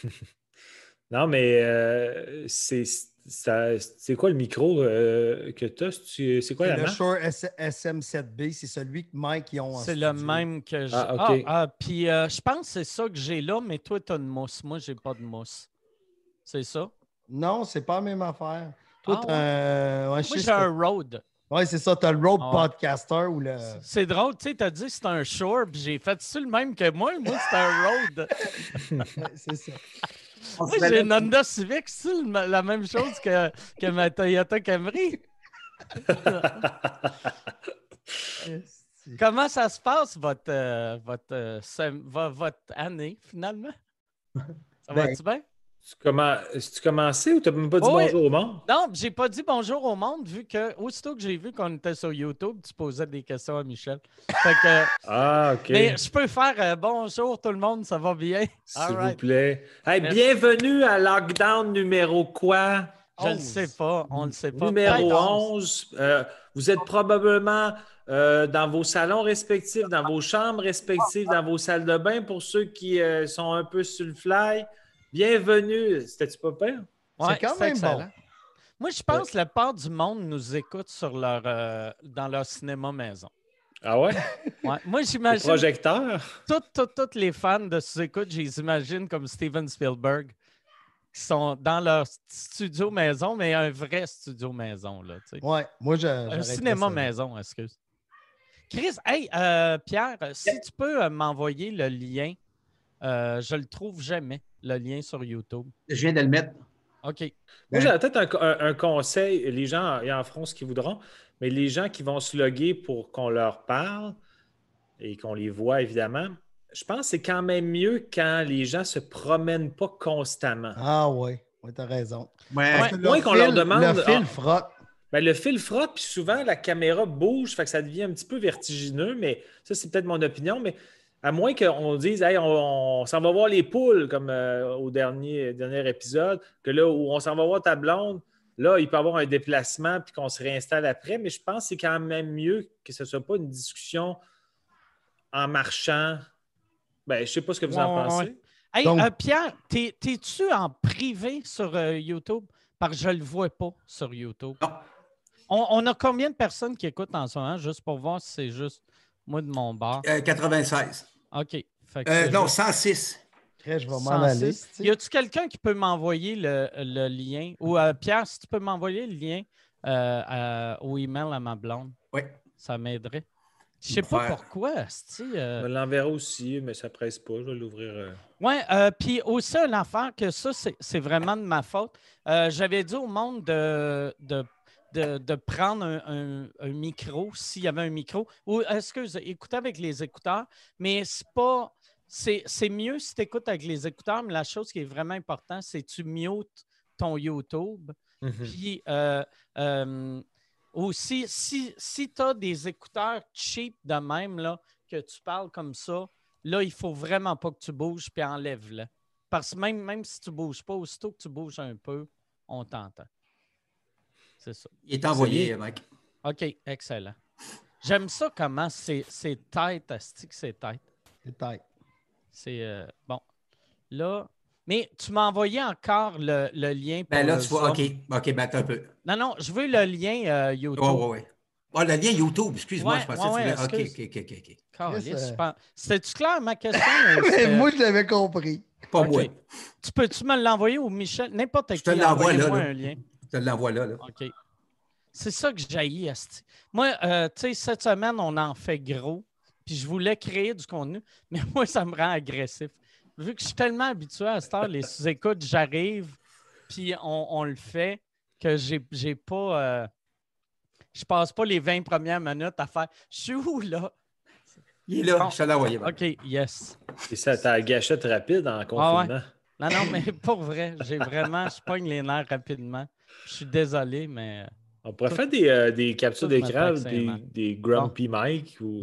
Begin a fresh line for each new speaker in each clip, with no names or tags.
Non, mais c'est quoi le micro que tu as? C'est quoi
C'est
la
le
marque?
Shure SM7B. C'est celui que Mike ils ont en
C'est
studio.
le même que j'ai.
Ah, OK.
Puis je pense que c'est ça que j'ai là, mais toi, tu as une mousse. Moi, j'ai pas de mousse. C'est ça?
Non, c'est pas la même affaire. Toi,
Ah,
t'as un... Ouais, je
Moi,
sais
j'ai un Rode.
Ouais, c'est ça. Tu as le Rode
Ah ouais.
Podcaster ou le...
C'est drôle, tu sais, t'as dit que c'est un Shure, puis j'ai fait ça le même que moi. Moi, c'est un Rode.
Ouais, c'est ça.
Moi, j'ai une Honda Civic, c'est la même chose que ma Toyota Camry. Comment ça se passe, votre année, finalement? Ça
Ben,
va-tu bien?
As-tu commencé ou tu n'as même pas dit
Oui.
bonjour au monde?
Non, j'ai pas dit bonjour au monde, vu que aussitôt que j'ai vu qu'on était sur YouTube, tu posais des questions à Michel. Fait que,
Ah, OK.
mais je peux faire bonjour tout le monde, ça va bien?
S'il vous plaît. Hey, bienvenue à Lockdown numéro quoi?
Je ne le sais pas, on ne le sait pas.
Numéro 11. Vous êtes probablement dans vos salons respectifs, dans vos chambres respectives, dans vos salles de bain pour ceux qui sont un peu sur le fly. Bienvenue. C'était-tu pas pire?
Ouais,
c'est quand même
excellent.
bon.
Moi, je pense que la part du monde nous écoute sur dans leur cinéma maison.
Ah ouais?
Ouais. Moi,
Au
j'imagine
projecteur?
tous les fans de sous-écoute, je les imagine comme Steven Spielberg, qui sont dans leur studio maison, mais un vrai studio maison. Là, tu sais.
Ouais, moi,
Un cinéma maison, excuse. Chris, hey, Pierre, si tu peux m'envoyer le lien, je le trouve jamais, le lien sur YouTube.
Je viens de le mettre.
OK.
Moi, j'avais peut-être un conseil. Les gens, ils en feront ce qu'ils voudront, mais les gens qui vont se loguer pour qu'on leur parle et qu'on les voit, évidemment, je pense que c'est quand même mieux quand les gens ne se promènent pas constamment.
Ah oui, t'as raison.
Ouais.
Parce que moins qu'on leur demande.
Le fil frotte.
Ben, le fil frotte, puis souvent, la caméra bouge, fait que ça devient un petit peu vertigineux, mais ça, c'est peut-être mon opinion, mais à moins qu'on dise, hey, on s'en va voir les poules, comme au dernier épisode, que là, où on s'en va voir ta blonde, là, il peut y avoir un déplacement, puis qu'on se réinstalle après, mais je pense que c'est quand même mieux que ce ne soit pas une discussion en marchant. Ben, je ne sais pas ce que vous en pensez.
Ouais. Hey,
Donc-
Pierre, t'es-tu en privé sur YouTube? Parce que je ne le vois pas sur YouTube.
Non.
On a combien de personnes qui écoutent en ce moment, juste pour voir si c'est juste moi de mon bar?
96.
OK. Fait que
Non,
juste
106.
Après, je vais m'en
106.
aller.
Y a-tu quelqu'un qui peut m'envoyer le lien? Ou Pierre, si tu peux m'envoyer le lien au email à ma blonde,
Oui.
ça m'aiderait. Je sais pas pourquoi.
Je me l'enverrai aussi, mais ça ne presse pas. Je vais l'ouvrir.
Oui, puis aussi, une affaire que ça, c'est vraiment de ma faute. J'avais dit au monde de prendre un micro, s'il y avait un micro, ou écouter avec les écouteurs, mais c'est pas. C'est mieux si tu écoutes avec les écouteurs, mais la chose qui est vraiment importante, c'est que tu mutes ton YouTube. Puis aussi, si tu as des écouteurs cheap de même, là, que tu parles comme ça, là, il ne faut vraiment pas que tu bouges puis enlève-le. Parce que même si tu ne bouges pas, aussitôt que tu bouges un peu, on t'entend. C'est ça.
Il est envoyé, Mike.
OK, excellent. J'aime ça comment c'est tête, Asti, c'est tête.
C'est tête.
C'est bon. Là, mais tu m'as envoyé encore le lien pour
Ben là, tu vois,
Zoom.
OK, ben attends un peu.
Non, je veux le lien YouTube.
Oui. Ah, le lien YouTube, excuse-moi, je pensais que tu voulais. OK.
Calisse, c'était-tu clair, ma question?
Mais moi, je l'avais compris.
Pas moi.
Tu peux-tu me l'envoyer ou Michel? N'importe qui.
Je te l'envoie là.
Un lien.
Je te l'envoie là.
OK. C'est ça que j'haïs, Asti. Moi, tu sais, cette semaine, on en fait gros, puis je voulais créer du contenu, mais moi, ça me rend agressif. Vu que je suis tellement habitué à cette heure, les sous-écoutes, j'arrive, puis on le fait, que j'ai pas... je passe pas les 20 premières minutes à faire « Je suis où, là? »
Il est là, je te l'ai envoyé.
OK, yes.
Et ça, t'as la gâchette rapide en confinement.
Non, mais pour vrai, je pogne les nerfs rapidement. Je suis désolé, mais...
On pourrait faire des captures d'écran, des Grumpy Mike. Ou...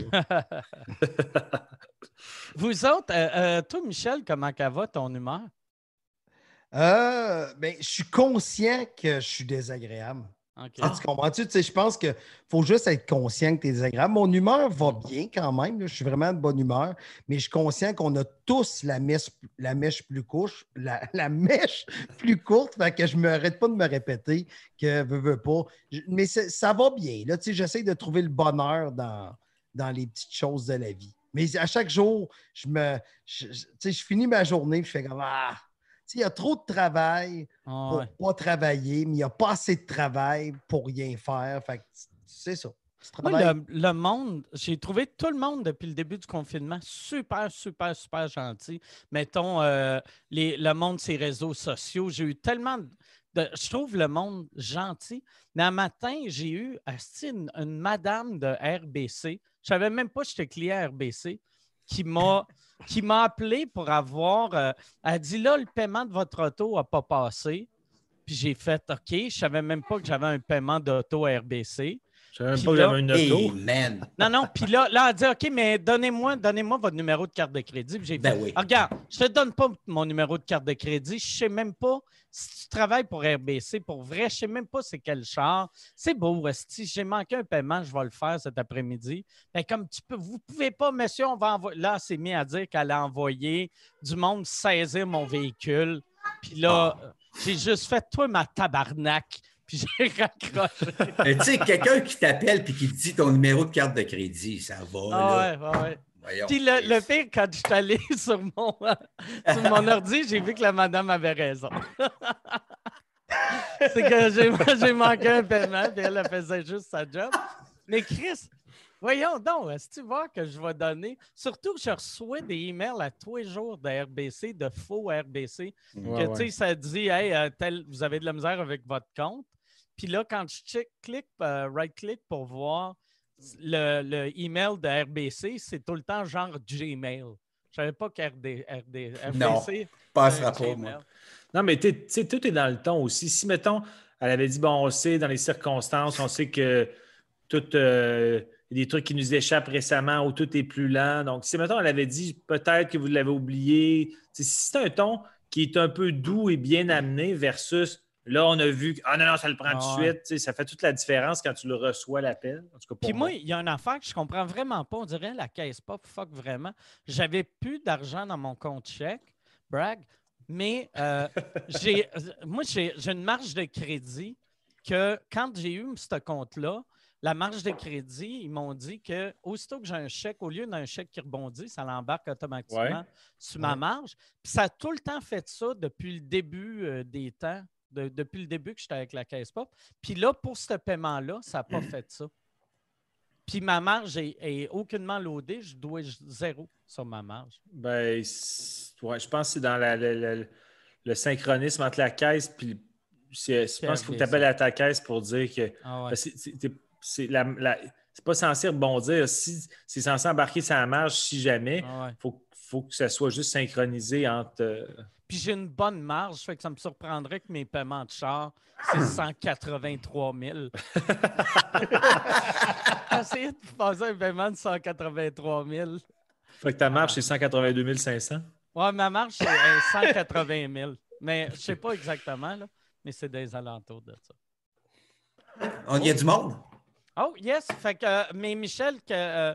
Vous autres, toi, Michel, comment va ton humeur?
Ben, je suis conscient que je suis désagréable.
OK.
Tu comprends-tu? Tu sais, je pense qu'il faut juste être conscient que tu es désagréable. Mon humeur va bien quand même. Là. Je suis vraiment de bonne humeur, mais je suis conscient qu'on a tous la mèche plus courte. La mèche plus courte, fait que je ne m'arrête pas de me répéter que veux pas. Mais ça va bien. Là, tu sais, j'essaie de trouver le bonheur dans les petites choses de la vie. Mais à chaque jour, je finis ma journée et je fais comme il y a trop de travail pour pas travailler, mais il n'y a pas assez de travail pour rien faire. Fait que c'est ça.
Moi, le monde, j'ai trouvé tout le monde depuis le début du confinement super, super, super gentil. Mettons, le monde, ses réseaux sociaux. J'ai eu tellement je trouve le monde gentil. Mais un matin, j'ai eu une madame de RBC. Je ne savais même pas que j'étais client RBC qui m'a appelé pour avoir. Elle dit là, le paiement de votre auto n'a pas passé. Puis j'ai fait OK, je ne savais même pas que j'avais un paiement d'auto à RBC.
Je ne savais même pas que j'avais une auto.
Man.
Non, puis là, elle dit OK, mais donnez-moi votre numéro de carte de crédit. Puis j'ai fait
oui.
Regarde, je ne te donne pas mon numéro de carte de crédit. Je ne sais même pas si tu travailles pour RBC. Pour vrai, je ne sais même pas c'est quel char. C'est beau, si j'ai manqué un paiement, je vais le faire cet après-midi. Mais comme vous ne pouvez pas, monsieur, on va envoyer. Là, elle s'est mise à dire qu'elle a envoyé du monde saisir mon véhicule. Puis là, j'ai juste fait toi ma tabarnak. Puis j'ai raccroché.
Tu sais, quelqu'un qui t'appelle et qui te dit ton numéro de carte de crédit, ça va.
Ouais. Puis le pire, quand je suis allé sur mon ordi, j'ai vu que la madame avait raison. C'est que j'ai manqué un paiement, puis elle faisait juste sa job. Mais Chris, voyons donc, est-ce que tu vois que je vais donner? Surtout que je reçois des emails à tous les jours de RBC, de faux RBC, que tu sais, ça dit hey, vous avez de la misère avec votre compte. Puis là, quand je clique, right-click pour voir le email de RBC, c'est tout le temps genre Gmail. Je ne savais pas qu'RBC...
Non, passera pas, moi.
Non, mais tu sais, tout est dans le ton aussi. Si, mettons, elle avait dit, bon, on sait, dans les circonstances, on sait que tout... y a des trucs qui nous échappent récemment ou tout est plus lent. Donc, si, mettons, elle avait dit, peut-être que vous l'avez oublié. Si c'est un ton qui est un peu doux et bien amené versus... Là, on a vu que non, ça le prend tout de suite. Tu sais, ça fait toute la différence quand tu le reçois, l'appel.
Puis moi, il y a une affaire que je comprends vraiment pas. On dirait la caisse pop, fuck vraiment. J'avais plus d'argent dans mon compte chèque, brag, mais j'ai une marge de crédit que quand j'ai eu ce compte-là, la marge de crédit, ils m'ont dit que aussitôt que j'ai un chèque, au lieu d'un chèque qui rebondit, ça l'embarque automatiquement sur ma marge. Puis ça a tout le temps fait ça depuis le début des temps. Depuis le début que j'étais avec la caisse pop. Puis là, pour ce paiement-là, ça n'a pas fait ça. Puis ma marge est aucunement loadée. Je dois 0 sur ma marge.
Ben, je pense que c'est dans le synchronisme entre la caisse puis je pense qu'il faut que tu appelles à ta caisse pour dire que c'est pas censé rebondir. Si c'est censé embarquer sa marge si jamais, faut que ça soit juste synchronisé entre...
Puis j'ai une bonne marge, fait que ça me surprendrait que mes paiements de char, c'est 183 000. Essayez de passer un paiement de 183 000.
Fait que ta marge, c'est 182 500?
Oui, ma marge, c'est 180 000. Mais je ne sais pas exactement, là, mais c'est des alentours de ça.
Il y a du monde?
Oh, yes! Fait que, mais Michel, ta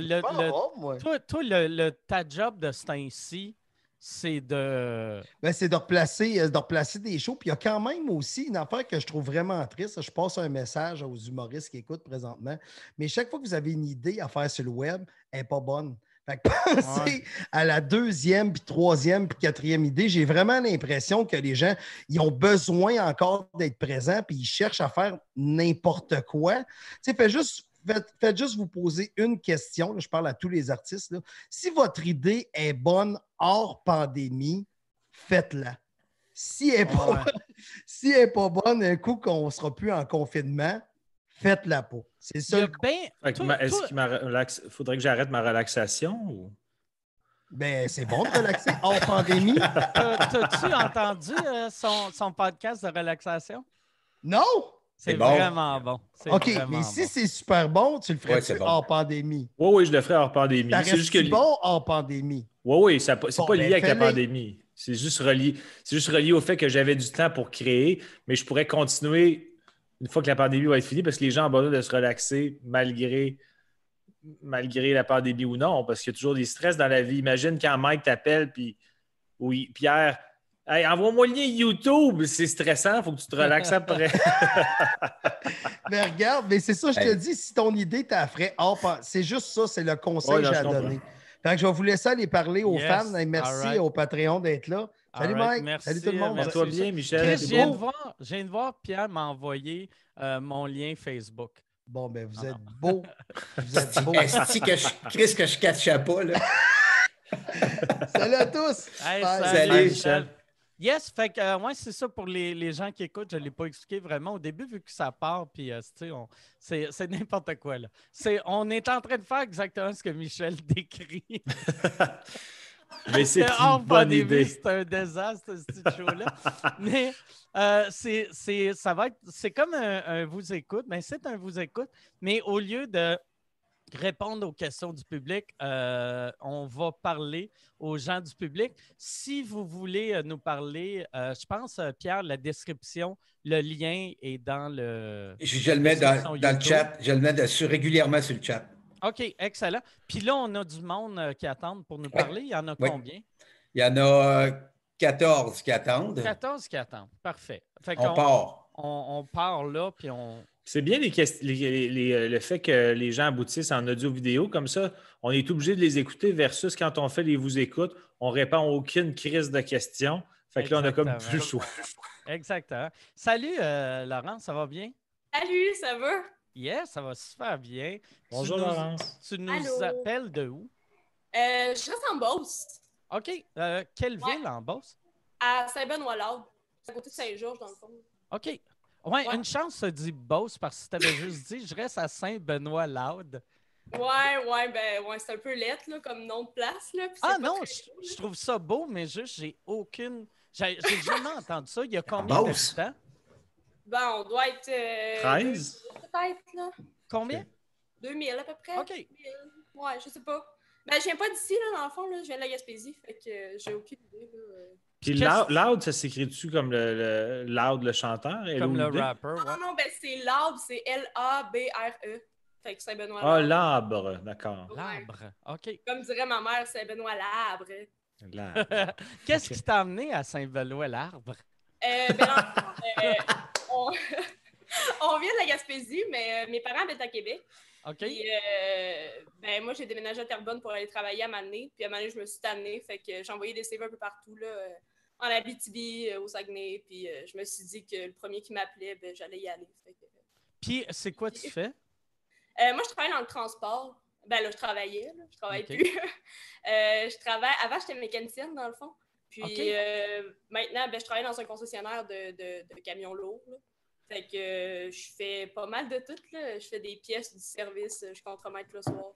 job de ce temps-ci, c'est de...
c'est de replacer des shows. Puis il y a quand même aussi une affaire que je trouve vraiment triste. Je passe un message aux humoristes qui écoutent présentement. Mais chaque fois que vous avez une idée à faire sur le web, elle n'est pas bonne. Fait que pensez à la deuxième, puis troisième, puis quatrième idée. J'ai vraiment l'impression que les gens, ils ont besoin encore d'être présents, puis ils cherchent à faire n'importe quoi. Tu sais, faites juste vous poser une question. Là, je parle à tous les artistes. Là. Si votre idée est bonne hors pandémie, faites-la. Si elle n'est pas bonne, un coup qu'on ne sera plus en confinement, faites-la pas. C'est ça.
Est-ce qu'il faudrait que j'arrête ma relaxation? Ou...
Ben, c'est bon de relaxer hors pandémie.
T'as-tu entendu son podcast de relaxation?
Non!
C'est vraiment bon.
OK, mais si c'est super bon, tu le ferais hors pandémie?
Oui, je le ferais hors pandémie.
Ça reste bon hors pandémie?
Oui, c'est pas lié avec la pandémie. C'est juste relié au fait que j'avais du temps pour créer, mais je pourrais continuer une fois que la pandémie va être finie, parce que les gens ont besoin de se relaxer malgré la pandémie ou non, parce qu'il y a toujours des stress dans la vie. Imagine quand Mike t'appelle, puis oui, Pierre, hey, envoie-moi le lien YouTube, c'est stressant, il faut que tu te relaxes après.
Mais regarde, mais c'est ça, je te dis, si ton idée t'a fait, c'est juste ça, c'est le conseil que j'ai à donner. Fait que je vais vous laisser aller parler aux fans. Et merci au Patreon d'être là. Salut Mike.
Merci,
salut tout le monde.
Mets-toi bien, Michel.
Chris, je viens de voir Pierre m'a envoyé mon lien Facebook.
Bon, ben vous êtes beau. Vous êtes beau.
Est-ce Chris, que je ne catchais pas, là?
Salut à tous.
Hey,
salut
Michel. Yes, fait que c'est ça pour les gens qui écoutent. Je ne l'ai pas expliqué vraiment au début, vu que ça part, puis c'est n'importe quoi. Là. On est en train de faire exactement ce que Michel décrit.
Mais c'est une bonne idée.
C'est un désastre, ce show-là. Mais c'est comme un vous écoute, mais c'est un vous écoute. Mais au lieu de répondre aux questions du public, on va parler aux gens du public. Si vous voulez nous parler, je pense, Pierre, la description, le lien est dans le...
Je le mets dans le chat. Je le mets régulièrement sur le chat.
OK, excellent. Puis là, on a du monde qui attend pour nous parler. Il y en a combien?
Il y en a 14 qui attendent.
14 qui attendent. Parfait.
On part.
On part là, puis on...
C'est bien le fait que les gens aboutissent en audio-vidéo. Comme ça, on est obligé de les écouter versus quand on fait les vous écoute, on répond à aucune crise de questions. Fait que là, on a comme plus le choix.
Exactement. Salut, Laurence, ça va bien?
Salut, ça va?
Yes, ça va super bien.
Bonjour, Laurence.
Tu nous appelles de où?
Je reste en Beauce.
OK. Quelle ville en Beauce?
À Saint-Benoît-Laude. C'est à côté de Saint-Georges, dans le fond.
OK. Ouais, une chance se dit Beauce parce que si tu avais juste dit je reste à Saint-Benoît-Laude.
Ouais, c'est un peu lettre là, comme nom de place. Là,
non, je trouve ça beau, mais juste, j'ai jamais entendu ça. Il y a combien d'habitants?
Ben, on doit être...
13?
Peut-être, là.
Combien?
2000 à peu près.
OK.
2000. Ouais, je sais pas. Ben, je viens pas d'ici, là, dans le fond, là. Je viens de la Gaspésie, fait que j'ai aucune idée, là.
Puis Loud, ça s'écrit-tu comme le Loud, le chanteur?
Comme le rapper, ouais.
Non, ben c'est Labre, c'est L-A-B-R-E. Fait que Saint-Benoît.
Ah, Labre, d'accord.
Labre, OK.
Comme dirait ma mère, Saint-Benoît Labre.
Qu'est-ce qui t'a amené à Saint-Benoît-Larbre?
On vient de la Gaspésie, mais mes parents habitent à Québec.
OK.
Puis, moi, j'ai déménagé à Terrebonne pour aller travailler à Mané. Puis à Mané, je me suis tannée. Fait que j'ai envoyé des CV un peu partout, là, en Abitibi, au Saguenay. Puis je me suis dit que le premier qui m'appelait, j'allais y aller. Fait que...
Puis c'est quoi tu fais?
Moi, je travaille dans le transport. Ben là, je travaillais. Là. Je travaille plus. Avant, j'étais mécanicienne, dans le fond. Puis maintenant, je travaille dans un concessionnaire de camions lourds. Là. Fait que je fais pas mal de tout. Là. Je fais des pièces du service. Je contremaître le soir.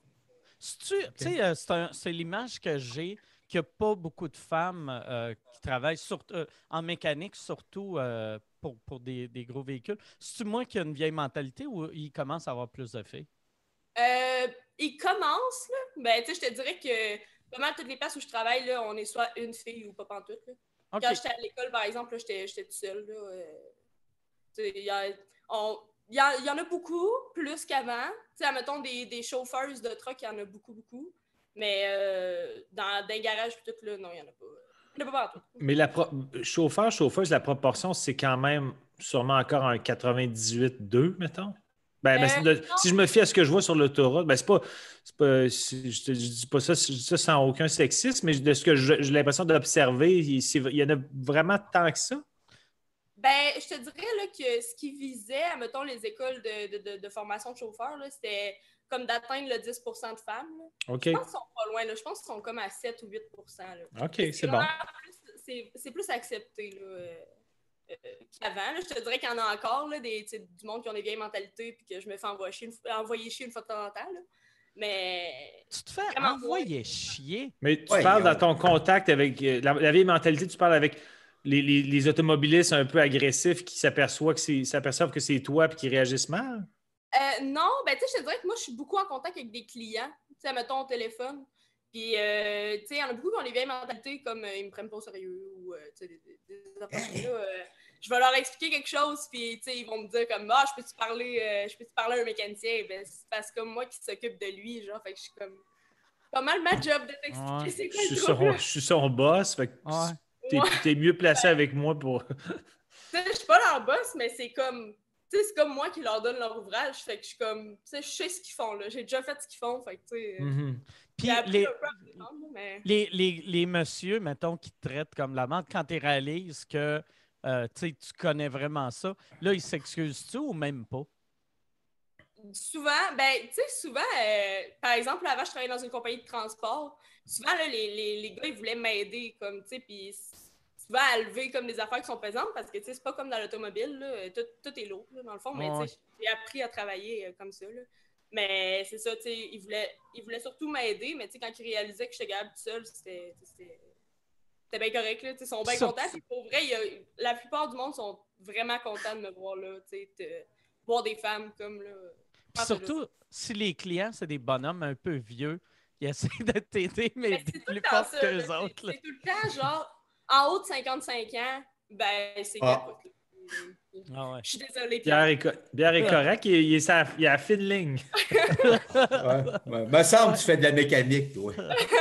C'est l'image que j'ai, qu'il n'y a pas beaucoup de femmes qui travaillent en mécanique, surtout pour des gros véhicules. C'est-tu moi qui ai une vieille mentalité ou il commence à avoir plus de filles?
Il commence, là. Ben, tu sais, je te dirais que pas mal toutes les places où je travaille, là, on est soit une fille ou pas pantoute. Là. Okay. Quand j'étais à l'école, par exemple, j'étais toute seule. Il y en a beaucoup, plus qu'avant. Tu sais, admettons, des chauffeurs de truck, il y en a beaucoup, beaucoup. Mais dans des garages, tout, là, non, il n'y en a pas. Il n'y en a pas partout.
Mais chauffeuse, la proportion, c'est quand même sûrement encore un 98-2, mettons. Si je me fie à ce que je vois sur l'autoroute, je dis pas ça, sans aucun sexisme, mais de ce que j'ai l'impression d'observer, il y en a vraiment tant que ça?
Ben, je te dirais là, que ce qui visait, mettons, les écoles de formation de chauffeurs, là, c'était comme d'atteindre le 10 % de femmes. Là.
Okay.
Je pense qu'ils sont pas loin. Là. Je pense qu'ils sont comme à 7 ou 8 % là.
OK, c'est bon.
C'est plus accepté là, qu'avant. Là. Je te dirais qu'il y en a encore là, du monde qui ont des vieilles mentalités et que je me fais envoyer chier une fois de temps en temps. Là. Mais...
Tu te fais envoyer chier?
Mais tu parles dans ton contact avec la vieille mentalité, tu parles avec les automobilistes un peu agressifs qui s'aperçoivent que c'est toi et qui réagissent mal?
Non, ben tu sais, je te dirais que moi, je suis beaucoup en contact avec des clients, tu sais, mettons au téléphone. Puis, tu sais, il y en a beaucoup qui ont des vieilles mentalités comme ils me prennent pas au sérieux ou, tu sais, des affaires là. je vais leur expliquer quelque chose, puis ils vont me dire comme ah, je peux-tu parler à un mécanicien? Ben, c'est parce que moi qui s'occupe de lui, genre, fait que je suis comme pas mal ma job de t'expliquer c'est quoi le trouble.
Je suis son boss, fait que t'es mieux placé avec moi pour.
Je suis pas leur boss, mais c'est comme. C'est comme moi qui leur donne leur ouvrage, fait que je suis comme. Je sais ce qu'ils font, là. J'ai déjà fait ce qu'ils font, fait que tu sais.
Puis les messieurs, mettons, qui te traitent comme la menthe, quand ils réalisent que tu connais vraiment ça, là, ils s'excusent-tu ou même pas?
Souvent, par exemple, avant, je travaillais dans une compagnie de transport. Souvent, là, les gars, ils voulaient m'aider, comme, tu sais, puis souvent à lever comme des affaires qui sont pesantes parce que, tu sais, c'est pas comme dans l'automobile, là, tout est lourd, là, dans le fond, mais, tu sais, j'ai appris à travailler comme ça, là. Mais c'est ça, tu sais, ils voulaient surtout m'aider, mais, tu sais, quand ils réalisaient que j'étais capable tout seul, c'était bien correct, là, tu sais, ils sont bien contents. Puis pour vrai, la plupart du monde sont vraiment contents de me voir, là, tu sais, voir des femmes comme, là.
Surtout si les clients, c'est des bonhommes un peu vieux, ils essaient de t'aider, mais plus forts qu'eux autres.
C'est tout le temps, genre, en haut de 55 ans, ben, c'est capote. Je suis désolée,
Pierre est correct, il est à la fine ligne.
Me semble que tu fais de la mécanique, toi.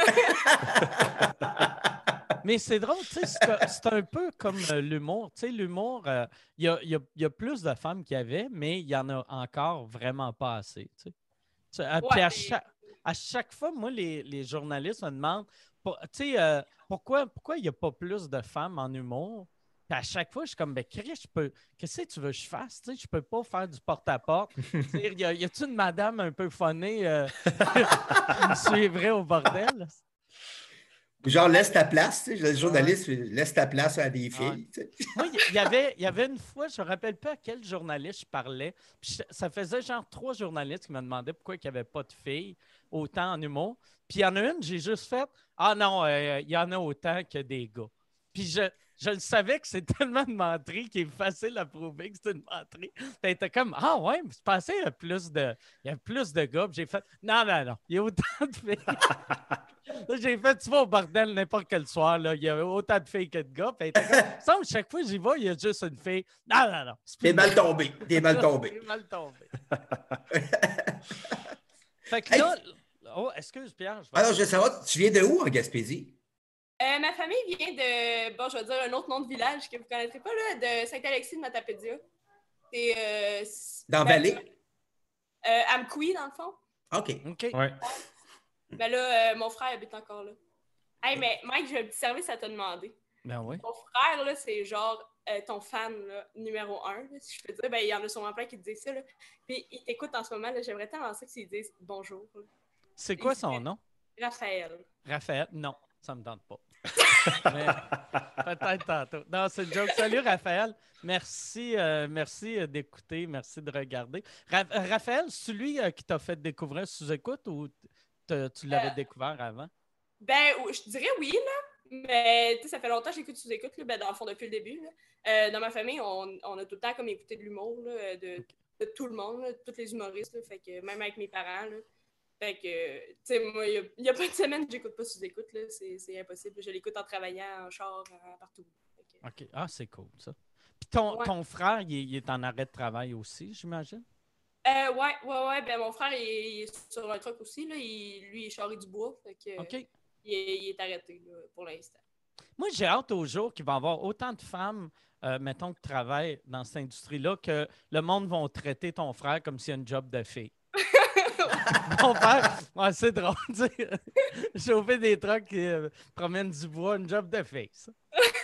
Mais c'est drôle, tu sais, c'est un peu comme l'humour. Tu sais, l'humour, il y a plus de femmes qu'il y avait, mais il y en a encore vraiment pas assez. Tu sais. Puis à chaque fois, moi, les journalistes me demandent, tu sais, pourquoi il n'y a pas plus de femmes en humour? Puis à chaque fois, je suis comme, ben, Chris, qu'est-ce que tu veux que je fasse? Tu sais, je peux pas faire du porte-à-porte. Y a-tu une madame un peu phonée qui me suivrait au bordel?
Genre, laisse ta place, tu sais, le journaliste, laisse ta place à des filles. Tu sais.
Moi, il y avait une fois, je ne me rappelle pas à quel journaliste je parlais, puis ça faisait genre 3 journalistes qui me demandaient pourquoi il n'y avait pas de filles autant en humour. Puis il y en a une, j'ai juste fait « Ah non, il y en a autant que des gars. » Puis je le savais que c'est tellement de menterie qu'il est facile à prouver que c'est une menterie. Puis était comme « Ah ouais, c'est passé, il y a plus de gars. » Puis j'ai fait « Non, il y a autant de filles. » Là, j'ai fait, tu vas au bordel n'importe quel soir, là, il y a autant de filles que de gars. Puis comme, semble chaque fois que j'y vais, il y a juste une fille. Non.
T'es mal tombé. T'es mal tombé.
Fait que là, excuse Pierre.
Alors, je veux savoir, tu viens de où en Gaspésie?
Ma famille vient de, je vais dire un autre nom de village que vous ne connaîtrez pas, là, de Saint-Alexis de Matapédia. C'est
dans Vallée?
Amkoui, dans le fond.
OK.
Ouais.
Ben là, mon frère habite encore là. Hey, mais Mike, j'ai un petit service à te demander.
Ben oui.
Mon frère, là, c'est genre ton fan là, numéro 1, là, si je peux dire. Ben, il y en a sûrement plein qui te disent ça. Là. Puis il t'écoute en ce moment. Là, j'aimerais tellement ça qu'ils disent bonjour. Là.
C'est quoi son nom?
Raphaël.
Raphaël? Non, ça me tente pas. Mais peut-être tantôt. Non, c'est une joke. Salut Raphaël. Merci d'écouter, merci de regarder. Raphaël, c'est lui qui t'a fait découvrir Sous-Écoute ou tu l'avais découvert avant?
Ben, je dirais oui, là. Mais ça fait longtemps que j'écoute Sous-Écoute, là, ben, dans le fond, depuis le début. Là. Dans ma famille, on a tout le temps comme écouté de l'humour, là, de tout le monde, là, tous les humoristes. Là, fait que même avec mes parents. Là, fait que, tu sais, moi, il y a pas de semaine que j'écoute pas Sous-Écoute. Là, c'est impossible. Je l'écoute en travaillant, en char, partout. Que...
OK. Ah, c'est cool, ça. Puis ton frère, il est en arrêt de travail aussi, j'imagine?
Ouais. Ben, mon frère, il est sur un truck aussi. Là. Lui, il est charré du bois. Fait que,
OK.
Il est arrêté là, pour l'instant.
Moi, j'ai hâte au jour qu'il va y avoir autant de femmes, mettons, qui travaillent dans cette industrie-là, que le monde va traiter ton frère comme s'il y a une job de fille. Mon frère, ouais, c'est drôle. Chauffer des trucks qui promènent du bois, une job de fille, ça.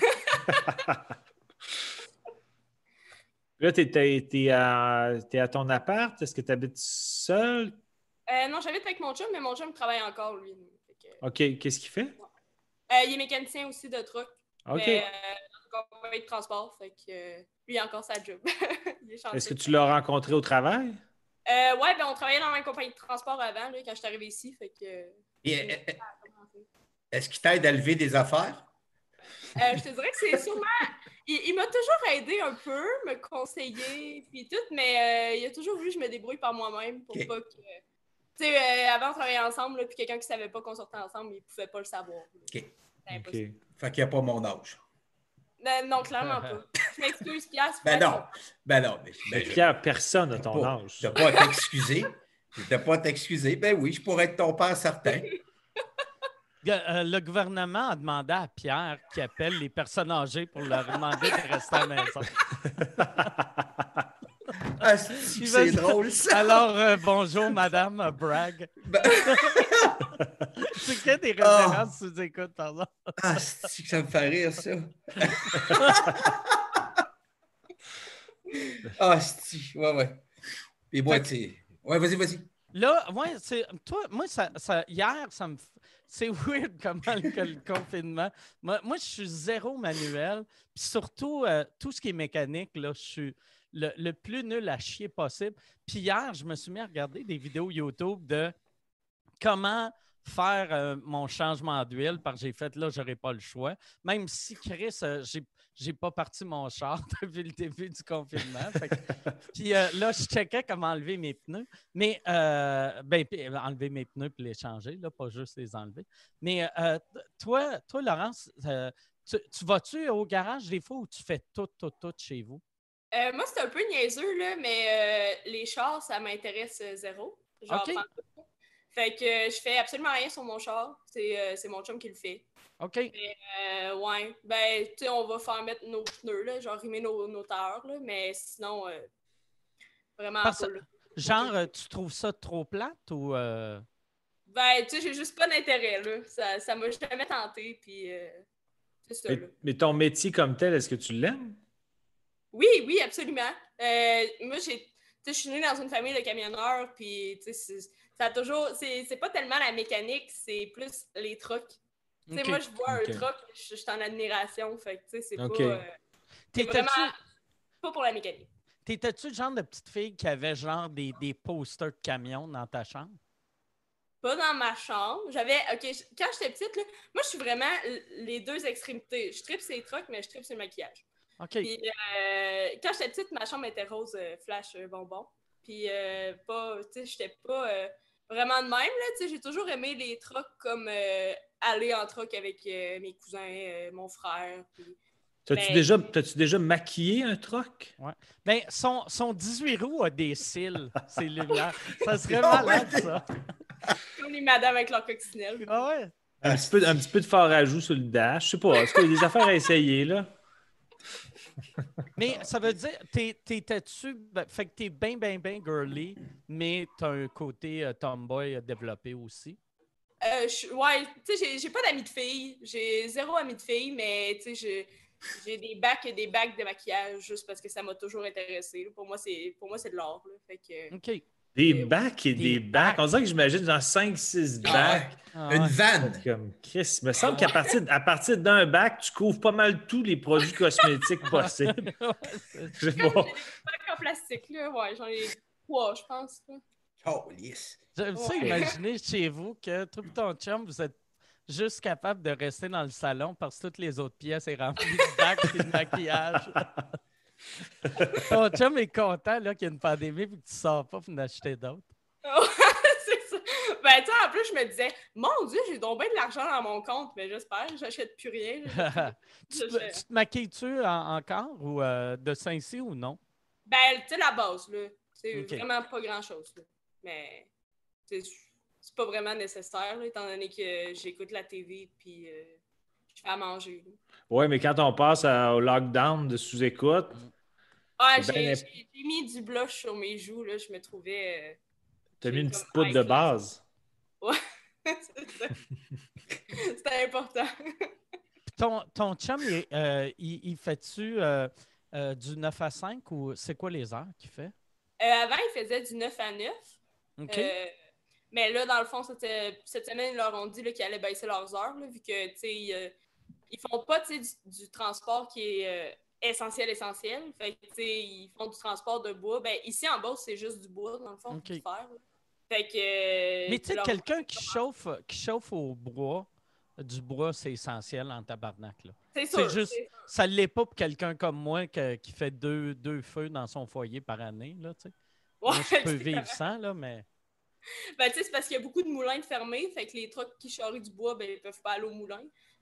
Là, t'es à ton appart. Est-ce que tu habites seul?
Non, j'habite avec mon chum, mais mon chum travaille encore, lui.
OK. Qu'est-ce qu'il fait?
Il est mécanicien aussi de truck.
OK.
Mais, dans une compagnie de transport. Fait que, lui, il a encore sa job.
Est-ce que tu l'as rencontré au travail?
Ouais, ben on travaillait dans la même compagnie de transport avant, là, quand je suis arrivée ici. Fait que,
est-ce qu'il t'aide à lever des affaires?
Je te dirais que c'est sûrement... Il m'a toujours aidé un peu, me conseiller, puis tout, mais il a toujours voulu que je me débrouille par moi-même pour pas que... Tu sais, avant, on travaillait ensemble, puis quelqu'un qui savait pas qu'on sortait ensemble, il pouvait pas le savoir.
OK. Fait qu'il n'y a pas mon âge.
Non, clairement pas. Je m'excuse, Pierre.
Ben non. Ben non.
Mais Pierre, personne n'a ton âge.
Tu n'as pas à t'excuser. Tu n'as pas à t'excuser. Ben oui, je pourrais être ton père certain.
Le gouvernement a demandé à Pierre qui appelle les personnes âgées pour leur demander de rester à la maison.
Ah, c'est drôle, ça.
Alors, bonjour, Madame Bragg. C'est que des références sous écoute, pardon.
Ah, c'est que ça me fait rire, ça. Ah, c'est... Ouais. Et moi, tu sais... Ouais, vas-y.
Là, ouais, c'est... Toi, moi, hier, ça me... C'est weird comment le confinement... Moi, je suis zéro manuel. Puis surtout, tout ce qui est mécanique, là, je suis le plus nul à chier possible. Puis hier, je me suis mis à regarder des vidéos YouTube de comment faire mon changement d'huile, parce que j'ai fait, là, j'aurais pas le choix. Même si, Chris, j'ai pas parti mon char depuis le début du confinement. Puis là, je checkais comment enlever mes pneus. Mais, enlever mes pneus puis les changer, là, pas juste les enlever. Mais toi, Laurence, tu vas-tu au garage des fois ou tu fais tout chez vous?
Moi, c'est un peu niaiseux, là, mais les chars, ça m'intéresse zéro. Genre,
OK.
Fait que je fais absolument rien sur mon char. C'est mon chum qui le fait.
OK.
Mais, ouais. Ben, tu sais, on va faire mettre nos pneus, là, genre rimer nos tailleurs, là, mais sinon, vraiment pas, là.
Genre, tu trouves ça trop plate ou...
Ben, tu sais, j'ai juste pas d'intérêt, là. Ça m'a jamais tenté, puis c'est ça, là.
Mais ton métier comme tel, est-ce que tu l'aimes?
Oui, absolument. Moi, je suis née dans une famille de camionneurs, puis ça a toujours... C'est pas tellement la mécanique, c'est plus les trucks. Okay. Moi, je vois un truck, je suis en admiration, fait que c'est pas... c'est vraiment pas pour la mécanique.
T'étais-tu le genre de petite fille qui avait genre des posters de camions dans ta chambre?
Pas dans ma chambre. Quand j'étais petite, là, moi, je suis vraiment les deux extrémités. Je tripe sur les trucks, mais je tripe sur le maquillage.
OK.
Puis, quand j'étais petite, ma chambre était rose flash bonbon. Puis, j'étais pas vraiment de même, là. J'ai toujours aimé les trucks comme aller en truck avec mes cousins, mon frère. Puis,
T'as-tu déjà maquillé un truck?
Ouais. Ben, son 18 roues a des cils, ses lumières. Ça serait malade, ça.
Comme les madames avec leur coccinelle.
Ah ouais?
Un petit peu de fard à joues sur le dash. Je sais pas, est-ce qu'il y a des affaires à essayer, là?
Mais ça veut dire, t'étais-tu... fait que t'es bien girly, mais t'as un côté tomboy développé aussi?
Ouais, tu sais, j'ai pas d'amis de filles. J'ai zéro ami de filles, mais tu sais, j'ai des bacs et des bacs de maquillage juste parce que ça m'a toujours intéressé. Pour moi, c'est de l'art. Fait que,
OK.
Des bacs et des bacs. On dirait que j'imagine dans 5-6 bacs.
Une vanne.
Comme Chris, il me semble qu'à partir d'un bac, tu couvres pas mal tous les produits cosmétiques possibles.
J'ai des bacs en plastique, là. Ouais, j'en ai 3, je pense.
Oh, yes.
J'aime ça imaginer chez vous que tout ton chum, vous êtes juste capable de rester dans le salon parce que toutes les autres pièces sont remplies de bacs et de maquillage. Ton chum est content là, qu'il y a une pandémie et que tu ne sors pas pour en acheter d'autres.
C'est ça. Ben, tu sais, en plus, je me disais, mon Dieu, j'ai donc bien de l'argent dans mon compte, mais j'espère, j'achète plus rien.
Tu te maquilles-tu encore ou de Saint-Cy ou non?
Ben, tu sais, la base, là. C'est vraiment pas grand-chose, là. Mais, c'est pas vraiment nécessaire, là, étant donné que j'écoute la TV puis je fais à manger.
Oui, mais quand on passe au lockdown de sous-écoute...
j'ai mis du blush sur mes joues, là, je me trouvais...
T'as mis une petite poudre de base.
Ouais, c'est ça. C'était important.
Ton chum, il fait-tu du 9 à 5 ou c'est quoi les heures qu'il fait?
Avant, il faisait du 9 à 9.
OK.
Mais là, dans le fond, cette semaine, ils leur ont dit qu'ils allaient baisser leurs heures, là, vu que, tu sais, ils font pas, tu sais, du transport qui est essentiel. Fait que, tu sais, ils font du transport de bois. Ben, ici, en Beauce, c'est juste du bois, dans le fond, pour faire. Fait que...
Mais tu sais, quelqu'un qui chauffe au bois, du bois, c'est essentiel en tabarnak, là.
C'est sûr.
Juste, ça ne l'est pas pour quelqu'un comme moi qui fait deux feux dans son foyer par année, là, tu sais.
Ouais,
moi, je peux vivre sans, là, mais...
Ben, tu sais, c'est parce qu'il y a beaucoup de moulins de fermés, fait que les trucks qui charrient du bois, ben, ils peuvent pas aller au moulin.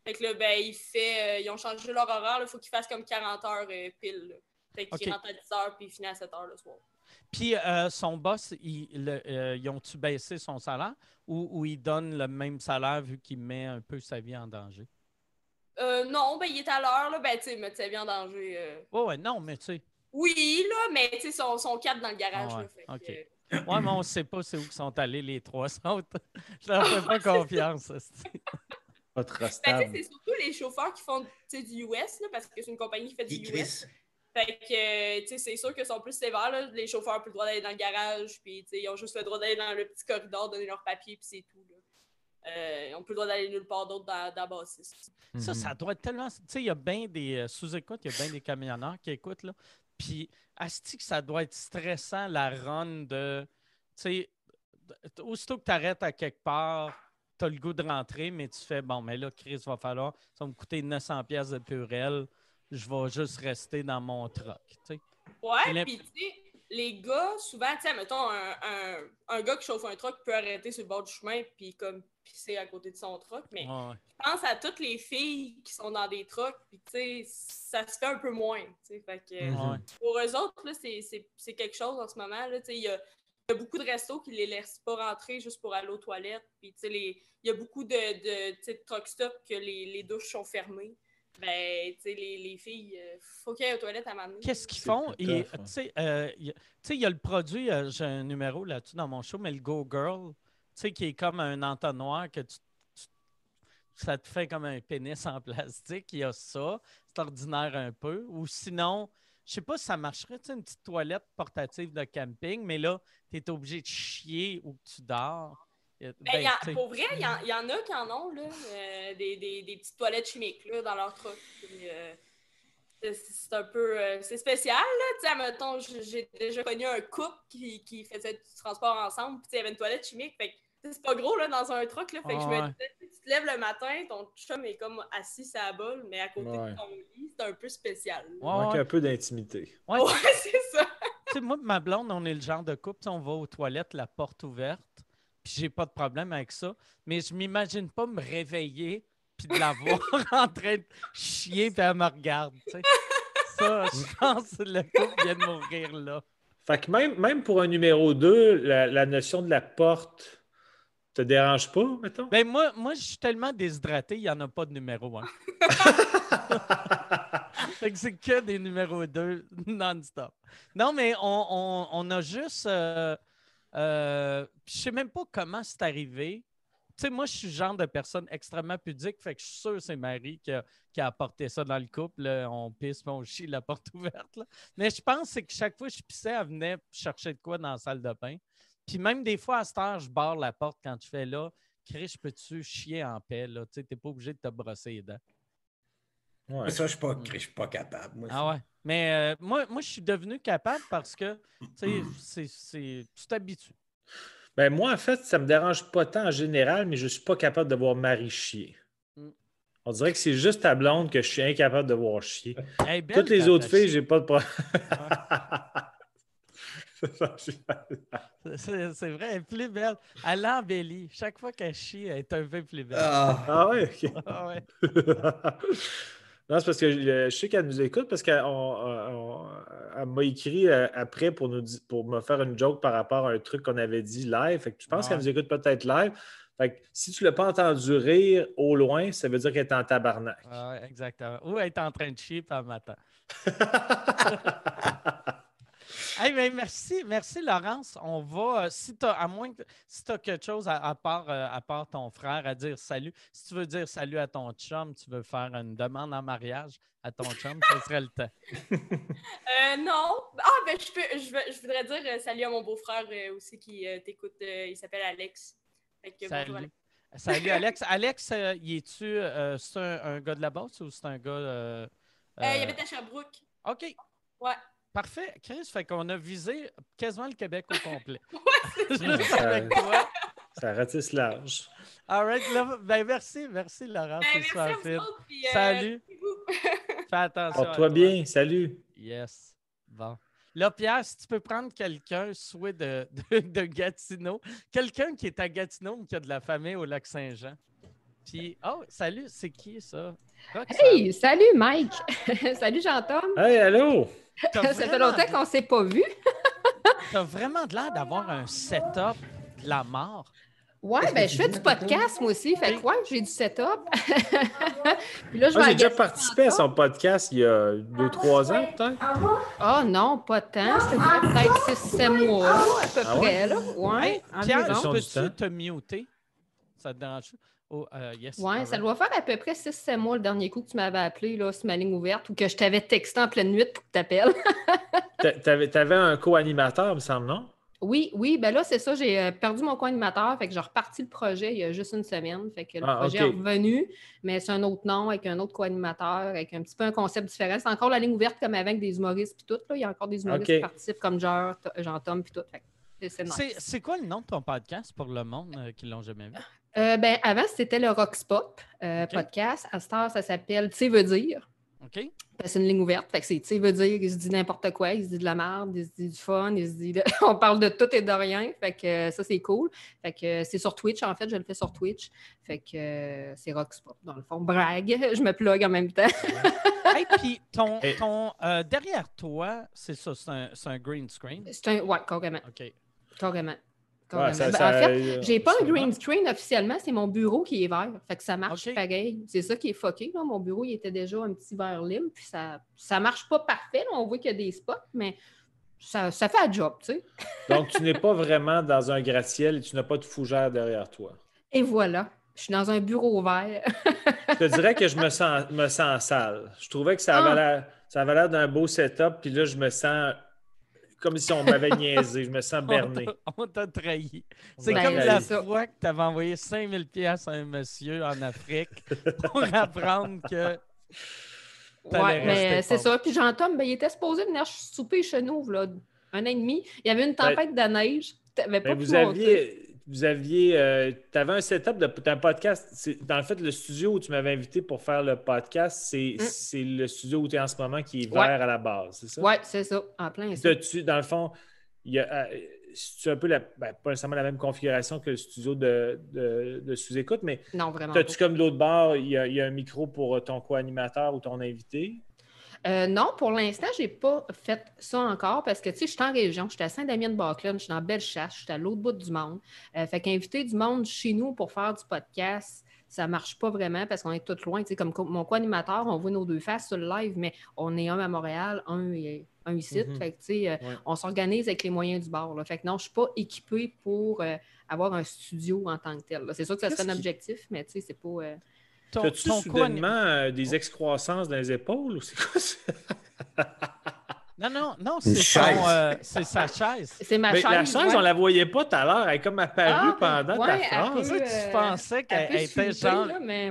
Fait que là, ben, ils ont changé leur horaire. Il faut qu'ils fassent comme 40 heures pile. Là. Fait qu'ils rentrent à 10 heures puis ils finissent à 7 heures le soir.
Puis son boss, ils ont-tu baissé son salaire ou il donne le même salaire vu qu'il met un peu sa vie en danger?
Non, ben il est à l'heure, là, ben tu sais, mettre sa vie en danger.
Ouais, non, mais tu sais.
Oui, là, mais tu sais, son cap dans le garage.
Ouais,
là, fait
OK.
que,
Ouais, mais on ne sait pas c'est où sont allés les 3 autres. Je leur fais pas confiance.
Pas trop
ben,
stable.
c'est surtout les chauffeurs qui font du US, là, parce que c'est une compagnie qui fait du US.
Chris.
Fait que, tu sais, c'est sûr qu'ils sont plus sévères, là. Les chauffeurs ont plus le droit d'aller dans le garage, puis, tu sais, ils ont juste le droit d'aller dans le petit corridor, donner leur papier, puis c'est tout, là. Ils n'ont plus le droit d'aller nulle part d'autre dans la bassiste.
Ça doit être tellement... Tu sais, il y a bien des... sous-écoutes, il y a bien des camionneurs qui écoutent, là. Puis, asti que ça doit être stressant, la run de... Tu sais, aussitôt que tu arrêtes à quelque part, tu as le goût de rentrer, mais tu fais, bon, mais là, Chris, va falloir... Ça va me coûter 900$ de purelle. Je vais juste rester dans mon truck, tu sais.
Ouais, puis, tu sais, les gars, souvent, tu sais, mettons, un gars qui chauffe un truck peut arrêter sur le bord du chemin puis comme pisser à côté de son truck, mais je pense à toutes les filles qui sont dans des trucks, puis tu sais, ça se fait un peu moins, tu sais, fait que pour eux autres, là, c'est quelque chose en ce moment, là, tu sais, il y a beaucoup de restos qui les laissent pas rentrer juste pour aller aux toilettes, puis tu sais, il y a beaucoup de truck stops que les douches sont fermées. Ben, tu sais, les filles, faut qu'il y ait aux toilettes à m'amener.
Qu'est-ce qu'ils font? Tu sais, il y a le produit, j'ai un numéro là-dessus dans mon show, mais le Go Girl, tu sais, qui est comme un entonnoir que ça te fait comme un pénis en plastique. Il y a ça. C'est ordinaire un peu. Ou sinon, je sais pas si ça marcherait, tu sais, une petite toilette portative de camping, mais là, tu es obligé de chier où tu dors.
Pour vrai, il y en a qui en ont, là, des petites toilettes chimiques là, dans leur truck. C'est un peu... c'est spécial, là. Tu sais, mettons, j'ai déjà connu un couple qui faisait du transport ensemble, puis il y avait une toilette chimique. Fait que c'est pas gros, là, dans un truck, là. Fait que je me disais, tu te lèves le matin, ton chum est comme assis sur la bolle, mais à côté de ton lit, c'est un peu spécial.
Il manque un peu d'intimité.
Ouais, c'est ça.
Tu sais, moi et ma blonde, on est le genre de couple, on va aux toilettes, la porte ouverte, puis j'ai pas de problème avec ça, mais je m'imagine pas me réveiller puis de la voir en train de chier puis elle me regarde, tu sais. Ça, je pense que le couple vient de mourir là.
Fait que même pour un numéro 2, la notion de la porte te dérange pas, mettons?
Ben moi, je suis tellement déshydraté, il n'y en a pas de numéro 1. Fait que c'est que des numéros 2 non-stop. Non, mais on a juste... je sais même pas comment c'est arrivé. Tu sais, moi, je suis le genre de personne extrêmement pudique, fait que je suis sûr que c'est Marie qui a apporté ça dans le couple. Là. On pisse, puis on chie la porte ouverte. Là. Mais je pense que chaque fois que je pissais, elle venait chercher de quoi dans la salle de bain. Puis même des fois, à cette heure, je barre la porte quand tu fais là. Chris, peux-tu chier en paix? Tu sais, t'es pas obligé de te brosser les dents.
Ouais. Ça, je suis pas capable. Moi,
ah ouais. Mais moi, je suis devenu capable parce que tu t'habitues.
Ben moi, en fait, ça me dérange pas tant en général, mais je suis pas capable de voir Marie chier. On dirait que c'est juste ta blonde que je suis incapable de voir chier.
Hey,
toutes les autres filles, j'ai pas de problème.
C'est vrai, elle est plus belle. Elle embellit. Chaque fois qu'elle chie, elle est un peu plus belle.
Ah ouais, OK.
Ah ouais.
Non, c'est parce que je sais qu'elle nous écoute parce qu'elle m'a écrit après pour me faire une joke par rapport à un truc qu'on avait dit live. Fait que je pense qu'elle nous écoute peut-être live. Fait que si tu ne l'as pas entendu rire au loin, ça veut dire qu'elle est en tabarnak.
Ah, exactement. Ou elle est en train de chier par matin. Hey, mais merci Laurence. On va, si tu as quelque chose à part ton frère à dire salut, si tu veux dire salut à ton chum, tu veux faire une demande en mariage à ton chum, ce serait le temps.
Non. Ah, ben je voudrais dire salut à mon beau-frère aussi qui t'écoute. Il s'appelle Alex.
Salut.
Bonjour, Alex.
Salut Alex. Alex, es-tu c'est un gars de la Beauce ou c'est un gars...
Il habite à Sherbrooke.
OK.
Ouais.
Parfait. Chris, fait qu'on a visé quasiment le Québec au complet.
Ouais,
ça ratisse large.
All right. Ben, merci Laurent. C'est super fine. Salut. Fais attention.
Porte-toi bien. Salut.
Yes. Bon. Là, Pierre, si tu peux prendre quelqu'un, soit de Gatineau, quelqu'un qui est à Gatineau mais qui a de la famille au Lac-Saint-Jean. Puis, oh, salut, c'est qui ça?
Hey, salut Mike! Salut Jean-Tom!
Hey, allô!
Ça fait longtemps qu'on ne s'est pas vus.
T'as vraiment de l'air d'avoir un setup de la mort.
Ouais, ben je fais du podcast moi aussi. Fait que ouais, j'ai du setup. Puis là,
j'ai déjà participé à son podcast il y a 2-3 ans, peut-être.
Ah non, pas tant. C'était peut-être 6-7 mois, là, à peu près. Là. Ouais,
Pierre, peux-tu te muter? Ça te dérange? Oh, yes,
ouais, ça doit faire à peu près 6-7 mois le dernier coup que tu m'avais appelé là, sur ma ligne ouverte ou que je t'avais texté en pleine nuit pour que tu t'appelles.
T'avais un co-animateur, me semble, non?
Oui, ben là, c'est ça, j'ai perdu mon co-animateur, fait que j'ai reparti le projet il y a juste une semaine, fait que le projet est revenu, mais c'est un autre nom, avec un autre co-animateur, avec un petit peu un concept différent. C'est encore la ligne ouverte comme avec des humoristes puis tout, là. Il y a encore des humoristes qui participent comme Jean-Tom puis tout, fait que c'est nice.
C'est quoi le nom de ton podcast pour le monde qui ne l'ont jamais vu?
Ben, avant, c'était le Roxpop podcast. À cette heure, ça s'appelle « Tu sais veut dire ».
OK.
C'est une ligne ouverte. Fait que c'est, tu sais, veut dire, il se dit n'importe quoi, il se dit de la merde, il se dit du fun, il se dit on parle de tout et de rien. Fait que ça, c'est cool. Fait que c'est sur Twitch, en fait, je le fais sur Twitch. Fait que c'est Roxpop, dans le fond. Brag, je me plug en même temps.
Hey, puis derrière toi, c'est ça, c'est un green screen?
Ouais, carrément.
OK.
Carrément.
Ouais,
en fait, j'ai pas un green screen officiellement, c'est mon bureau qui est vert. Fait que ça marche pareil. C'est ça qui est fucké. Là. Mon bureau, il était déjà un petit vert lime, puis ça marche pas parfait. Là. On voit qu'il y a des spots, mais ça fait un job, tu sais.
Donc, tu n'es pas vraiment dans un gratte-ciel et tu n'as pas de fougère derrière toi.
Et voilà. Je suis dans un bureau vert.
Je te dirais que je me sens sale. Je trouvais que ça avait l'air d'un beau setup, puis là, je me sens comme si on m'avait niaisé. Je me sens berné.
On t'a trahi. C'est comme la fois que tu avais envoyé 5000 $ à un monsieur en Afrique pour apprendre que...
Oui, mais c'est ça. Puis Jean-Tom, il était supposé venir souper chez nous, là, 1 an et demi. Il y avait une tempête de neige.
Vous avais un setup d'un podcast. Dans le fait, le studio où tu m'avais invité pour faire le podcast, c'est le studio où tu es en ce moment qui est vert à la base, c'est ça?
Oui, c'est ça, en plein ça.
Dans le fond, c'est un peu pas nécessairement la même configuration que le studio de sous-écoute, mais
non, vraiment
as-tu comme de l'autre bord, il y a un micro pour ton co-animateur ou ton invité?
Non, pour l'instant, je n'ai pas fait ça encore parce que, tu sais, je suis en région, je suis à Saint-Damien-de-Baclune, je suis dans Bellechasse, je suis à l'autre bout du monde. Fait qu'inviter du monde chez nous pour faire du podcast, ça ne marche pas vraiment parce qu'on est tous loin. Tu sais, comme mon co-animateur, on voit nos 2 faces sur le live, mais on est un à Montréal, un ici. Fait que, tu sais, on s'organise avec les moyens du bord. Là. Fait que non, je ne suis pas équipée pour avoir un studio en tant que tel. Là. C'est sûr que ça serait un objectif, mais tu sais, c'est pas...
As-tu soudainement des excroissances dans les épaules ou c'est quoi ça?
Non, c'est sa chaise.
C'est ma chaise.
La chaise, on la voyait pas tout à l'heure. Elle est comme apparue pendant ta phrase.
Tu pensais qu'elle était genre...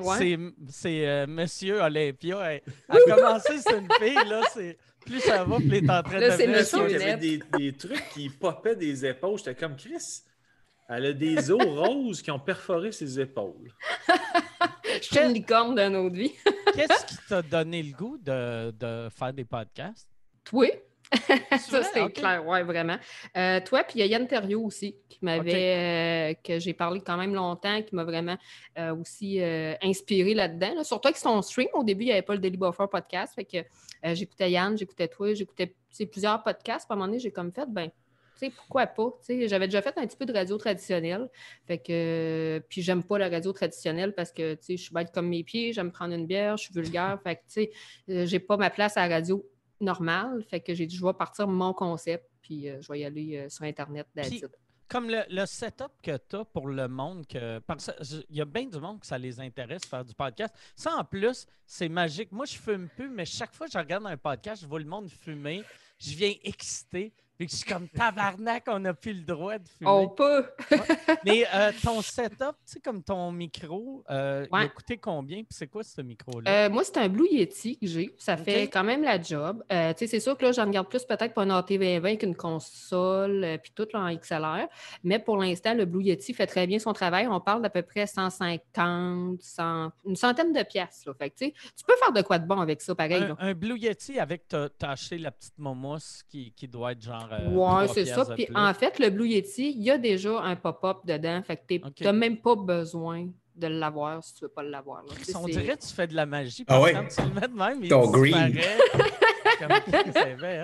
C'est Monsieur Olympia. Elle a commencé, c'est une fille, là, plus ça va, plus elle est en train de...
C'est Monsieur
Il y avait des trucs qui poppaient des épaules. J'étais comme, Chris, elle a des os roses qui ont perforé ses épaules.
Je suis une licorne d'une autre vie.
Qu'est-ce qui t'a donné le goût de faire des podcasts?
Toi. Ça, c'est clair, oui, vraiment. Toi, puis il y a Yann Terriot aussi, qui m'avait, que j'ai parlé quand même longtemps, qui m'a vraiment aussi inspiré là-dedans. Là. Surtout avec son stream, au début, il n'y avait pas le Daily Buffer podcast. Fait que j'écoutais Yann, j'écoutais toi, j'écoutais plusieurs podcasts. À un moment donné, j'ai comme fait, tu sais, pourquoi pas? T'sais, j'avais déjà fait un petit peu de radio traditionnelle. Fait que, puis j'aime pas la radio traditionnelle parce que, tu sais, je suis bête comme mes pieds, j'aime prendre une bière, je suis vulgaire. Fait que, tu sais, j'ai pas ma place à la radio normale. Fait que j'ai dit, je vais partir mon concept, puis je vais y aller sur Internet d'habitude.
Comme le setup que tu as pour le monde, il y a bien du monde que ça les intéresse de faire du podcast. Ça, en plus, c'est magique. Moi, je fume plus, mais chaque fois que je regarde un podcast, je vois le monde fumer. Je viens excité. Puis je suis comme tabarnak, on n'a plus le droit de fumer.
On peut!
Mais ton setup, tu sais, comme ton micro, il a coûté combien? Puis c'est quoi ce micro-là?
Moi, c'est un Blue Yeti que j'ai. Ça fait quand même la job. Tu sais, c'est sûr que là, j'en regarde plus peut-être pour un AT2020 qu'une console, puis tout là, en XLR. Mais pour l'instant, le Blue Yeti fait très bien son travail. On parle d'à peu près 150, une centaine de piastres. Là. Fait que, tu sais, tu peux faire de quoi de bon avec ça, pareil.
Un Blue Yeti avec, t'as acheté la petite momousse qui doit être genre...
Oui, c'est ça. Puis en fait, le Blue Yeti, il y a déjà un pop-up dedans. Fait que tu n'as même pas besoin de l'avoir si tu veux pas l'avoir. Là.
On dirait que tu fais de la magie.
Ah ouais?
Quand tu le mets de même, il
Ton green.
disparaît. Comme c'est vrai,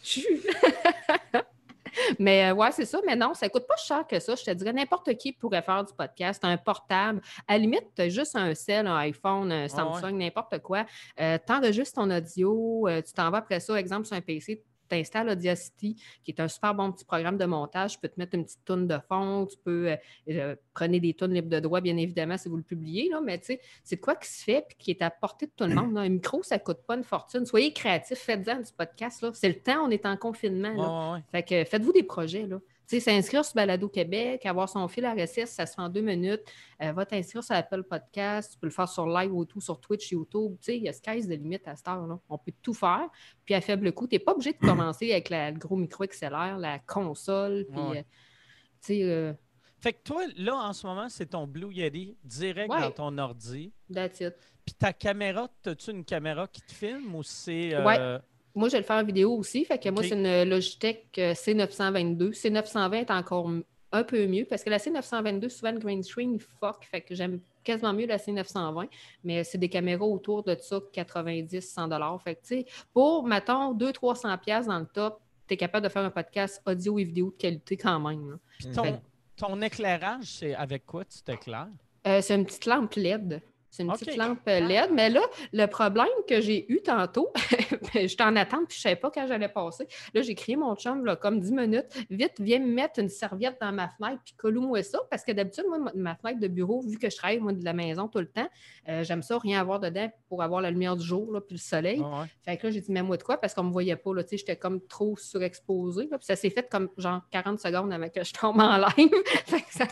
hein?
Mais ouais, c'est ça. Mais non, ça coûte pas cher que ça. Je te dirais, n'importe qui pourrait faire du podcast. Un portable. À la limite, tu as juste un cell, un iPhone, un Samsung, n'importe quoi. Tu enregistres ton audio. Tu t'en vas après ça, exemple, sur un PC. Tu installes Audacity, qui est un super bon petit programme de montage. Tu peux te mettre une petite toune de fond. Tu peux prenez des tounes libres de droit, bien évidemment, si vous le publiez. Là, mais tu sais, c'est de quoi qui se fait et qui est à portée de tout le monde. Là. Un micro, ça ne coûte pas une fortune. Soyez créatifs, faites-en du podcast. Là. C'est le temps, on est en confinement. Là. Fait que faites-vous des projets. Là. Tu sais, s'inscrire sur Balado Québec, avoir son fil RSS, ça se fait en 2 minutes. Va t'inscrire sur Apple Podcast, tu peux le faire sur live ou tout, sur Twitch, YouTube. Tu sais, il y a sky's de limite à cette heure. Là. On peut tout faire. Puis à faible coût, tu n'es pas obligé de commencer avec le gros micro XLR, la console. Puis, tu sais...
Fait que toi, là, en ce moment, c'est ton Blue Yeti direct dans ton ordi.
That's it.
Puis ta caméra, as-tu une caméra qui te filme ou c'est...
Moi, je vais le faire en vidéo aussi. Fait que moi, c'est une Logitech C922. C920 est encore un peu mieux parce que la C922, souvent, le green screen, il fuck. Fait que j'aime quasiment mieux la C920. Mais c'est des caméras autour de ça, 90-100 $. Fait que, tu sais, pour, mettons, 200-300$ dans le top, tu es capable de faire un podcast audio et vidéo de qualité quand même.
Puis ton éclairage, c'est avec quoi tu t'éclaires?
C'est une petite lampe LED. C'est une petite lampe LED. Mais là, le problème que j'ai eu tantôt, j'étais en attente puis je ne savais pas quand j'allais passer. Là, j'ai crié mon chum là, comme 10 minutes. Vite, viens me mettre une serviette dans ma fenêtre puis colle-moi ça. Parce que d'habitude, moi, ma fenêtre de bureau, vu que je travaille moi, de la maison tout le temps, j'aime ça, rien avoir dedans pour avoir la lumière du jour là, puis le soleil. Fait que là, j'ai dit, mets-moi de quoi? Parce qu'on ne me voyait pas. Là, j'étais comme trop surexposée. Là, puis ça s'est fait comme genre 40 secondes avant que je tombe en live. Fait que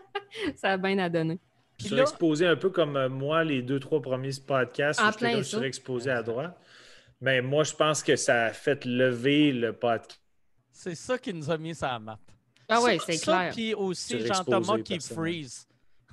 ça a bien à donner.
Surexposé un peu comme moi, les 2-3 premiers podcasts où j'étais surexposé à droite. Mais moi, je pense que ça a fait lever le podcast.
C'est ça qui nous a mis sur la map.
Ah oui, c'est clair.
Puis aussi, Jean-Thomas qui freeze.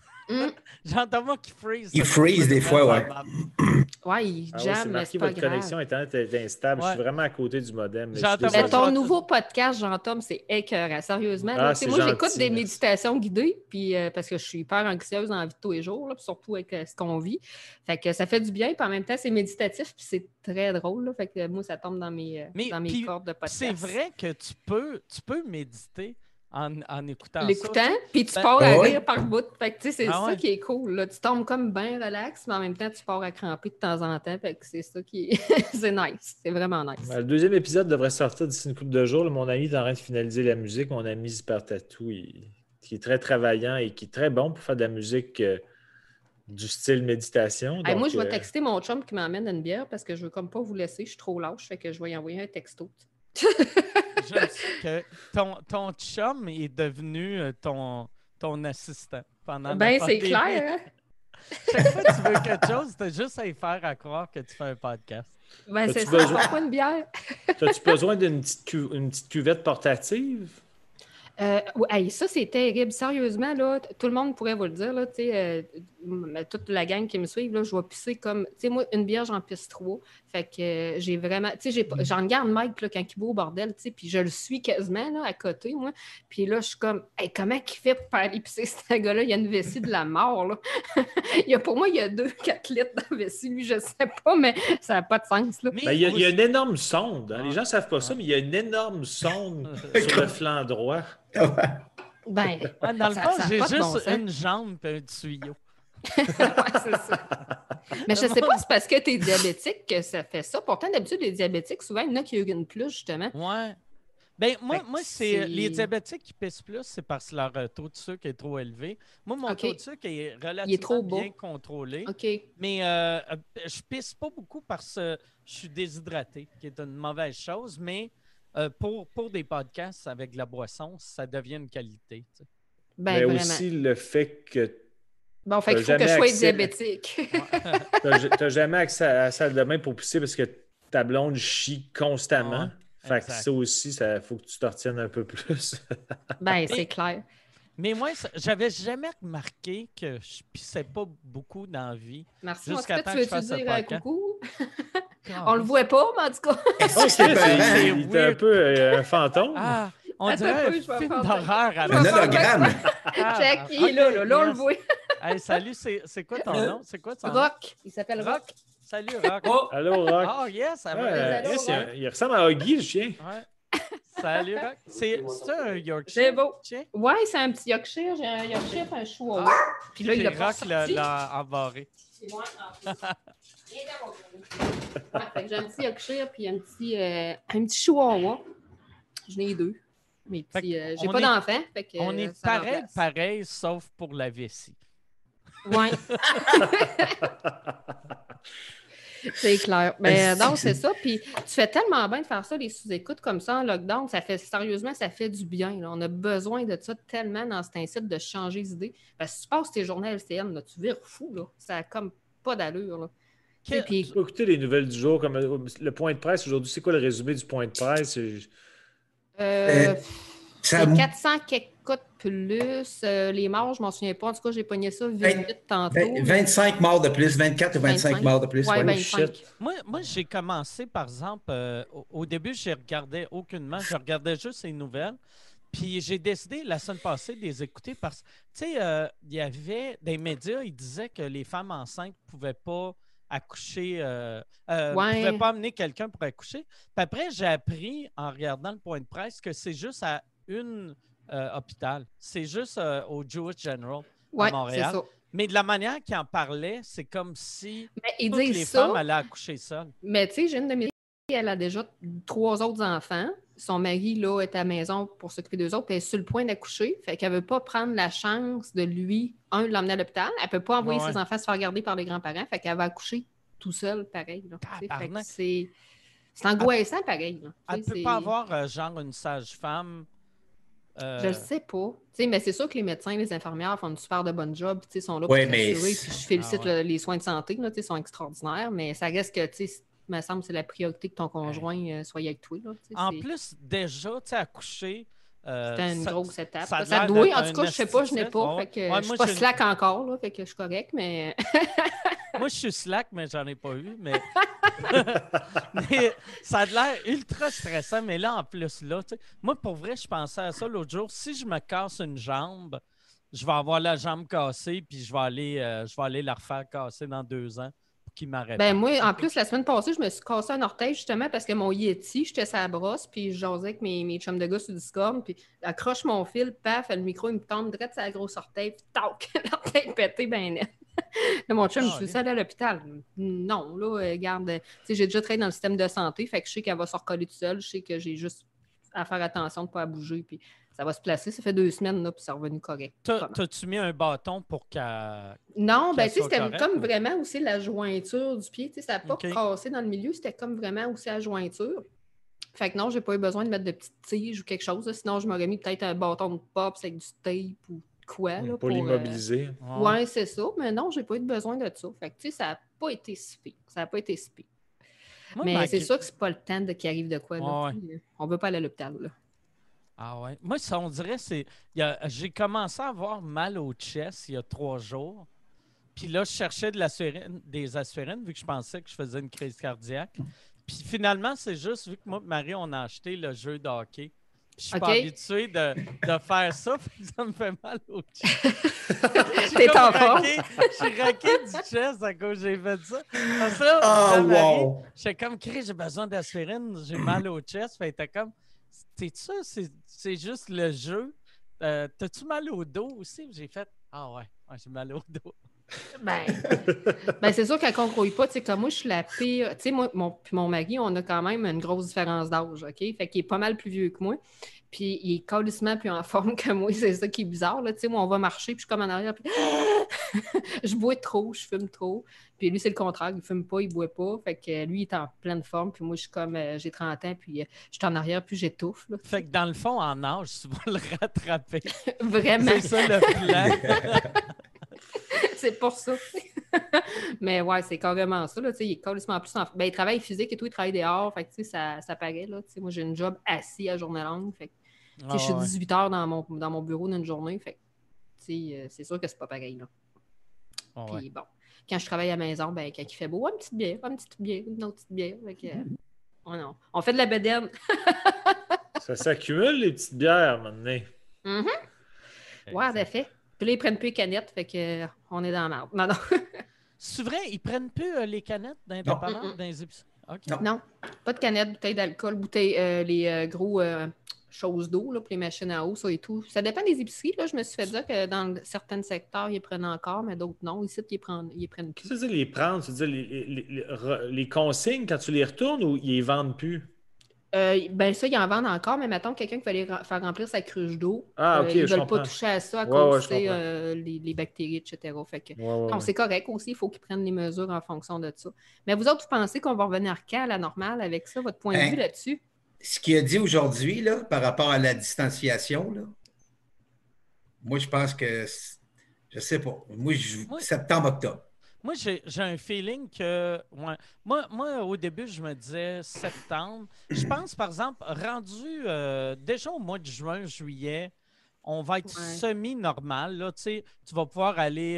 Jean-Thomas qui freeze.
Il freeze des fois, ouais.
Ouais, il jamme, mais c'est pas grave.
Votre connexion Internet est instable. Je suis vraiment à côté du modem.
Mais ton nouveau podcast, Jean-Thomas, c'est écœurant. Sérieusement. Moi, j'écoute des méditations guidées puis, parce que je suis hyper anxieuse dans la vie de tous les jours, là, surtout avec ce qu'on vit. Fait que ça fait du bien. Puis en même temps, c'est méditatif puis c'est très drôle. Là, fait que moi, ça tombe dans mes cordes de podcast.
C'est vrai que tu peux méditer en écoutant
l'écoutant, puis tu pars à rire par bout. Fait que, c'est ça qui est cool. Là. Tu tombes comme bien relax, mais en même temps, tu pars à cramper de temps en temps. Fait que c'est ça qui est... c'est nice. C'est vraiment nice.
Le deuxième épisode devrait sortir d'ici une couple de jours. Là, mon ami est en train de finaliser la musique. Mon ami Zipper Tattoo, qui est très travaillant et qui est très bon pour faire de la musique du style méditation. Donc,
moi, je vais texter mon chum qui m'emmène une bière parce que je veux comme pas vous laisser. Je suis trop lâche. Fait que je vais y envoyer un texto.
Je sais que ton chum est devenu ton assistant pendant la pandémie.
C'est clair, hein?
Chaque fois que tu veux quelque chose, tu as juste à y faire à croire que tu fais un podcast.
C'est ça, pourquoi une bière?
As-tu besoin d'une petite cuvette portative?
Ça, c'est terrible. Sérieusement, là, tout le monde pourrait vous le dire. Là, toute la gang qui me suit, là, je vais pisser comme... Moi, une bière, j'en pisse 3. Fait que j'ai vraiment... J'en garde Mike là, quand il va au bordel, puis je le suis quasiment là, à côté, moi. Puis là, je suis comme, comment il fait pour aller pisser, ce gars-là? Il y a une vessie de la mort, là. Pour moi, il y a 2-4 litres dans la vessie. Lui, je sais pas, mais ça n'a pas de sens, là.
Il y a une énorme sonde. Hein? Les gens ne savent pas ça, mais il y a une énorme sonde sur le flanc droit.
Dans le fond, j'ai juste une jambe et un tuyau.
C'est ça. Mais je sais pas, c'est parce que tu es diabétique que ça fait ça. Pourtant, d'habitude, les diabétiques, souvent, il y en a qui urinent plus, justement.
Ouais. Ben, moi c'est les diabétiques qui pissent plus, c'est parce que leur taux de sucre est trop élevé. Moi, mon taux de sucre est relativement bien contrôlé. Mais je pisse pas beaucoup parce que je suis déshydraté, qui est une mauvaise chose, mais pour des podcasts avec de la boisson, ça devient une qualité. Tu sais.
Mais vraiment. Aussi le fait que
fait qu'il faut que je sois diabétique.
Tu n'as jamais accès à la salle de bain pour pisser parce que ta blonde chie constamment. Fait que ça aussi, il faut que tu te retiennes un peu plus.
C'est clair.
Mais moi, j'avais jamais remarqué que je pissais pas beaucoup dans la vie.
Merci.
Jusqu'à temps que je fasse ce podcast.
Coucou? On le voit pas, mais en tout cas.
Il était un peu un fantôme.
On dirait un film d'horreur.
Un hologramme.
Check, il est là, on le voit.
Hey, salut, c'est quoi ton nom? C'est quoi ton nom?
Rock. Il s'appelle Rock.
Salut, Rock.
Oh, allô, Rock.
Oh, yes, ça va.
Il ressemble à Huggy, le chien.
Ouais. Salut, Rock. C'est un Yorkshire?
C'est beau.
Chien?
Ouais, c'est un petit Yorkshire. J'ai un Yorkshire et un Chihuahua. Puis là, il a pas
Rock
sorti.
l'a embarré.
C'est moi. Fait que j'ai un petit Yorkshire puis un petit Chihuahua. J'en ai 2. Mes petits, j'ai pas d'enfants.
On est pareil, sauf pour la vessie.
Ouais. C'est clair. Mais non, c'est ça. Puis tu fais tellement bien de faire ça, les sous-écoutes comme ça en lockdown. Sérieusement, ça fait du bien. Là. On a besoin de ça tellement dans cet incite de changer d'idée. Parce que si tu passes tes journées à LCN, là, tu vires fou. Là. Ça n'a comme pas d'allure. Là.
Puis, tu peux écouter les nouvelles du jour, comme le point de presse aujourd'hui. C'est quoi le résumé du point de presse?
C'est 400 quelques plus. Les morts, je m'en souviens pas. En tout cas, j'ai pogné ça vite tantôt.
25 morts de plus, 24 ou 25 morts de plus.
Ouais, 25.
Moi, j'ai commencé, par exemple, au début, je ne regardais aucunement. Je regardais juste les nouvelles. Puis j'ai décidé la semaine passée de les écouter parce que, tu sais, il y avait des médias, ils disaient que les femmes enceintes ne pouvaient pas accoucher, ne pouvaient pas amener quelqu'un pour accoucher. Puis après, j'ai appris, en regardant le point de presse, que c'est juste à une hôpital. C'est juste au Jewish General à Montréal. C'est ça. Mais de la manière qu'ils en parlaient, c'est comme si toutes les femmes allaient accoucher seules.
Mais tu sais, j'ai une de mes filles, elle a déjà 3 autres enfants. Son mari, là, est à la maison pour s'occuper d'eux autres, puis elle est sur le point d'accoucher. Fait qu'elle ne veut pas prendre la chance de l'emmener à l'hôpital. Elle ne peut pas envoyer ses enfants se faire garder par les grands-parents. Fait qu'elle va accoucher tout seule, pareil. Là, fait que c'est angoissant, pareil. Là.
Elle ne peut pas avoir, genre, une sage-femme.
Je le sais pas. T'sais, mais c'est sûr que les médecins, les infirmières font une super de bonne job. Ils sont là pour s'assurer. Puis je félicite les soins de santé. Là, sont extraordinaires. Mais ça reste que, il me semble que c'est la priorité que ton conjoint soit avec toi. Là,
en plus, déjà, accoucher...
c'était une grosse étape. Ça doit. En tout cas, je sais pas, je n'ai pas. Fait que je suis pas slack encore. Là, fait que je suis correct, mais...
Moi, je suis slack, mais j'en ai pas eu. Mais, mais ça a l'air ultra stressant. Mais là, en plus, là, moi, pour vrai, je pensais à ça l'autre jour. Si je me casse une jambe, je vais avoir la jambe cassée, puis je vais aller la refaire casser dans 2 ans pour qu'il m'arrête.
Ben moi, en plus, la semaine passée, je me suis cassé un orteil justement parce que mon Yeti, j'étais sur la brosse, puis je jasais avec mes chums de gars sur Discord, puis accroche mon fil, paf, le micro, il me tombe direct sur la grosse orteil, puis tac, l'orteil pété ben net. Là, mon chum, je suis allée à l'hôpital. Non, là, regarde, j'ai déjà travaillé dans le système de santé, fait que je sais qu'elle va se recoller toute seule, je sais que j'ai juste à faire attention de ne pas bouger, puis ça va se placer. Ça fait 2 semaines, là, puis c'est revenu correct.
T'as-tu mis un bâton pour qu'elle...
Non, ben tu sais, c'était comme vraiment aussi la jointure du pied. Ça n'a pas cassé dans le milieu, c'était comme vraiment aussi la jointure. Fait que non, j'ai pas eu besoin de mettre de petites tiges ou quelque chose. Là. Sinon, je m'aurais mis peut-être un bâton de pop avec du tape ou quoi. Là,
pour l'immobiliser.
Ouais, c'est ça. Mais non, j'ai pas eu besoin de ça. Fait que tu sais, ça n'a pas été si pire. Ça n'a pas été si pire. Mais c'est sûr que c'est pas le temps qu'il arrive de quoi. Là, on veut pas aller à l'hôpital. Là.
Ah ouais. Moi, ça, on dirait, j'ai commencé à avoir mal au chest il y a 3 jours. Puis là, je cherchais des aspirines vu que je pensais que je faisais une crise cardiaque. Puis finalement, c'est juste vu que moi et Marie, on a acheté le jeu de hockey. Je suis pas habitué de faire ça, ça me fait mal au chest.
T'es en forme?
Je suis raqué du chest à cause j'ai fait ça. Comme ça,
wow!
J'étais comme, j'ai besoin d'aspirine, j'ai mal au chest. Fait que t'es comme, t'es ça, c'est juste le jeu. T'as-tu mal au dos aussi? J'ai fait, j'ai mal au dos.
Ben c'est sûr qu'elle ne concouille pas. Tu sais, comme moi, je suis la pire. Tu sais, moi, mon mari, on a quand même une grosse différence d'âge, OK? Fait qu'il est pas mal plus vieux que moi. Puis il est calissement plus en forme que moi. C'est ça qui est bizarre, là. Tu sais, moi, on va marcher, puis je suis comme en arrière, puis je bois trop, je fume trop. Puis lui, c'est le contraire. Il fume pas, il boit pas. Fait que lui, il est en pleine forme. Puis moi, je suis comme, j'ai 30 ans, puis je suis en arrière, puis j'étouffe, là.
Fait que dans le fond, en âge, tu vas le rattraper.
Vraiment.
C'est ça le plan.
C'est pour ça. Mais ouais, c'est carrément ça. Là, il est carrément plus en... il travaille physique et tout, il travaille dehors. Fait que, ça paraît. Là, moi, j'ai une job assis à journée longue. Fait que, je suis 18 heures dans mon bureau d'une journée. Fait que, c'est sûr que c'est pas pareil. Là. Puis bon, quand je travaille à la maison, quand il fait beau, une petite bière, une autre petite bière. Fait que, on fait de la bédaine.
Ça s'accumule, les petites bières, maintenant.
Ouais, en effet. Puis là, ils prennent plus les canettes, fait que on est dans la merde. Non, non.
C'est vrai, ils prennent plus les canettes dans les dépanneurs, dans les épiceries? Okay.
Non, pas de canettes, bouteilles d'alcool, les gros choses d'eau là, pour les machines à eau, ça et tout. Ça dépend des épiceries. Là. Je me suis fait dire que dans certains secteurs, ils les prennent encore, mais d'autres non. Ici, ils les prennent plus.
C'est-à-dire les prendre, c'est-à-dire les consignes, quand tu les retournes ou ils les vendent plus?
Ben ça, ils en vendent encore, mais mettons quelqu'un qui va aller faire remplir sa cruche d'eau.
OK,
ils ne veulent
comprends.
pas toucher à ça à cause
ouais,
les bactéries, etc. Fait que,
ouais.
c'est correct aussi, il faut qu'ils prennent les mesures en fonction de ça. Mais vous autres, vous pensez qu'on va revenir quand à la normale avec ça, votre point de vue là-dessus?
Ce qu'il a dit aujourd'hui, là, par rapport à la distanciation, là, moi, je pense que, je sais pas, moi, septembre-octobre.
Moi, j'ai un feeling que... Ouais, moi, au début, je me disais septembre. Je pense, par exemple, rendu déjà au mois de juin, juillet, on va être semi-normal. Là, tu vas pouvoir aller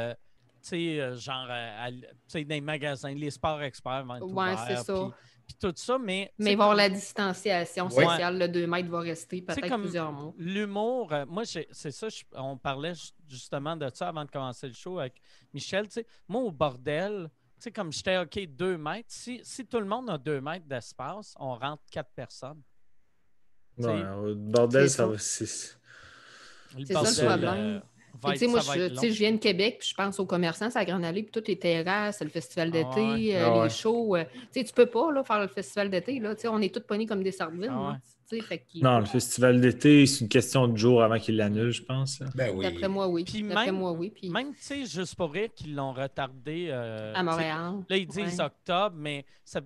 dans les magasins, les sports experts vont être ouverts.
C'est ça.
Puis tout ça, mais
il va y avoir la distanciation sociale, le 2 mètres va rester peut-être plusieurs mois.
L'humour, moi, c'est ça, on parlait justement de ça avant de commencer le show avec Michel. Moi, au bordel, comme j'étais OK, 2 mètres, si tout le monde a 2 mètres d'espace, on rentre 4 personnes.
Ouais, au bordel, ça va.
C'est ça le problème. Moi, je viens de Québec, puis je pense aux commerçants, c'est la Grande Allée, puis toutes les terrasses, le festival d'été, les shows. Tu peux pas là, faire le festival d'été. Là, on est tous pognés comme des sardines.
Non, le festival d'été, c'est une question de jours avant qu'ils l'annulent, je pense.
Ben oui.
D'après moi, oui.
Puis
Puis...
même juste pour rire qu'ils l'ont retardé.
À Montréal.
Là, ils disent octobre, mais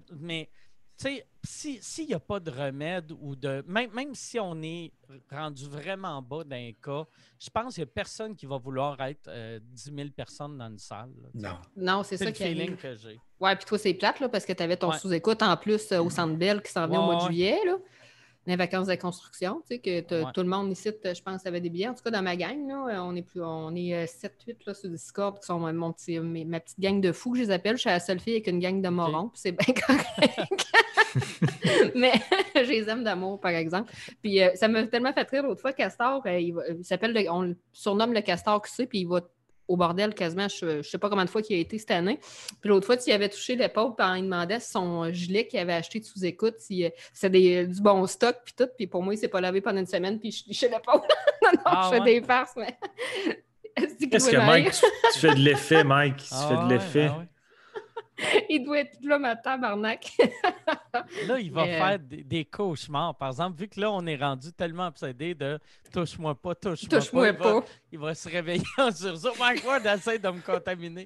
s'il n'y a pas de remède ou de. Même si on est rendu vraiment bas d'un cas, je pense qu'il n'y a personne qui va vouloir être 10 000 personnes dans une salle. Là,
non, c'est ça
le
qui
feeling que j'ai.
Ouais, puis toi, c'est plate là, parce que tu avais ton sous-écoute en plus au Centre Bell qui s'en vient au mois de juillet. Là. Les vacances de construction, tu sais, que tout le monde ici, je pense, avait des billets. En tout cas, dans ma gang, là, on est 7-8 sur Discord, qui sont ma petite gang de fous que je les appelle. Je suis la seule fille avec une gang de morons, puis c'est bien correct. Mais je les aime d'amour, par exemple. Puis ça m'a tellement fait rire l'autre fois, Castor, il s'appelle, on le surnomme le Castor QC, puis il va au bordel quasiment, je ne sais pas combien de fois il a été cette année. Puis l'autre fois, il avait touché l'épaule, puis il demandait si son gilet qu'il avait acheté de sous-écoute, si c'était du bon stock, puis tout. Puis pour moi, il ne s'est pas lavé pendant une semaine, puis je lichais l'épaule. je fais des farces, mais...
Qu'est-ce que, Mike, tu fais de l'effet, Mike? Tu fais de l'effet.
Il doit être là, ma tabarnak.
Là, il va faire des cauchemars. Par exemple, vu que là, on est rendu tellement obsédé de « touche-moi pas, touche-moi pas », il va se réveiller en sursaut. Mike Ward essaie de me contaminer.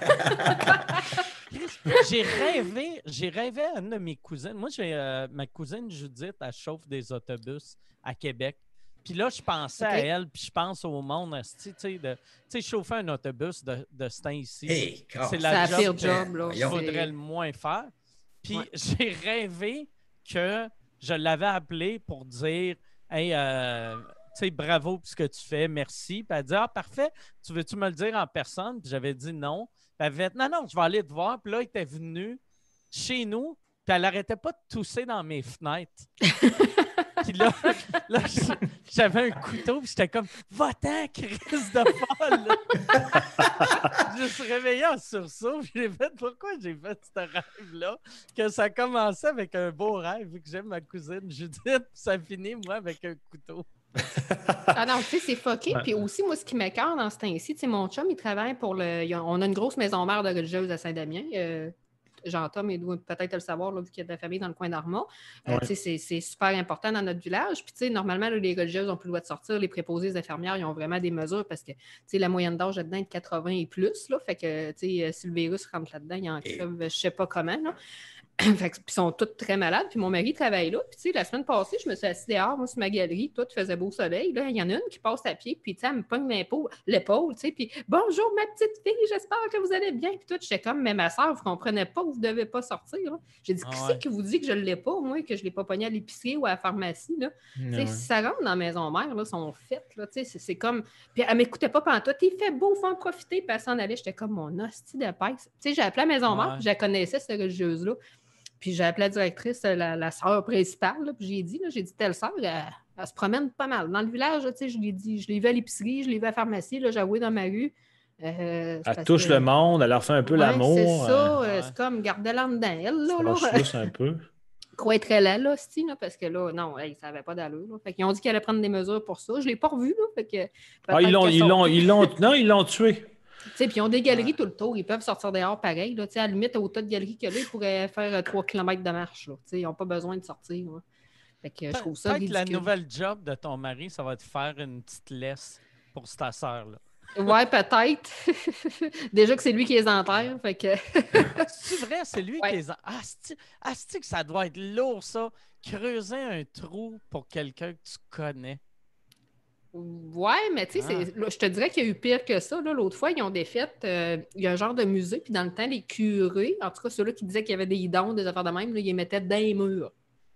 J'ai rêvé à une de mes cousines. Moi, j'ai ma cousine Judith, elle chauffe des autobus à Québec. Puis là, je pensais à elle, puis je pense au monde, tu sais, chauffer un autobus de ce temps-ci. C'est la pire job là. Il faudrait le moins faire. Puis j'ai rêvé que je l'avais appelé pour dire « Hey, tu sais, bravo pour ce que tu fais, merci. » Puis elle dit « Ah, parfait, tu veux-tu me le dire en personne? » Puis j'avais dit non. Puis elle avait dit « Non, je vais aller te voir. » Puis là, elle était venue chez nous, puis elle n'arrêtait pas de tousser dans mes fenêtres. Puis là j'avais un couteau, puis j'étais comme « Va-t'en, crise de folle! » Je me suis réveillé en sursaut, puis j'ai fait « Pourquoi j'ai fait ce rêve-là? » Que ça commençait avec un beau rêve, vu que j'aime ma cousine Judith, puis ça finit, moi, avec un couteau.
Ah non, tu sais, c'est fucké. Puis aussi, moi, ce qui m'écoeure dans ce temps-ci, tu sais, mon chum, il travaille pour on a une grosse maison mère de religieuse à Saint-Damien. Jean-Tom, il doit peut-être le savoir, là, vu qu'il y a de la famille dans le coin d'Armand. C'est super important dans notre village. Puis, normalement, là, les religieuses n'ont plus le droit de sortir. Les préposés, les infirmières, ils ont vraiment des mesures parce que la moyenne d'âge là-dedans est de 80 et plus. Là, fait que si le virus rentre là-dedans, il en crève, je ne sais pas comment. Là. Puis ils sont tous très malades. Puis mon mari travaille là. Puis la semaine passée, je me suis assise dehors, moi, sur ma galerie. Tout faisait beau soleil. Là, il y en a une qui passe à pied. Puis elle me pogne l'épaule. Puis bonjour, ma petite fille, j'espère que vous allez bien. Puis tout, j'étais comme, mais ma soeur, vous ne comprenez pas que vous ne devez pas sortir. Là. J'ai dit, qui c'est qui vous dit que je ne l'ai pas, moi, que je ne l'ai pas pogné à l'épicerie ou à la pharmacie? Là? Si ça rentre dans la maison mère, là, sont faites. Là, c'est comme. Puis elle ne m'écoutait pas pendant tout. Il fait beau, faut en profiter. Puis elle s'en allait. J'étais comme mon hostie de pèse. J'ai appelé la maison mère, puis je la connaissais, cette religieuse-là. Puis j'ai appelé la directrice, la sœur principale, là, puis j'ai dit, telle sœur, elle se promène pas mal. Dans le village, je l'ai dit, je l'ai vu à l'épicerie, je l'ai vu à la pharmacie, là, j'ai avoué dans ma rue.
Elle touche le monde, elle leur fait un peu l'amour.
C'est ça, c'est comme garder-la dedans elle, là.
Un peu.
Quoi être là, parce que là, non, ça n'avait pas d'allure. Là. Fait qu'ils ont dit qu'ils allaient prendre des mesures pour ça. Je ne l'ai pas revu, là. Fait que,
ils l'ont tué.
Puis ils ont des galeries tout le tour. Ils peuvent sortir dehors pareil. Là. À la limite, au tas de galeries qu'il y a là, ils pourraient faire 3 km de marche. Là. Ils n'ont pas besoin de sortir. Là. Fait que, je trouve ça ridicule.
Peut-être la nouvelle job de ton mari, ça va te faire une petite laisse pour ta sœur.
Ouais, peut-être. Déjà que c'est lui qui les enterre. Fait que...
C'est vrai, c'est lui qui les enterre. Asti que ça doit être lourd, ça. Creuser un trou pour quelqu'un que tu connais.
Ouais, mais tu sais, je te dirais qu'il y a eu pire que ça. Là. L'autre fois, ils ont défait, il y a un genre de musée, puis dans le temps, les curés, en tout cas ceux-là qui disaient qu'il y avait des dons, des affaires de même, là, ils les mettaient dans les murs.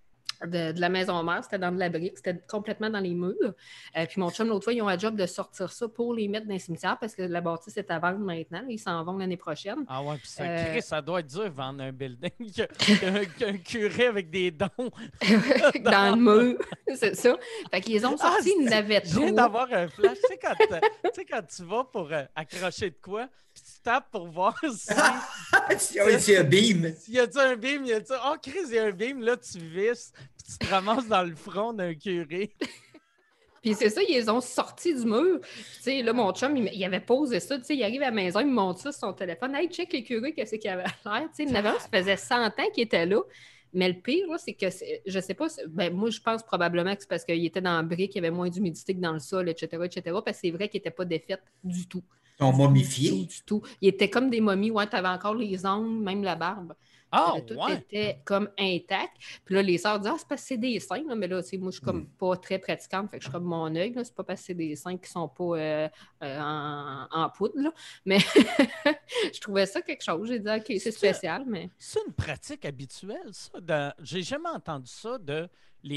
De la maison mère, c'était dans de la brique, c'était complètement dans les murs. Puis mon chum, l'autre fois, ils ont un job de sortir ça pour les mettre dans les cimetières parce que la bâtisse est à vendre maintenant. Ils s'en vont l'année prochaine.
Ah ouais, puis ça doit être dur vendre un building qu'un curé avec des dons.
dans le mur, c'est ça. Fait qu'ils ont sorti une navette.
Je viens d'avoir un flash. Tu sais, quand tu vas pour accrocher de quoi, puis tu tapes pour voir si...
s'il y a un beam.
S'il y a un beam, il y a ça. Oh, Chris, il y a un beam, là, tu visses. Tu te ramasses dans le front d'un curé.
Puis c'est ça, ils les ont sortis du mur. Tu sais, là, mon chum, il avait posé ça. Tu sais, il arrive à la maison, il me montre ça sur son téléphone. Hey, check les curés, qu'est-ce qu'il avait l'air. Tu sais, il ça faisait 100 ans qu'il était là. Mais le pire, là, c'est que, je sais pas, moi, je pense probablement que c'est parce qu'il était dans la brique, il y avait moins d'humidité que dans le sol, etc., parce que c'est vrai qu'il n'était pas défait du tout.
Ils sont momifiés.
Du tout. Il était comme des momies. Ouais, tu avais encore les ongles, même la barbe. Tout était comme intact. Puis là, les sœurs disaient, c'est parce que c'est des seins. Mais là, moi, je suis comme pas très pratiquante. Fait que je suis comme mon œil. C'est pas parce que c'est des seins qui sont pas en poudre. Là. Mais je trouvais ça quelque chose. J'ai dit, OK, c'est spécial. Mais
c'est une pratique habituelle, ça. J'ai jamais entendu ça de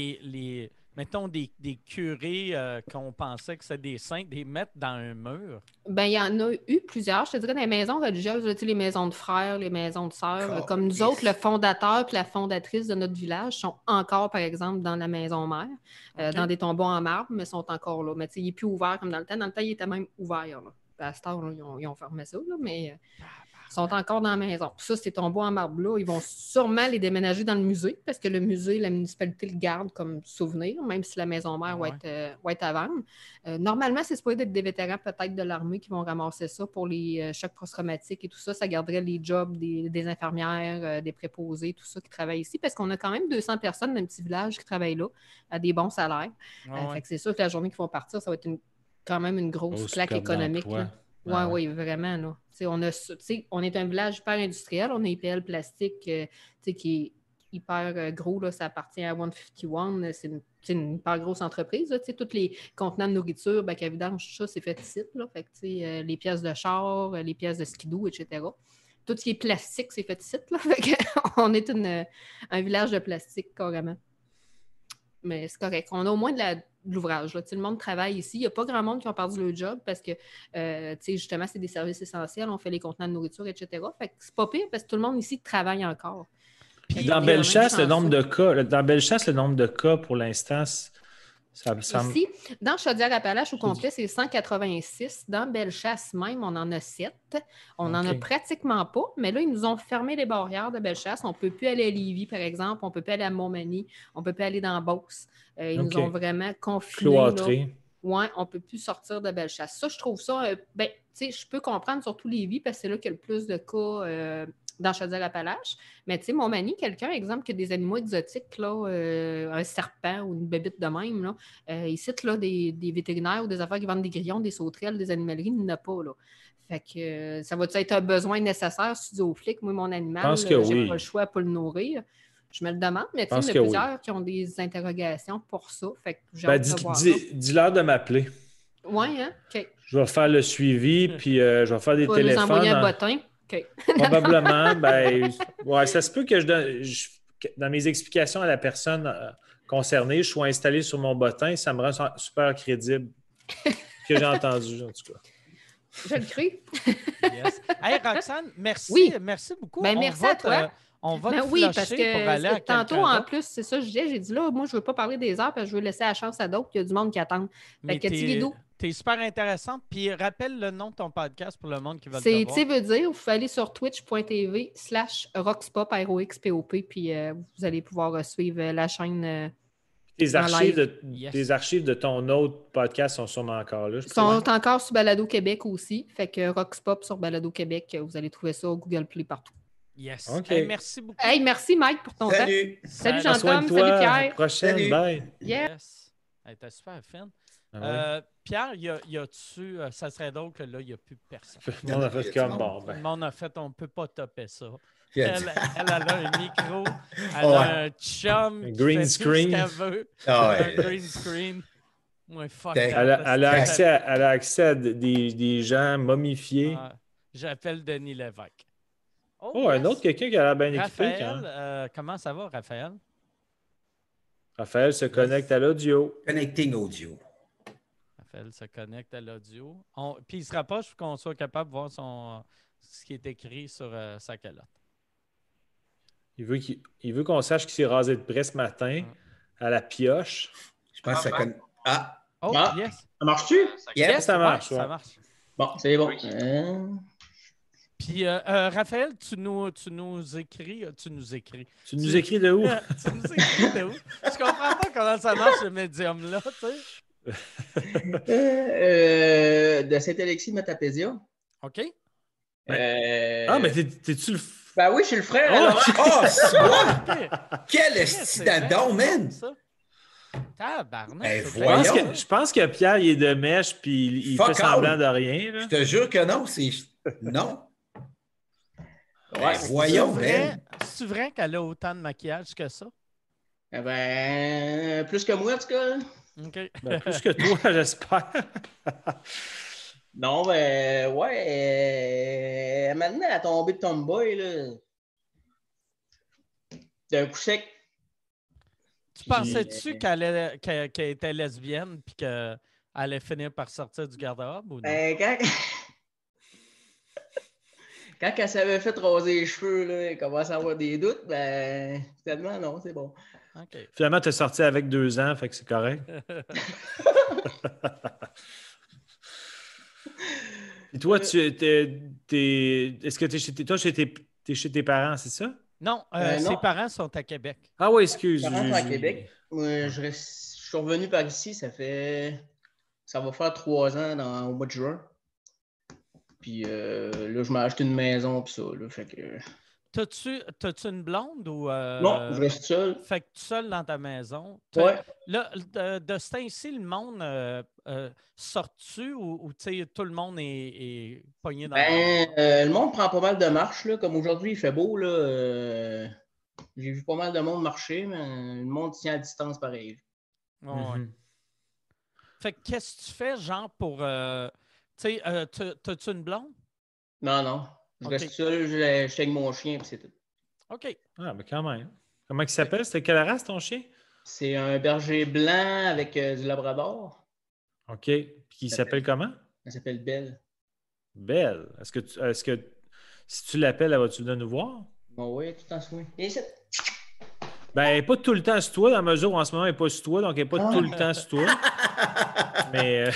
mettons, des curés qu'on pensait que c'était des saints, des mettre dans un mur.
Bien, il y en a eu plusieurs. Je te dirais, dans les maisons religieuses, là, les maisons de frères, les maisons de sœurs, comme nous autres, le fondateur et la fondatrice de notre village sont encore, par exemple, dans la maison mère, dans des tombeaux en marbre, mais sont encore là. Mais il n'est plus ouvert comme dans le temps. Dans le temps, il était même ouvert. Là. À cette heure, ils ont fermé ça, là, mais... Ils sont encore dans la maison. Puis ça, ces tombeaux en marbre-là, ils vont sûrement les déménager dans le musée parce que le musée, la municipalité le garde comme souvenir, même si la maison mère va être à vendre. Normalement, c'est supposé être des vétérans peut-être de l'armée qui vont ramasser ça pour les chocs post-traumatiques et tout ça. Ça garderait les jobs des infirmières, des préposés, tout ça qui travaillent ici parce qu'on a quand même 200 personnes dans un petit village qui travaillent là à des bons salaires. Fait que c'est sûr que la journée qu'ils vont partir, ça va être quand même une grosse claque économique. Oui, vraiment. Là. On est un village hyper industriel. On a IPL Plastique qui est hyper gros. Là, ça appartient à 151. C'est une hyper grosse entreprise. Là, tous les contenants de nourriture, bac à vidange, tout ça, c'est fait ici. Là. Fait que, les pièces de char, les pièces de skidoo, etc. Tout ce qui est plastique, c'est fait ici. Là. Fait on est un village de plastique, carrément. Mais c'est correct. On a au moins de l'ouvrage. Là. Le monde travaille ici. Il n'y a pas grand monde qui ont perdu le job parce que, justement, c'est des services essentiels. On fait les contenants de nourriture, etc. Fait que c'est pas pire parce que tout le monde ici travaille encore.
Puis dans Bellechasse, le nombre de cas pour l'instant,
ici, dans Chaudière-Appalaches au complet, c'est 186. Dans Bellechasse même, on en a 7. On n'en a pratiquement pas, mais là, ils nous ont fermé les barrières de Bellechasse. On ne peut plus aller à Lévis, par exemple. On ne peut plus aller à Montmagny. On ne peut plus aller dans Beauce. Ils nous ont vraiment confinés. Oui, on ne peut plus sortir de Bellechasse. Ça, je trouve ça... je peux comprendre surtout Lévis parce que c'est là qu'il y a le plus de cas... dans Chaudière-Appalaches. Mais tu sais, Montmagny, quelqu'un, exemple, qui a des animaux exotiques, là, un serpent ou une bébite de même, là, ici, là, des vétérinaires ou des affaires qui vendent des grillons, des sauterelles, des animaleries, il n'y en a pas, là. Fait que ça va-tu être un besoin nécessaire si tu dis aux flics, moi, mon animal, j'ai pas le choix pour le nourrir? Je me le demande, mais tu sais, il y en a plusieurs qui ont des interrogations pour ça. Fait que j'ai hâte de voir ça.
Dis-leur de m'appeler.
Oui, hein? OK.
Je vais faire le suivi, puis je vais faire des téléphones.
Nous envoyer un bottin. Okay.
Probablement. Ça se peut que dans mes explications à la personne concernée, je sois installé sur mon bottin. Ça me rend super crédible. Ce que j'ai entendu, en tout cas.
Je le crie.
Yes. Hey, Roxane, merci.
Oui.
Merci beaucoup.
Merci à toi.
On va te flusher
parce que
pour aller à
tantôt, en plus, c'est ça, j'ai dit là, moi, je ne veux pas parler des heures parce que je veux laisser la chance à d'autres. Il y a du monde qui attend. Fait que Guido.
T'es super intéressante. Puis rappelle le nom de ton podcast pour le monde qui va le
C'est
voir.
Tu veux dire, vous pouvez aller sur twitch.tv/roxpop, ROXPOP, puis vous allez pouvoir suivre la chaîne.
Tes
en
archives,
live.
tes archives de ton autre podcast sont sûrement encore là.
Ils sont encore sur Balado Québec aussi. Fait que Roxpop sur Balado Québec, vous allez trouver ça au Google Play partout.
Yes.
OK.
Hey, merci beaucoup.
Hey, merci Mike pour ton temps.
Salut!
Salut
Prends soin
Jean-Tom,
de toi.
salut
À la
Pierre.
prochaine.
Salut.
Bye.
Yes. Elle était super fine.
Ah
Pierre, y a-tu. Ça serait drôle que là, il n'y a plus personne.
ouais. Le monde a fait comme bon.
Le
Ben.
monde a fait, on ne peut pas topper ça.
Puis
Elle a un micro, elle a un chum,
Un
qui
green
fait
screen.
tout ce qu'elle veut.
Ah
Un
ouais.
green screen. Ouais, fuck.
Elle
Elle a accès à des gens momifiés.
Ah, j'appelle Denis Lévesque.
Oh, un autre quelqu'un qui a l'air bien équipé. Quand
Raphaël,
même.
comment ça va, Raphaël?
Raphaël se connecte à l'audio.
Connecting audio.
Raphaël se connecte à l'audio. Puis il se rapproche pour qu'on soit capable de voir ce qui est écrit sur sa calotte.
Il veut qu'on sache qu'il s'est rasé de près ce matin à la pioche.
Je pense que ça connaît. Ah!
Oh,
Ah.
yes.
Ça marche-tu?
Yes,
ça marche.
Ouais,
Ouais.
ça marche.
Bon, c'est bon.
Puis, Raphaël, tu nous écris.
Tu nous écris de où?
Tu nous écris de où? Je comprends pas comment ça marche, le médium-là, tu sais.
De Saint-Alexis Matapédia.
OK?
Ah, mais t'es-tu le.
Ben oui, je suis le frère.
Oh,
alors.
Oh, c'est bon!
OK.
Quel
C'est
esti
vrai,
d'adon, man!
ça. Tabarnak.
Ben,
c'est
voyons.
Je pense que Pierre, il est de mèche puis il
Fuck
fait semblant
out.
de rien. Là.
Je te jure que non, c'est. Non.
Ouais.
Ben, voyons, man.
C'est vrai qu'elle a autant de maquillage que ça?
Eh ben, plus que moi, en tout cas.
OK.
Ben, plus que toi, j'espère.
Non, ben, ouais. Maintenant, elle a tombé de tomboy, là. D'un coup sec.
Tu pensais-tu qu'elle était lesbienne puis qu'elle allait finir par sortir du garde-robe ou non?
Ben, quand elle s'avait fait raser les cheveux, là, elle commence à avoir des doutes, ben, finalement, non, c'est bon.
OK.
Finalement, tu es sorti avec 2 ans, fait que c'est correct. Et toi, est-ce que tu es chez tes parents, c'est ça?
Non,
non.
ses parents sont à Québec.
Ah oui, excuse.
Je rentre à Québec. Je suis revenu par ici, ça va faire 3 ans au mois de juin. Puis là, je m'ai acheté une maison pis ça, là, fait que...
T'as-tu une blonde ou...
Non, je reste seul.
Fait que tu es seul dans ta maison.
Ouais.
Là, de ce temps-ci, le monde sort-tu ou tu sais, tout le monde est pogné dans
Le monde prend pas mal de marches, là. Comme aujourd'hui, il fait beau, là. J'ai vu pas mal de monde marcher, mais le monde tient à distance pareil.
Ouais, ouais. Fait que qu'est-ce que tu fais, genre, pour... tu sais, t'as-tu une blonde?
Non. Je reste seul, je suis avec mon chien, puis c'est tout.
OK.
Ah, mais quand même. Comment il s'appelle? C'était quelle race, ton chien?
C'est un berger blanc avec du labrador.
OK. Puis il s'appelle comment?
Elle s'appelle Belle.
Belle. Est-ce que si tu l'appelles, elle va-tu venir nous voir?
Bon, oui, tout en souhait. Et c'est...
Ben, elle n'est pas tout le temps sur toi, dans la mesure où en ce moment, elle n'est pas sur toi, donc elle n'est pas tout le temps sur toi. Mais.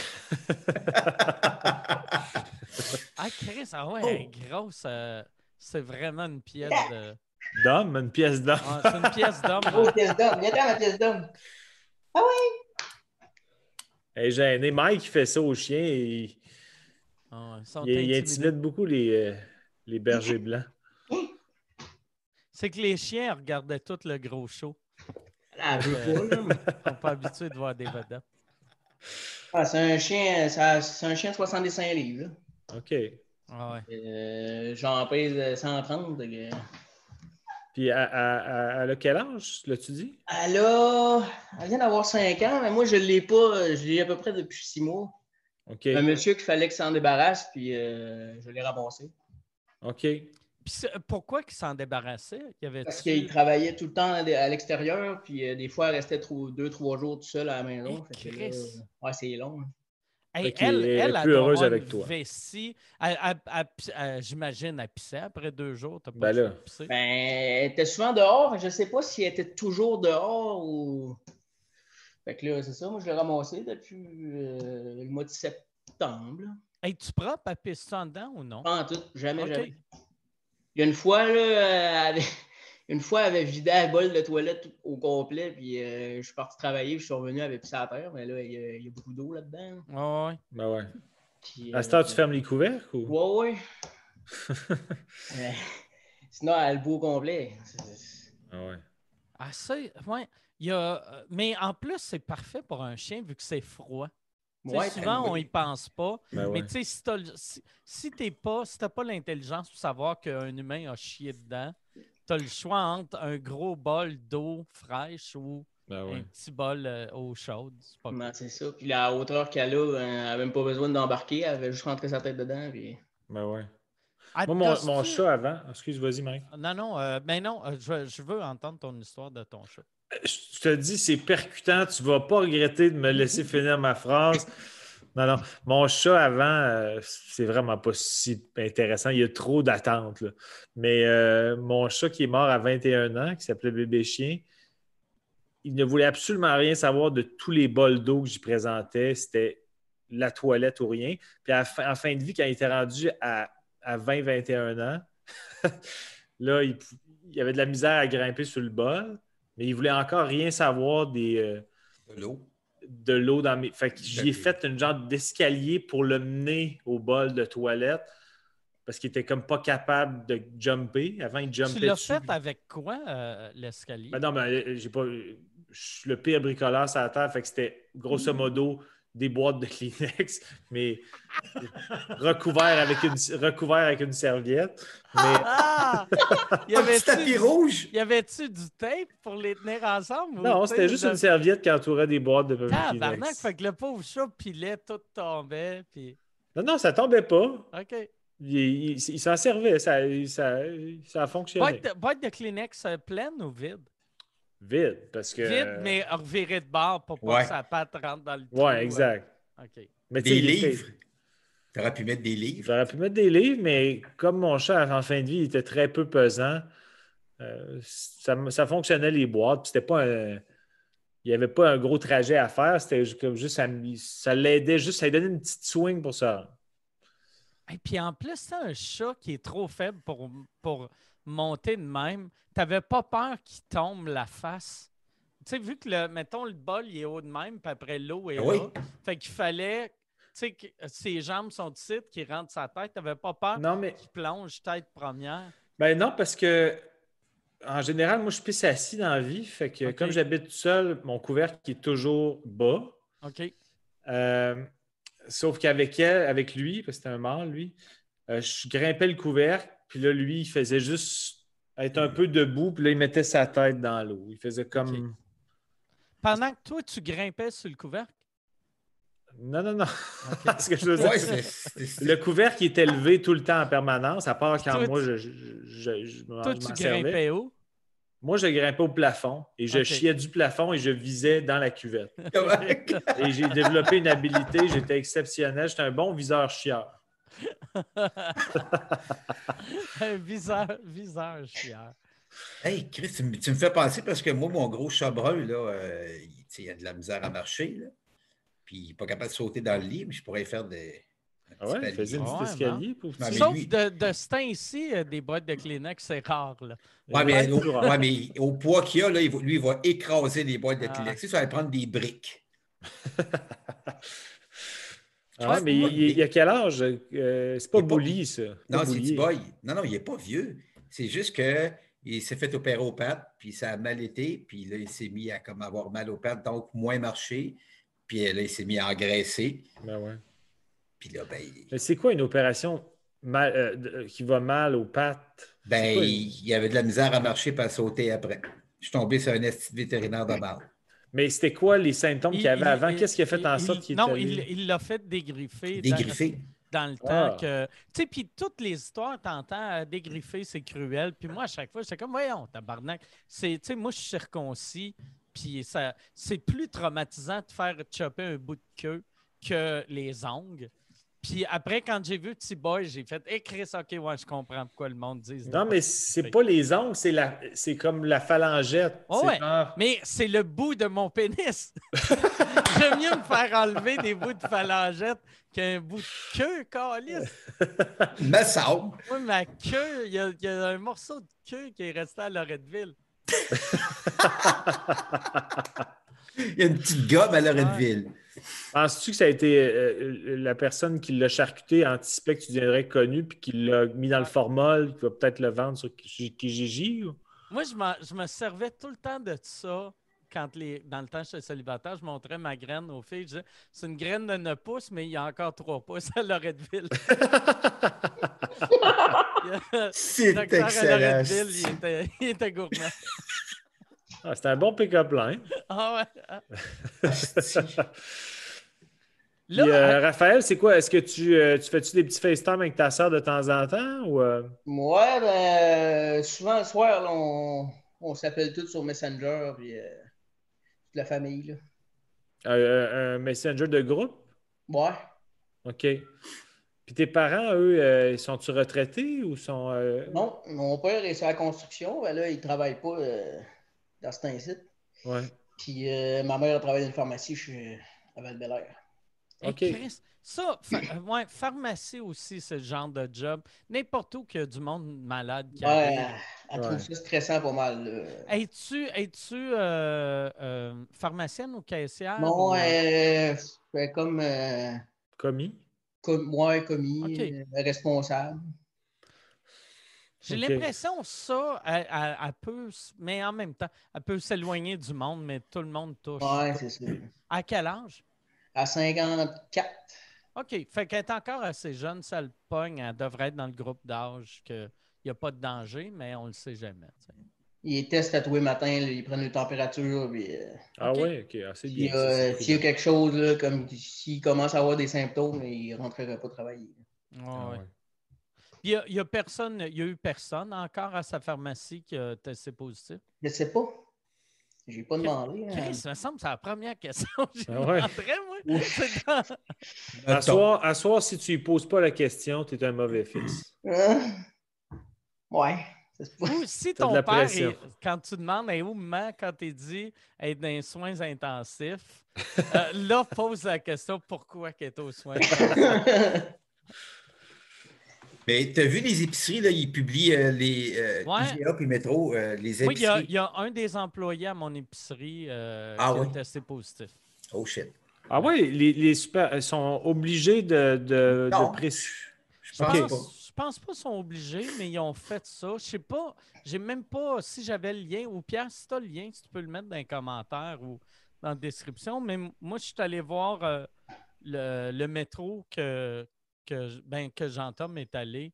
Ah, Chris, ah ouais, elle est grosse. C'est vraiment une pièce de...
D'homme, une pièce d'homme.
Ah, c'est une pièce d'homme.
Oh, pièce d'homme. Viens-t'en, ma pièce d'homme. Ah oui!
Elle est gênée. Mike, il fait ça aux chiens et
Ah, ils sont
il
intimidés.
intimide beaucoup les bergers blancs.
C'est que les chiens regardaient tout le gros show.
Ah, elle veut pas, là.
Ils sont pas habitués de voir des vedettes.
Ah, c'est un chien de 65 livres, là.
OK.
Ah ouais.
J'en pèse 130.
Puis, elle a quel âge, l'as-tu dit?
Elle vient d'avoir 5 ans, mais moi, je ne l'ai pas. Je l'ai à peu près depuis 6 mois.
OK.
Un monsieur qu'il fallait qu'il s'en débarrasse, puis je l'ai ramassé.
OK.
Puis pourquoi qu'il s'en débarrassait?
Parce qu'il travaillait tout le temps à l'extérieur, puis des fois, il restait 2-3 jours tout seul à la maison.
Hey,
Fait que
Chris.
là, ouais, c'est long. Hein.
Hey,
Fait qu'elle est
elle
plus
doit
heureuse
avoir
avec
une
toi.
vessie. J'imagine, elle pissait après 2 jours. T'as pas
Ben
le choix
là.
de pisser.
Ben, elle était souvent dehors. Je ne sais pas si elle était toujours dehors ou. Fait que là, c'est ça. Moi, je l'ai ramassé depuis le mois de septembre.
Es tu propre à pisser en dedans ou non?
Pas en tout. Jamais,
OK.
jamais. Il y a une fois, là, elle avait vidé la bol de toilette au complet, puis je suis parti travailler, puis je suis revenu avec pissé à terre, mais là, il y a beaucoup d'eau là-dedans.
Ouais.
Ben ouais.
Puis,
À ce temps, tu fermes les couvercles ou?
Ouais. Sinon, elle a le beau complet.
Ah ouais.
Ah, ça, ouais. Mais en plus, c'est parfait pour un chien vu que c'est froid.
Ouais,
souvent, on y pense pas.
Ben
mais
ouais.
tu sais, si t'as pas l'intelligence pour savoir qu'un humain a chié dedans, tu as le choix entre un gros bol d'eau fraîche ou un petit bol eau chaude.
C'est ça. Puis la hauteur qu'elle a, elle n'avait même pas besoin d'embarquer. Elle avait juste rentré sa tête dedans. Puis...
Ben ouais.
Ah,
moi, mon chat avant... Excuse, vas-y, Mike.
Non, je veux entendre ton histoire de ton chat.
Je te dis, c'est percutant. Tu vas pas regretter de me laisser finir ma phrase. Non. Mon chat avant, c'est vraiment pas si intéressant. Il y a trop d'attentes. Mais mon chat qui est mort à 21 ans, qui s'appelait Bébé Chien, il ne voulait absolument rien savoir de tous les bols d'eau que j'y présentais. C'était la toilette ou rien. Puis en fin de vie, quand il était rendu à 20-21 ans, là, il y avait de la misère à grimper sur le bol. Mais il voulait encore rien savoir de l'eau dans mes... Fait que j'y ai fait une genre d'escalier pour le mener au bol de toilette parce qu'il était comme pas capable de jumper. Avant, il jumpait dessus.
Tu l'as fait avec quoi, l'escalier?
Ben non, mais j'ai pas... Je suis le pire bricoleur sur la terre, fait que c'était grosso modo des boîtes de Kleenex, mais recouvert avec une serviette. Mais...
y avait-tu tapis rouge?
Y avait-tu du tape pour les tenir ensemble?
Non, c'était juste une serviette qui entourait des boîtes de papier Kleenex.
Tabarnak, fait que le pauvre chat pilait, tout tombait. Puis...
Non, ça tombait pas.
OK.
Il s'en servait, ça a fonctionné.
Boîte de Kleenex pleine ou vide?
Vide, parce que...
Vide, mais reviré de bord pour pas que sa patte rentre dans le trou.
Ouais, exact.
OK.
Mais
des livres? T'aurais pu mettre des livres?
J'aurais pu mettre des livres, mais comme mon chat, en fin de vie, il était très peu pesant, ça fonctionnait les boîtes. C'était pas il n'y avait pas un gros trajet à faire. C'était comme juste... Ça l'aidait juste, ça lui donnait une petite swing pour ça.
Et puis en plus, c'est un chat qui est trop faible pour monter de même. T'avais pas peur qu'il tombe la face? Tu sais, vu que, mettons, le bol, il est haut de même, puis après, l'eau est là. Fait qu'il fallait, tu sais, que ses jambes sont ici, qu'il rentre sa tête. T'avais pas peur qu'il plonge tête première? Ben
non, parce que, en général, moi, je pisse assis dans la vie. Fait que, comme j'habite tout seul, mon couvercle est toujours bas.
OK.
Sauf avec lui, parce que c'était un mâle, lui, je grimpais le couvercle, puis là, lui, il faisait juste être un peu debout, puis là, il mettait sa tête dans l'eau. Il faisait comme...
Okay. Pendant que toi, tu grimpais sur le couvercle?
Non. Okay. Ce que je veux dire, le couvercle était élevé tout le temps en permanence, à part quand moi, je m'en servais.
Toi, tu grimpais où?
Moi, je grimpais au plafond et je chiais du plafond et je visais dans la cuvette. Et j'ai développé une habilité, j'étais exceptionnel, j'étais un bon viseur chieur.
Un viseur chieur.
Hey, Chris, tu me fais penser parce que moi, mon gros chat brun, là, il a de la misère à marcher, là. Puis il n'est pas capable de sauter dans le lit, mais je pourrais faire des...
il faisait un petit escalier.
Sauf de ce temps-ci, des boîtes de Kleenex, c'est rare.
Oui, mais au poids qu'il a, là, lui, il va écraser les boîtes de Kleenex. Ça va prendre des briques.
Mais il a quel âge? C'est pas Bully, ça.
Non, c'est T-Boy. Non, il n'est pas vieux. C'est juste qu'il s'est fait opérer aux pattes, puis ça a mal été, puis là, il s'est mis à avoir mal aux pattes, donc moins marcher. Puis là, il s'est mis à engraisser.
Ben ouais.
Puis là,
Mais c'est quoi une opération qui va mal aux pattes?
Il y avait de la misère à marcher et à sauter après. Je suis tombé sur un esti vétérinaire de balle.
Mais c'était quoi les symptômes qu'il y avait avant? Qu'est-ce qui a fait en sorte qu'il était...
Non, il l'a fait dégriffer. Dans le temps que... Tu sais, puis toutes les histoires, t'entends dégriffer, c'est cruel. Puis moi, à chaque fois, j'étais comme, voyons, tabarnak. Tu sais, moi, je suis circoncis. Puis c'est plus traumatisant de faire chopper un bout de queue que les ongles. Puis après, quand j'ai vu Petit Boy, j'ai fait « Chris, OK, ouais, je comprends pourquoi le monde dit... »
Non, mais c'est pas les ongles, c'est comme la phalangette.
Oh ouais, mais c'est le bout de mon pénis. J'aime mieux me faire enlever des bouts de phalangette qu'un bout de queue, câlisse.
Me semble.
Oui, ma queue, il y a un morceau de queue qui est resté à Loretteville.
Il y a une petite gomme à Loretteville.
Penses-tu que ça a été la personne qui l'a charcuté anticipait que tu deviendrais connu puis qui l'a mis dans le formol, qui va peut-être le vendre sur Kijiji? Ou?
Moi, je me servais tout le temps de ça. Dans le temps que j'étais célibataire, je montrais ma graine aux filles. Je disais, c'est une graine de 9 pouces, mais il y a encore 3 pouces à Loretteville.
C'est excellent.
À Loretteville, il était gourmand.
Ah, c'était un bon pick-up line.
Ah ouais.
Puis, Raphaël, c'est quoi? Est-ce que tu fais-tu des petits FaceTime avec ta soeur de temps en temps? Ou,
Ouais, ben, souvent le soir, là, on s'appelle tous sur Messenger, puis toute la famille. Là.
un messenger de groupe?
Ouais.
OK. Puis tes parents, eux, sont-ils retraités ou sont...
Non, mon père est sur la construction. Ben là, il ne travaille pas dans ce temps-ci.
Ouais.
Puis ma mère travaille dans une pharmacie à Val-Bélair.
OK.
Chris, ça, ouais, pharmacie aussi, c'est le genre de job. N'importe où qu'il y a du monde malade qui arrive.
Elle trouve ça stressant pas mal.
Es-tu pharmacienne ou caissière?
Non, comme...
Commis?
commis,
Okay.
Responsable.
J'ai l'impression que ça, elle peut, mais en même temps, elle peut s'éloigner du monde, mais tout le monde touche.
Oui, c'est ça.
À quel âge?
À 54.
OK. Fait qu'elle est encore assez jeune, ça le pogne. Elle devrait être dans le groupe d'âge qu'il n'y a pas de danger, mais on ne le sait jamais. T'sais.
Ils testent à tous les matins, là, ils prennent une température. Puis,
ah oui, OK. C'est
bien. S'il y a quelque chose, là, comme s'il commence à avoir des symptômes, il ne rentrerait pas travailler.
Ouais. Il y a personne, il y a eu personne encore à sa pharmacie qui a testé positif?
Je ne sais pas. Je n'ai pas demandé.
Chris, ça me semble que c'est la première question que j'ai
ouais.
moi.
À soir, si tu ne poses pas la question, tu es un mauvais fils.
Ouais.
Ou si ton père, quand tu demandes où maman, quand tu dit être dans les soins intensifs, là, pose la question pourquoi elle est aux soins intensifs.
Mais tu as vu les épiceries, là, ils publient les IGA et Métro, les épiceries.
Oui, il y a un des employés à mon épicerie qui a testé positif.
Oh shit.
Ah oui, les super sont obligés de préciser.
Je pense pas qu'ils sont obligés, mais ils ont fait ça. Je sais pas, j'ai même pas, si j'avais le lien, ou Pierre, si tu as le lien, si tu peux le mettre dans les commentaires ou dans la description, mais moi, je suis allé voir le métro que Jean-Thomas est allé.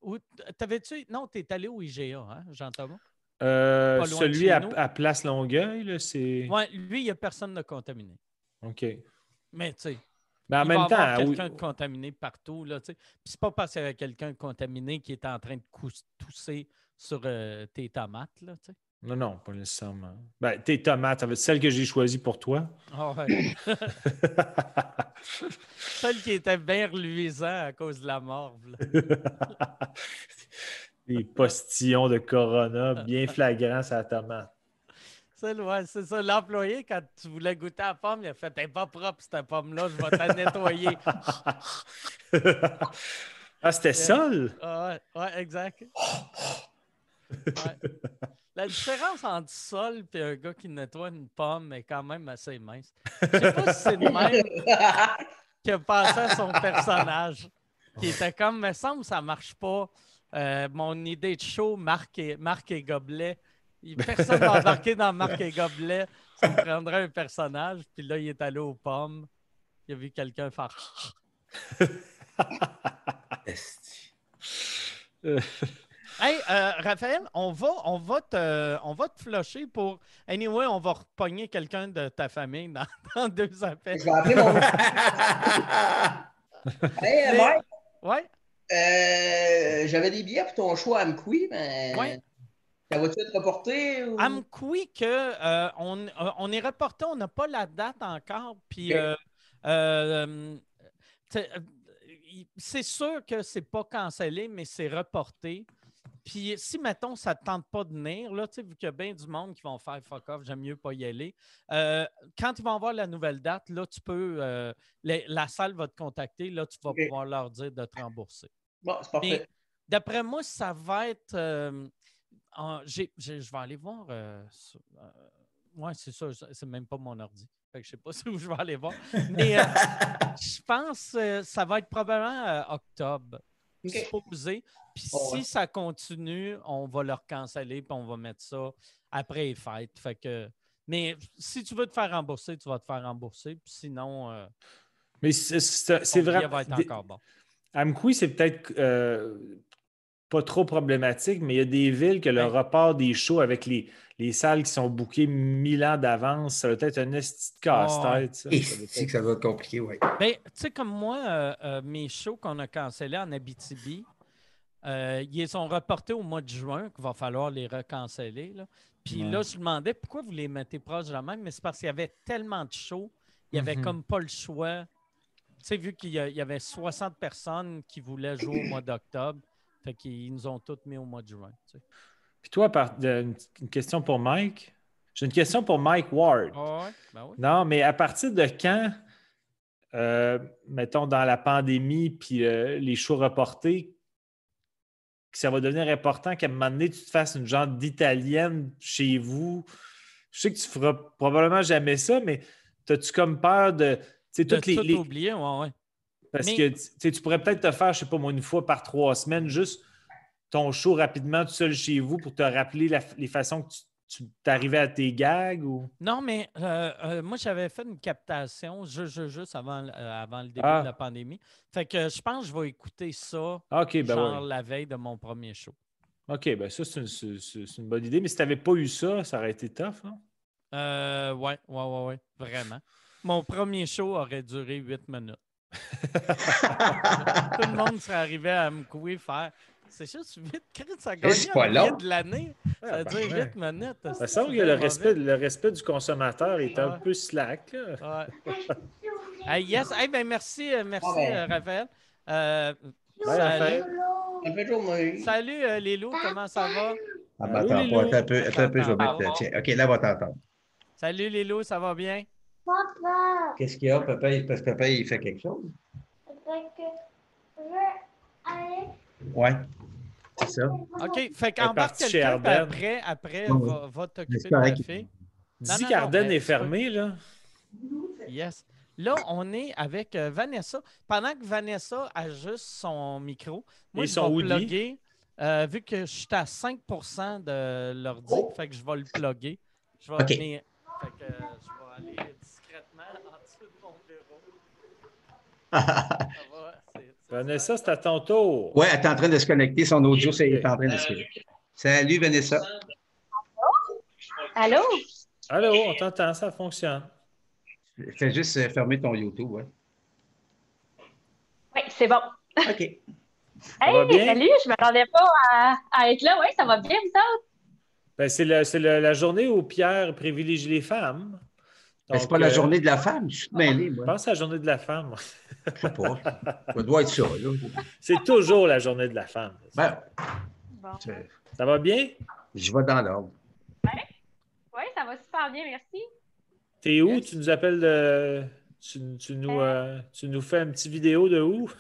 Non, tu es allé au IGA, hein, Jean-Thomas?
Celui à Place Longueuil, c'est...
Oui, lui, il n'y a personne de contaminé.
OK.
Mais tu sais,
mais en
il
même
va y
temps,
avoir quelqu'un de contaminé partout. Là, puis c'est pas parce qu'il y avait quelqu'un de contaminé qui est en train de tousser sur tes tomates. Là, t'sais.
Non, pas nécessairement. Ben, tes tomates, celles que j'ai choisies pour toi.
Oh, ouais. Celles qui étaient bien reluisantes à cause de la morve.
Des postillons de Corona bien flagrants sur la tomate.
C'est ça. L'employé, quand tu voulais goûter la pomme, il a fait « T'es pas propre cette pomme-là, je vais t'en nettoyer. »
Ah, c'était Sol?
Ouais, exact. Ouais. La différence entre Sol et un gars qui nettoie une pomme est quand même assez mince. Je sais pas si c'est le même qui a pensé à son personnage, qui était comme « Me semble que ça marche pas. Mon idée de show, Marc et Gobelet. » Personne n'a embarqué dans Marc et Gobelet. Ça me prendrait un personnage. Puis là, il est allé aux pommes. Il a vu quelqu'un faire. Hey, Raphaël, on va te flusher pour. Anyway, on va repogner quelqu'un de ta famille dans 2 appels.
Je vais appeler mon. Hey, Mike.
Ouais.
J'avais des billets pour ton show à Amqui, mais.
Ouais.
Ça va-tu être reporté? Ou...
Amqui, on est reporté, on n'a pas la date encore. Puis, c'est sûr que c'est pas cancellé, mais c'est reporté. Puis si, mettons, ça ne te tente pas de venir, là, vu qu'il y a bien du monde qui vont faire fuck off, j'aime mieux pas y aller. Quand ils vont avoir la nouvelle date, là, tu peux. La salle va te contacter, là, tu vas pouvoir leur dire de te rembourser.
Bon, c'est parfait.
Mais d'après moi, ça va être. Je vais aller voir. Oui, c'est ça, c'est même pas mon ordi. Fait que je ne sais pas où je vais aller voir. Mais je pense que ça va être probablement octobre. Supposé. Puis si ça continue, on va leur canceller puis on va mettre ça après les fêtes. Fait que, mais si tu veux te faire rembourser, tu vas te faire rembourser. Puis sinon,
mais c'est vrai.
Va être encore bon.
Amqui, c'est peut-être pas trop problématique, mais il y a des villes que le report des shows avec les salles qui sont bookées 1000 ans d'avance, ça va être un esti de casse-tête.
Et c'est que ça va être compliqué, oui.
Ben, tu sais, comme moi, mes shows qu'on a cancellés en Abitibi, ils sont reportés au mois de juin, qu'il va falloir les recanceller. Puis là, je demandais pourquoi vous les mettez proches de la même, mais c'est parce qu'il y avait tellement de shows, il n'y avait comme pas le choix. Tu sais, vu qu'il y avait 60 personnes qui voulaient jouer au mois d'octobre, fait qu'ils nous ont toutes mis au mois de juin. T'sais.
Puis toi, une question pour Mike. J'ai une question pour Mike Ward.
Ouais. Ben oui.
Non, mais à partir de quand, mettons, dans la pandémie, puis les shows reportés, que ça va devenir important qu'à un moment donné, tu te fasses une genre d'italienne chez vous? Je sais que tu feras probablement jamais ça, mais as-tu comme peur de...
tout oublier, ouais.
Parce que tu pourrais peut-être te faire, je ne sais pas moi, une fois par 3 semaines, juste ton show rapidement tout seul chez vous pour te rappeler les façons que tu t'arrivais à tes gags ou...
Non, mais moi, j'avais fait une captation juste avant le début de la pandémie. Fait que je pense que je vais écouter ça la veille de mon premier show.
OK, ben ça, c'est une bonne idée. Mais si tu n'avais pas eu ça, ça aurait été tough, non?
Ouais, vraiment. Mon premier show aurait duré 8 minutes. Tout le monde serait arrivé à me couer faire. C'est juste 8 minutes, ça gagne un de l'année. Ça dure 8 minutes.
Ça semble que le respect du consommateur est un peu slack. Là.
Ouais. Yes. Hey, ben merci Raphaël.
Raphaël.
Salut Lilou, comment ça va?
Attends un peu, je vais mettre... Tiens, OK, là, on va t'entendre.
Salut Lilou, ça va bien?
Papa!
Qu'est-ce qu'il y a, papa? Parce que papa, il fait quelque chose?
Parce que je veux aller...
Ouais, c'est ça.
OK, fait qu'embarque quelqu'un, après va t'occuper de ta fille.
Dis qu'Ardennes est fermé, là.
Yes. Là, on est avec Vanessa. Pendant que Vanessa ajuste son micro, moi, je vais plugger, vu que je suis à 5% de l'ordi, fait que je vais le plugger. Je vais venir... Fait que je vais aller discrètement en dessous de mon bureau.
Vanessa, c'est à ton tour.
Oui, elle est en train de se connecter. Son audio, est en train de se connecter. Salut, Vanessa.
Allô?
Allô, on t'entend, ça fonctionne.
Fais juste fermer ton YouTube, ouais.
Oui, c'est bon.
OK.
Hey, salut, je ne m'attendais pas à être là. Oui, ça va bien, vous autres?
Ben, c'est la journée où Pierre privilégie les femmes.
C'est pas la journée de la femme, je suis mêlé, moi.
Je pense à la journée de la femme.
Je sais pas. Ça doit être ça, là.
C'est toujours la journée de la femme.
Ben,
bon.
Ça va bien?
Je vais dans l'ordre.
Oui, ça va super bien, merci.
T'es où? Tu nous appelles tu nous fais une petite vidéo de où?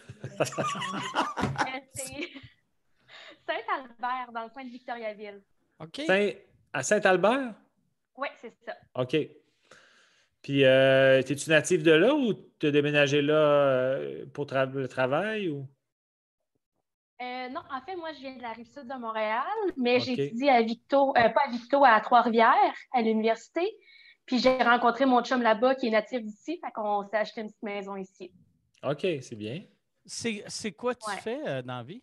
C'est Saint-Albert, dans le coin de Victoriaville.
OK.
À Saint-Albert?
Oui, c'est ça.
OK. Puis, es-tu natif de là ou tu as déménagé là pour le travail? Ou?
Non, en fait, moi, je viens de la Rive-Sud de Montréal, mais j'étudie à Victo, pas à Victo, à Trois-Rivières, à l'université. Puis, j'ai rencontré mon chum là-bas qui est natif d'ici, fait qu'on s'est acheté une petite maison ici.
OK, c'est bien.
C'est quoi tu fais dans la vie?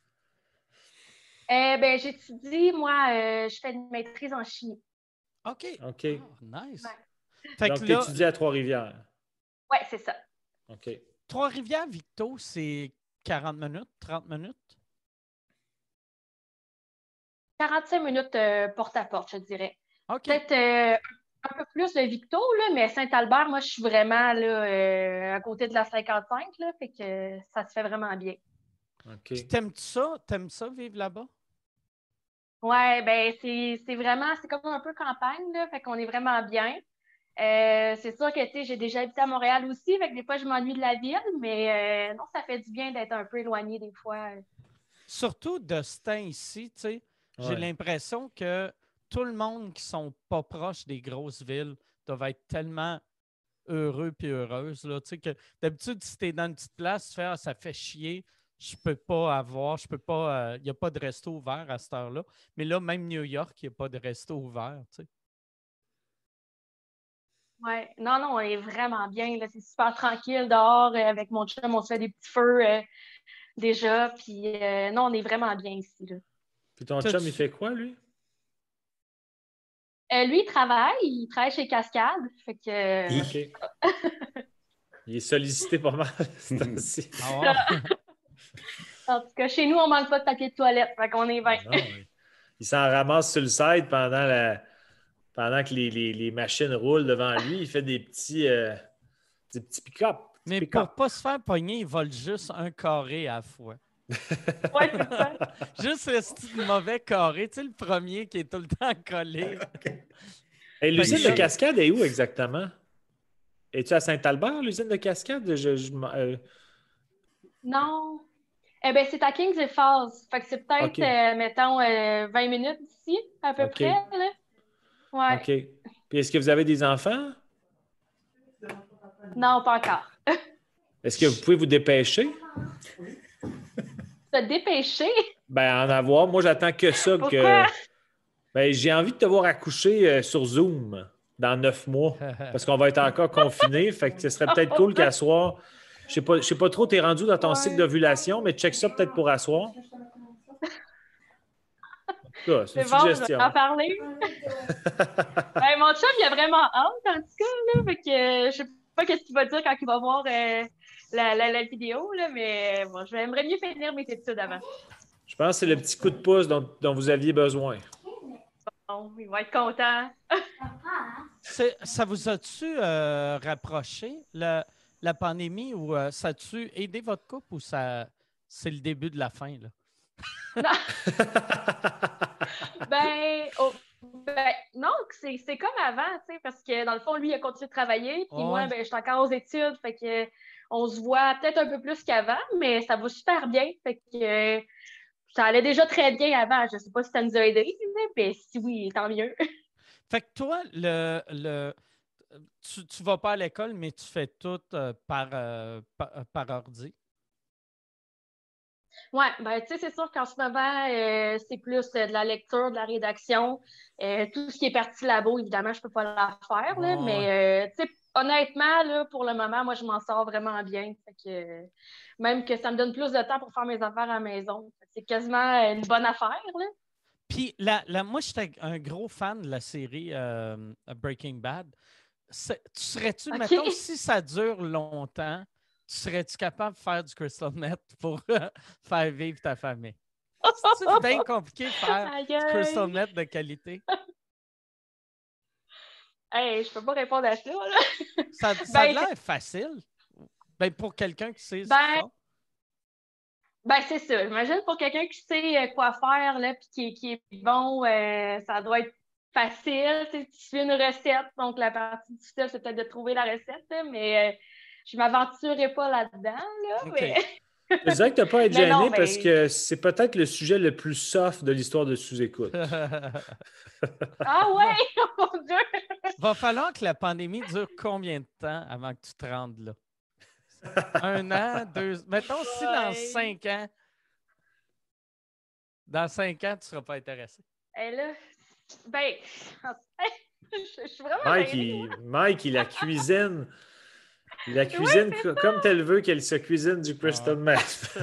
Ben, j'étudie, moi, je fais une maîtrise en chimie.
OK.
Oh,
nice.
Ouais. Donc, tu étudies à Trois-Rivières.
Oui, c'est ça.
OK.
Trois-Rivières, Victo, c'est 40 minutes, 30 minutes?
45 minutes porte à porte, je dirais.
OK.
Peut-être un peu plus de Victo, là, mais Saint-Albert, moi, je suis vraiment là, à côté de la 55, là, fait que ça se fait vraiment bien.
Puis t'aimes-tu ça? T'aimes ça, vivre là-bas?
Ouais, ben c'est vraiment, c'est comme un peu campagne, là, fait qu'on est vraiment bien. C'est sûr que, tu sais, j'ai déjà habité à Montréal aussi, fait que des fois, je m'ennuie de la ville, mais non, ça fait du bien d'être un peu éloigné des fois.
Surtout de ce temps ici, tu sais, j'ai l'impression que tout le monde qui sont pas proches des grosses villes doivent être tellement heureux puis heureuses, là, tu sais, que d'habitude, si t'es dans une petite place, tu fais « Ah, ça fait chier, je peux pas il n'y a pas de resto ouvert à cette heure-là. » Mais là, même New York, il n'y a pas de resto ouvert, tu sais.
Ouais, non, on est vraiment bien, là, c'est super tranquille dehors, avec mon chum, on se fait des petits feux déjà, puis non, on est vraiment bien ici, là.
Puis ton chum, il fait quoi, lui?
Lui, il travaille chez Cascade, fait que...
OK. Il est sollicité pas mal, ce temps-ci.
En tout cas, chez nous, on manque pas de papier de toilette, fait qu'on est bien.
Il s'en ramasse sur le side pendant que les machines roulent devant lui. Il fait des petits pick-up.
Mais pour ne pas se faire pogner, il vole juste un carré à la fois.
Oui, c'est ça.
Juste le style mauvais carré. Tu sais, le premier qui est tout le temps collé.
Hey, l'usine de Cascade est où exactement? Es-tu à Saint-Albert, l'usine de Cascade?
Non. Eh bien, c'est à Kings et Falls. Fait que c'est peut-être, mettons, 20 minutes d'ici, à peu près. Là. Ouais.
OK. Puis est-ce que vous avez des enfants?
Non, pas encore.
Est-ce que vous pouvez vous dépêcher?
Se dépêcher?
Ben, en avoir. Moi, j'attends que ça.
Pourquoi?
Ben, j'ai envie de te voir accoucher sur Zoom dans 9 mois parce qu'on va être encore confinés. Fait que ce serait peut-être cool qu'à soir. Je sais pas trop, tu es rendu dans ton cycle d'ovulation, mais check ça peut-être pour asseoir.
C'est bon, je vais en parler. Ben, mon chum, il a vraiment hâte, en tout cas. Là, fait que, je sais pas ce qu'il va dire quand il va voir la vidéo, là, mais bon, j'aimerais mieux finir mes études avant.
Je pense que c'est le petit coup de pouce dont vous aviez besoin.
Bon, il va être content.
Ça vous a-tu rapproché, la pandémie, ou ça a-tu aidé votre couple, ou c'est le début de la fin, là?
Non, c'est comme avant, tu sais, parce que dans le fond, lui, il a continué de travailler, puis moi, je suis encore aux études, fait que on se voit peut-être un peu plus qu'avant, mais ça va super bien, fait que ça allait déjà très bien avant. Je sais pas si ça nous a aidé, mais si oui, tant mieux.
Fait que toi, tu vas pas à l'école, mais tu fais tout par ordi.
Oui, ben, tu sais, c'est sûr qu'en ce moment, c'est plus de la lecture, de la rédaction. Tout ce qui est partie labo, évidemment, je ne peux pas la faire, là, mais tu sais, honnêtement, là, pour le moment, moi, je m'en sors vraiment bien. Fait que, même que ça me donne plus de temps pour faire mes affaires à la maison. C'est quasiment une bonne affaire, là.
Puis, moi, j'étais un gros fan de la série Breaking Bad. Tu serais-tu, mettons, si ça dure longtemps, serais-tu capable de faire du crystal meth pour faire vivre ta famille? C'est bien compliqué de faire du crystal meth de qualité.
Hey, je peux pas répondre à ça, là.
Ça a l'air facile. Ben, pour quelqu'un qui sait ce qu'il faut.
Ben, c'est ça. J'imagine pour quelqu'un qui sait quoi faire, là, puis qui est bon, ça doit être facile. Tu suis une recette, donc la partie difficile, c'est peut-être de trouver la recette, là, mais je ne m'aventurerai pas là-dedans. Là,
okay. Mais... Je dirais que tu n'as pas à être gêné parce que c'est peut-être le sujet le plus soft de l'histoire de Sous-Écoute.
Ah ouais, mon Dieu!
Va falloir que la pandémie dure combien de temps avant que tu te rendes là? 1 an, 2... Mettons, si dans 5 ans... Dans 5 ans, tu ne seras pas intéressé.
Et là, ben... je suis vraiment
Mike, il la cuisine... La cuisine comme elle veut qu'elle se cuisine du crystal meth.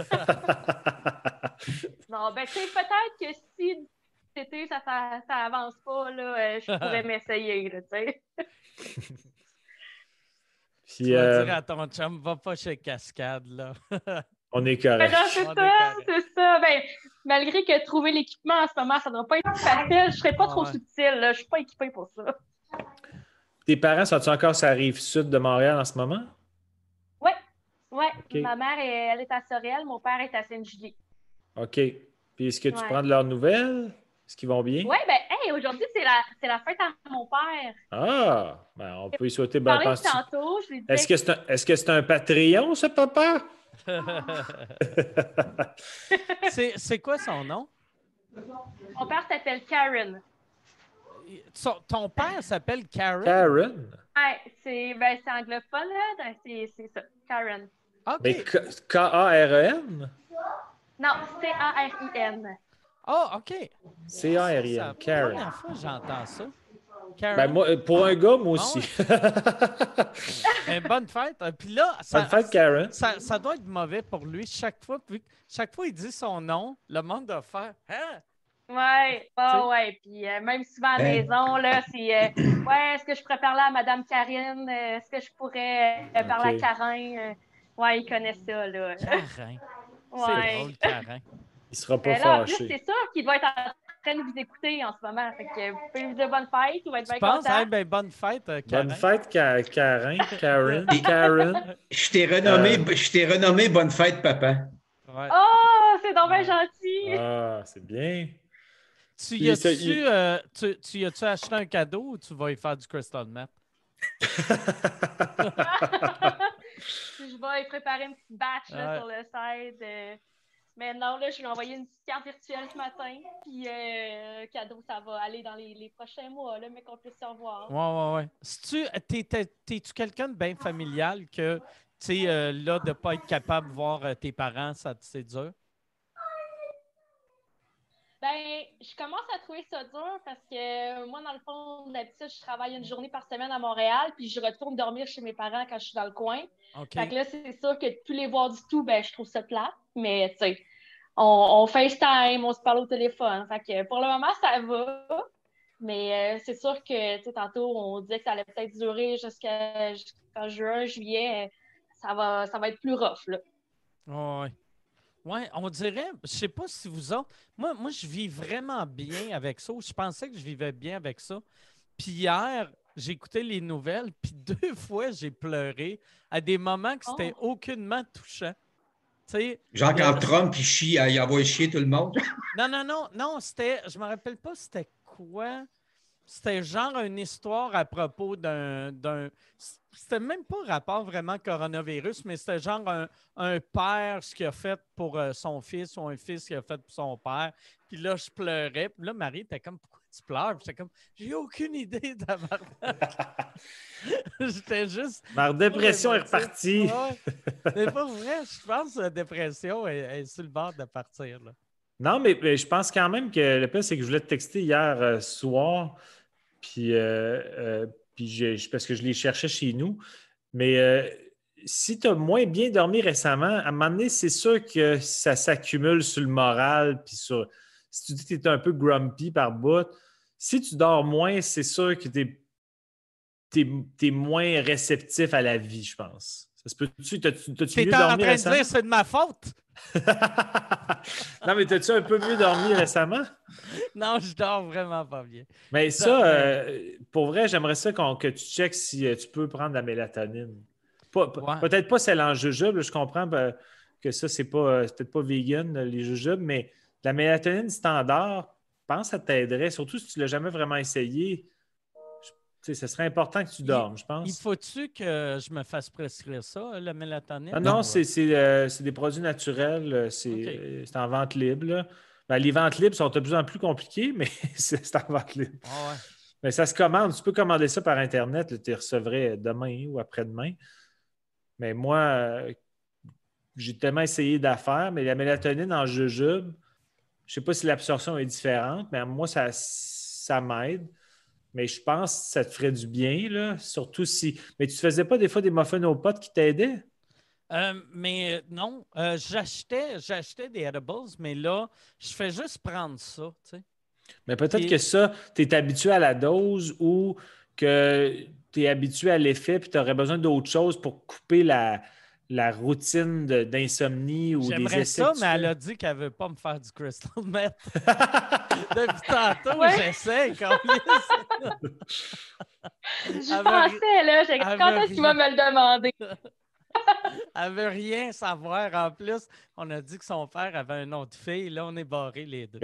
Non, ben tu sais, peut-être que si cet été, ça avance pas, là, je pourrais m'essayer, tu sais.
Tu vas dire à ton chum, va pas chez Cascade, là.
On est correct.
Ben c'est ça. Ben, malgré que trouver l'équipement en ce moment, ça ne doit pas être facile, je serais pas trop subtil, là. Je suis pas équipée pour ça.
tes parents sont-ils encore sur la rive sud de Montréal en ce moment?
Oui, oui.
OK.
Ma mère, elle est à Sorel, mon père est à Sainte-Julie.
OK. Puis est-ce que tu
Ouais.
prends de leurs nouvelles? Est-ce qu'ils vont bien?
Oui, ben, hey, aujourd'hui, c'est la fête à mon père.
Ah! Ben, on peut y souhaiter
Je
bonne
parlais
chance.
tantôt, je lui disais
Est-ce que c'est un Patreon, ce papa?
C'est quoi son nom?
mon père s'appelle Karen.
Ton père s'appelle Karen?
Karen?
Ouais, c'est anglophone, là. C'est ça, Karen.
OK.
Mais K-A-R-E-N?
Non, C-A-R-I-N.
Ah, OK.
C-A-R-I-N.
C'est la
Karen.
première fois que j'entends ça. Karen.
Ben, moi, pour un gars, moi aussi.
Bonne fête. Puis là,
Bonne fête, Karen.
ça doit être mauvais pour lui. Chaque fois il dit son nom, le monde doit faire « Hein? »
Ouais, ouais. Puis même souvent à la maison, là, c'est ouais, est-ce que je pourrais parler à Madame Karine? Est-ce que je pourrais parler à Carin? Ouais, il connaît ça, là.
Carin.
Ouais.
C'est drôle, Carin.
Il sera pas
Là, en plus,
fâché.
c'est sûr qu'il doit être en train de vous écouter en ce moment. Fait que vous pouvez lui dire bonne fête, il va être
Tu
bien
penses?
content.
Bonne fête, Carin.
Bonne fête, Karen. Karen.
Je t'ai renommé Bonne fête, papa.
Ouais.
Oh, c'est donc bien gentil!
Ah, c'est bien.
Tu y as-tu acheté un cadeau ou tu vas y faire du crystal meth?
Je vais y préparer une petite batch là, sur le site. Mais non, là, je lui ai envoyé une petite carte virtuelle ce matin. Puis, cadeau, ça va aller dans les prochains mois, là, mais qu'on puisse se revoir.
Ouais. T'es-tu quelqu'un de bien familial que, tu sais, là, de ne pas être capable de voir tes parents, c'est dur?
Ben, je commence à trouver ça dur parce que moi, dans le fond, d'habitude, je travaille une journée par semaine à Montréal, puis je retourne dormir chez mes parents quand je suis dans le coin.
Okay.
Fait que là, c'est sûr que de plus les voir du tout, ben, je trouve ça plate. Mais, tu sais, on FaceTime, on se parle au téléphone. Fait que pour le moment, ça va. Mais c'est sûr que, tu sais, tantôt, on disait que ça allait peut-être durer jusqu'en juin, juillet. Ça va être plus rough, là.
Ouais. Oui, on dirait, je sais pas si vous autres, moi, je vis vraiment bien avec ça. Je pensais que je vivais bien avec ça. Puis hier, j'ai écouté les nouvelles, puis 2 fois, j'ai pleuré à des moments que c'était aucunement touchant. T'sais,
genre quand Trump, il envoie chier tout le monde.
Non, c'était, je me rappelle pas c'était quoi. C'était genre une histoire à propos d'un c'était même pas rapport vraiment coronavirus, mais c'était genre un père, ce qu'il a fait pour son fils ou un fils qui a fait pour son père. Puis là, je pleurais. Puis là, Marie était comme, pourquoi tu pleures? Puis j'étais comme, j'ai aucune idée d'avoir. J'étais juste.
Ma dépression est repartie.
Ouais. C'est pas vrai. Je pense que la dépression est sur le bord de partir. Là.
Non, mais je pense quand même que le pire, c'est que je voulais te texter hier soir. Puis parce que je les cherchais chez nous. Mais si tu as moins bien dormi récemment, à un moment donné, c'est sûr que ça s'accumule sur le moral. Puis si tu dis que tu es un peu grumpy par bout, si tu dors moins, c'est sûr que tu es moins réceptif à la vie, je pense. Ça se peut-tu? T'as-tu mieux dormi récemment?
T'es en train de dire c'est de ma faute?
Non, mais t'as-tu un peu mieux dormi récemment?
Non, je dors vraiment pas bien.
Mais ça, pour vrai, j'aimerais ça que tu checkes si tu peux prendre de la mélatonine. Peut-être pas celle en jujube, je comprends que ça, c'est peut-être pas vegan, les jujubes, mais la mélatonine standard, je pense que ça t'aiderait, surtout si tu ne l'as jamais vraiment essayé. Ce serait important que tu dormes, je pense.
Il faut-tu que je me fasse prescrire ça, la mélatonine?
Non, c'est des produits naturels. C'est en vente libre. Là. Ben, les ventes libres sont de plus en plus compliquées, mais c'est en vente libre.
Ah ouais.
Mais ça se commande. Tu peux commander ça par Internet. Tu les recevrais demain ou après-demain. Mais moi, j'ai tellement essayé d'affaires, mais la mélatonine en jujube, je ne sais pas si l'absorption est différente, mais moi, ça m'aide. Mais je pense que ça te ferait du bien, là. Surtout si. Mais tu ne faisais pas des fois des muffins aux potes qui t'aidaient?
Mais non, j'achetais des edibles, mais là, je fais juste prendre ça, tu sais.
Mais peut-être que ça, tu es habitué à la dose ou que tu es habitué à l'effet puis tu aurais besoin d'autre chose pour couper la routine d'insomnie ou des essais.
J'aimerais ça, mais elle a dit qu'elle ne veut pas me faire du crystal meth. Depuis tantôt, j'essaie.
Je pensais, là, quand est-ce qu'il va me le demander?
Elle veut rien savoir. En plus, on a dit que son père avait une autre fille. Là, on est barrés les deux.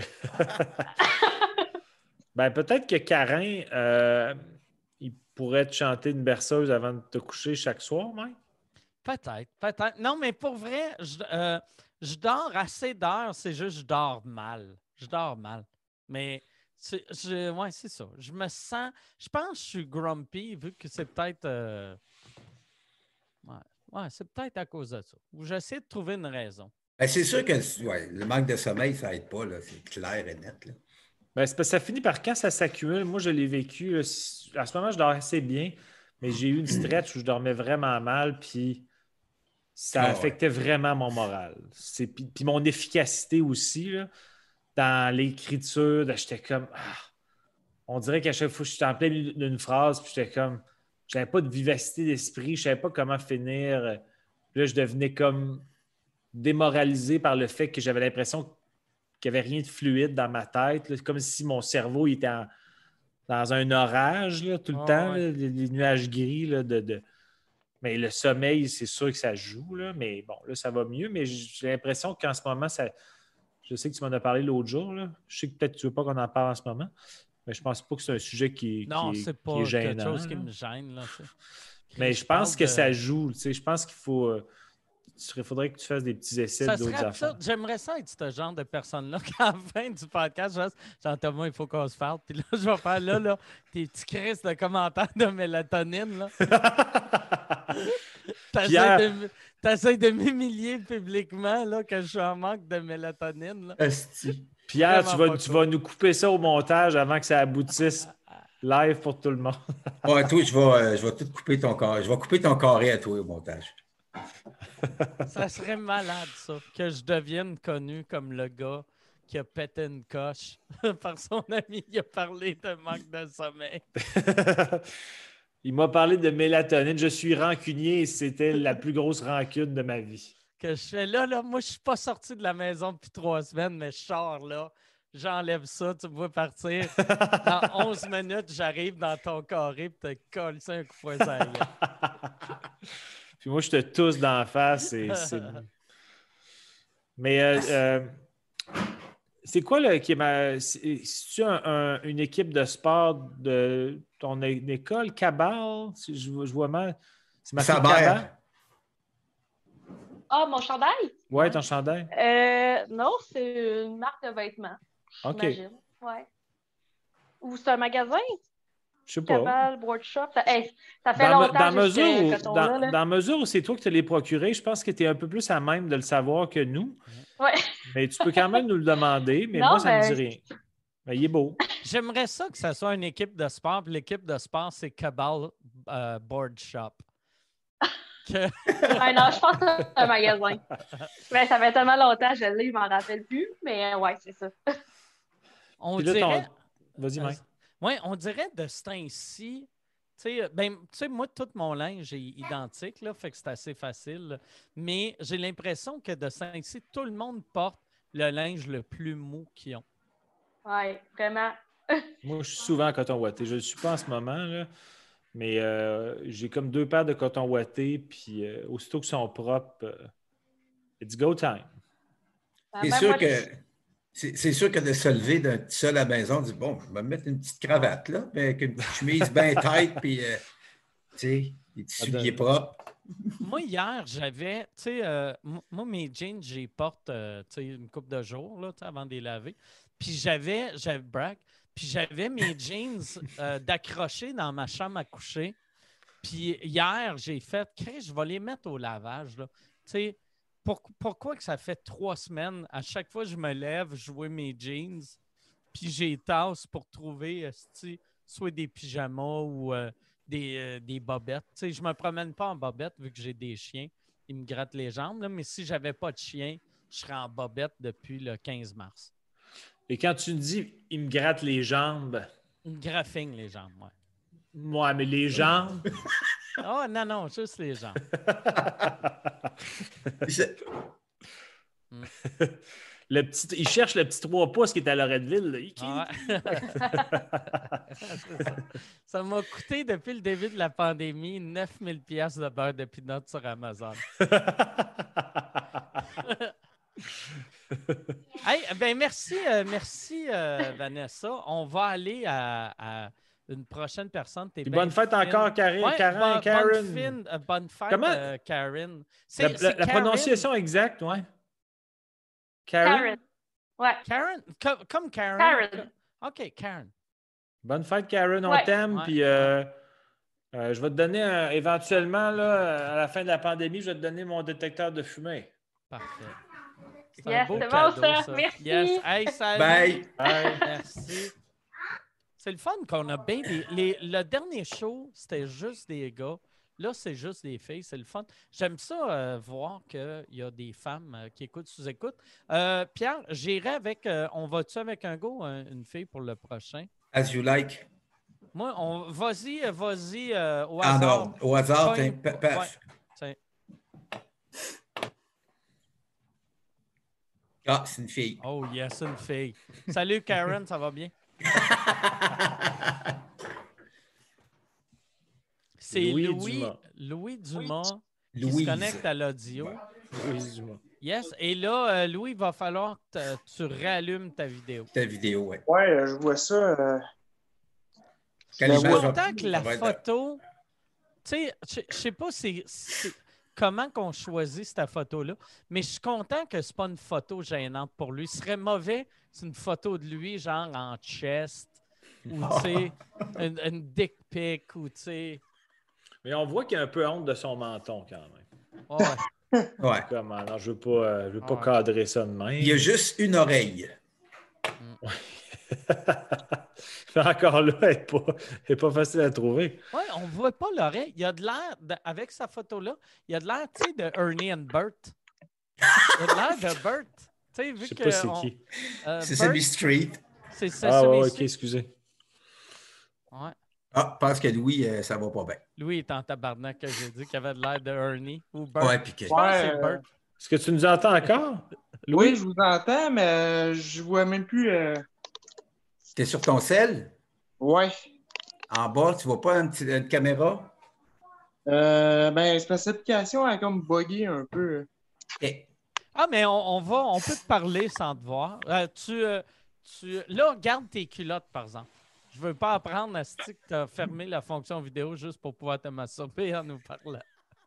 Ben, peut-être que Carin, il pourrait te chanter une berceuse avant de te coucher chaque soir, Mike?
Peut-être. Non, mais pour vrai, je dors assez d'heures. C'est juste que je dors mal. Mais c'est ça. Je me sens... Je pense que je suis grumpy, vu que c'est peut-être... c'est peut-être à cause de ça. Ou j'essaie de trouver une raison.
Ben, c'est sûr que le manque de sommeil, ça n'aide pas. Là. C'est clair et net. Là.
Ben, c'est parce que ça finit par quand ça s'accumule. Moi, je l'ai vécu. À ce moment, je dors assez bien, mais j'ai eu une stretch où je dormais vraiment mal, puis ça affectait vraiment mon moral. Puis mon efficacité aussi, là, dans l'écriture. J'étais comme... on dirait qu'à chaque fois, j'étais en plein d'une phrase, puis j'étais comme... J'avais pas de vivacité d'esprit, je savais pas comment finir. Puis là, je devenais comme démoralisé par le fait que j'avais l'impression qu'il n'y avait rien de fluide dans ma tête. Là, comme si mon cerveau était dans un orage là, tout le temps, là, les nuages gris. Là, Mais le sommeil, c'est sûr que ça joue, là, mais bon, là, ça va mieux. Mais j'ai l'impression qu'en ce moment, je sais que tu m'en as parlé l'autre jour. Là. Je sais que peut-être tu ne veux pas qu'on en parle en ce moment. Mais je pense pas que c'est un sujet qui est gênant.
Non, c'est pas quelque chose qui me gêne. Là,
mais je pense que ça joue. Je pense qu'il faut... il faudrait que tu fasses des petits essais d'autres affaires.
J'aimerais ça être ce genre de personne-là qu'à la fin du podcast, Jean-Thomas, il faut qu'on se parle. Puis là, je vais faire là, tes petits crises de commentaires de mélatonine. Là. T'essayes de m'humilier publiquement là, que je suis en manque de mélatonine. Là.
Pierre, tu vas nous couper ça au montage avant que ça aboutisse live pour tout le monde.
Ouais, toi, je vais tout couper ton carré. Je vais couper ton carré à toi au montage.
Ça serait malade, ça, que je devienne connu comme le gars qui a pété une coche par son ami qui a parlé de manque de sommeil.
Il m'a parlé de mélatonine. Je suis rancunier et c'était la plus grosse rancune de ma vie.
Que je fais là, moi, je suis pas sorti de la maison depuis 3 semaines, mais je sors là, j'enlève ça, tu me vois partir. Dans 11 minutes, j'arrive dans ton carré et te colle ça un coup de poing.
Puis moi, je te tousse d'en face. Mais c'est quoi qui est c'est-tu une équipe de sport de ton école, Cabal? Je vois mal. C'est ma Cabal.
Ah, mon chandail?
Oui, ton chandail.
Non, c'est une marque de vêtements.
OK.
J'imagine. Ouais. Ou c'est un magasin?
Je sais pas.
Cabal, Board Shop. Ça fait longtemps
dans la mesure où c'est toi qui te l'es procuré, je pense que tu es un peu plus à même de le savoir que nous.
Ouais.
Mais tu peux quand même nous le demander, mais non, moi, ça ne me dit rien. Mais il est beau.
J'aimerais ça que ça soit une équipe de sport, puis l'équipe de sport, c'est Cabal Board Shop.
Non, je pense que c'est un magasin. Mais ça fait tellement longtemps, je l'ai, je m'en rappelle plus. Mais ouais, c'est ça.
On dirait...
Vas-y, Mike.
Oui, on dirait de ce temps-ci, tu sais, moi, tout mon linge est identique, là, fait que c'est assez facile. Mais j'ai l'impression que de ce temps-ci, tout le monde porte le linge le plus mou qu'ils ont.
Oui, vraiment.
Moi, je suis souvent en coton ouaté. Je ne le suis pas en ce moment, là, mais j'ai comme 2 paires de coton ouaté, puis aussitôt qu'ils sont propres, it's go time.
C'est sûr que de se lever d'un petit seul à la maison, on dit bon, je vais me mettre une petite cravate là, avec une petite chemise bien tight, puis tu sais, des petits souliers propres.
Moi, hier, j'avais, tu sais, moi, mes jeans, j'y porte, tu sais, une couple de jours, là, avant de les laver. Puis j'avais mes jeans d'accrocher dans ma chambre à coucher. Puis hier, j'ai fait, je vais les mettre au lavage, là. Tu sais, pourquoi que ça fait 3 semaines, à chaque fois que je me lève, je vois mes jeans, puis j'ai tasse pour trouver soit des pyjamas ou des bobettes. Tu sais, je ne me promène pas en bobette vu que j'ai des chiens. Ils me grattent les jambes, là, mais si je n'avais pas de chien, je serais en bobette depuis le 15 mars.
Et quand tu me dis « ils me grattent les jambes »,
ils me graffignent les jambes, oui.
Ouais, mais les jambes...
Oh non, juste les jambes.
Il cherche le petit 3 pouces qui est à Loretteville.
Ça m'a coûté depuis le début de la pandémie 9000 pièces de beurre de pinot sur Amazon. Hey, ben merci Vanessa. On va aller à une prochaine personne.
Bonne fête encore, Karen.
Bonne fête,
Comment?
Karen.
La prononciation exacte, ouais.
Karen. Ouais.
Karen? Comme Karen?
Karen.
OK, Karen.
Bonne fête, Karen. On t'aime. Puis je vais te donner éventuellement, là, à la fin de la pandémie, je vais te donner mon détecteur de fumée.
Parfait.
C'est un beau cadeau, ça. Merci.
Yes. Hey, salut.
Bye.
Bye. Merci. C'est le fun qu'on a bien le dernier show, c'était juste des gars. Là, c'est juste des filles. C'est le fun. J'aime ça voir qu'il y a des femmes qui écoutent sous-écoute. Pierre, j'irai avec... on va-tu avec un gars ou une fille pour le prochain?
As you like.
Moi, vas-y au hasard.
Ah non, au hasard,
Ouais.
paf.
Tiens.
Ah, c'est une fille.
Oh, yes, une fille. Salut, Karen, ça va bien? C'est Louis Dumas qui se connecte à l'audio.
Louise Dumas.
Yes. Et là, Louis, il va falloir que tu rallumes ta vidéo.
Ta vidéo, oui.
Ouais, je vois ça.
Je suis content que la photo... Tu sais, je sais pas comment qu'on choisit cette photo-là, mais je suis content que ce n'est pas une photo gênante pour lui. Ce serait mauvais, c'est une photo de lui, genre en chest, ou tu sais, une dick pic, ou tu sais...
Mais on voit qu'il a un peu honte de son menton, quand même.
Ouais.
Ouais.
Comment? Alors, je ne veux pas cadrer ça de même.
Il y a juste une oreille.
Encore là, elle n'est pas facile à trouver.
Oui, on ne voit pas l'oreille. Il y a de l'air, avec sa photo-là, il y a de l'air, tu sais, de Ernie and Bert. Il y a de l'air de Bert. Tu sais, vu
je sais
que
pas c'est qui.
C'est Sesame Street.
C'est Sesame
ok,
Street.
excusez.
Ouais.
Ah, je pense que Louis, ça va pas bien.
Louis est en tabarnak que j'ai dit qu'il avait de l'air de Ernie ou Bert.
Ouais, piqué.
Je pense que c'est Bert.
Est-ce que tu nous entends encore, Louis?
Oui, je vous entends, mais je vois même plus...
T'es sur ton sel?
Ouais.
En bas, tu vois pas une caméra?
Ben, c'est parce que cette application a comme buggé un peu.
Okay.
Ah, mais on peut te parler sans te voir. Là, garde tes culottes, par exemple. Je veux pas apprendre à Stick que tu as fermé la fonction vidéo juste pour pouvoir te masturber en nous parlant.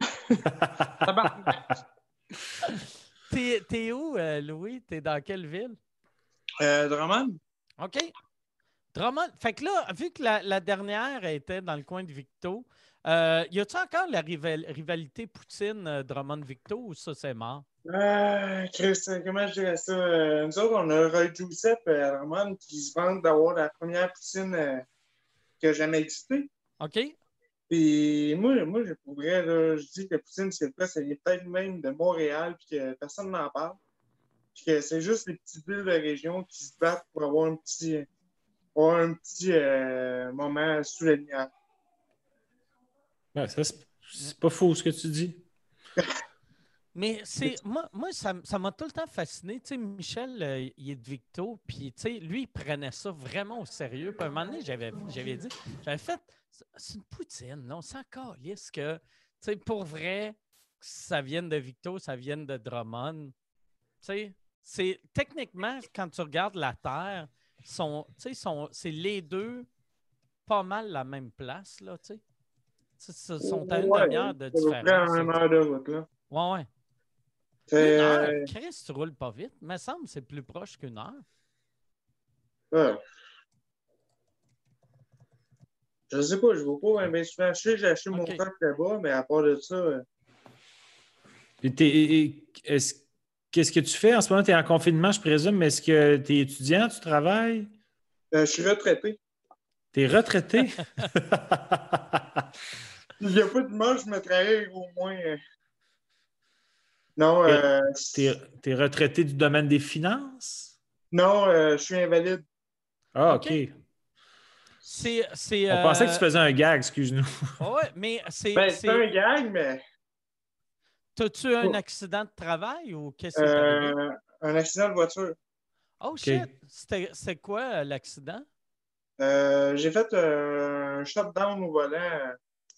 T'es où, Louis? T'es dans quelle ville?
Drummond.
OK. Drummond. Fait que là, vu que la dernière était dans le coin de Victo, y a-tu encore la rivalité Poutine-Drummond-Victo ou ça, c'est mort?
Chris, comment je dirais ça? Nous autres, on a Roy Giuseppe à Drummond qui se vante d'avoir la première poutine qui a jamais existé.
OK.
Puis moi je pourrais, là, je dis que poutine, c'est peut-être même de Montréal puis que personne n'en parle. Puis que c'est juste les petites villes de région qui se battent pour avoir un petit moment sous la lumière.
Ouais, ça, c'est pas faux ce que tu dis.
Mais moi, ça m'a tout le temps fasciné. Tu sais, Michel, il est de Victo, puis tu sais, lui, il prenait ça vraiment au sérieux. Puis à un moment donné, j'avais fait, c'est une poutine, non? C'est encore calisse que, tu sais, pour vrai, ça vienne de Victo, ça vienne de Drummond. Tu sais, techniquement, quand tu regardes la Terre, c'est les deux pas mal la même place, là, tu sais. Ils sont à une demi-heure de différence.
Une heure de route, là.
Ouais. Une heure, Chris, tu roules pas vite. Il me semble que c'est plus proche qu'une heure.
Ouais. Je sais pas, je ne vois pas bien souvent. Je sais que j'ai acheté mon truck là-bas, mais à part de ça...
Qu'est-ce que tu fais en ce moment? Tu es en confinement, je présume, mais est-ce que tu es étudiant, tu travailles?
Je suis retraité.
Tu es retraité?
Il n'y a pas de dimanche, je me travaille au moins... Non.
Tu es retraité du domaine des finances?
Non, je suis invalide.
Ah, OK. On pensait que tu faisais un gag, excuse-nous.
Ouais, mais c'est.
C'est un gag, mais.
T'as-tu un accident de travail ou qu'est-ce qui est arrivé?
Un accident de voiture.
Oh shit! C'est quoi l'accident?
J'ai fait un shutdown au volant,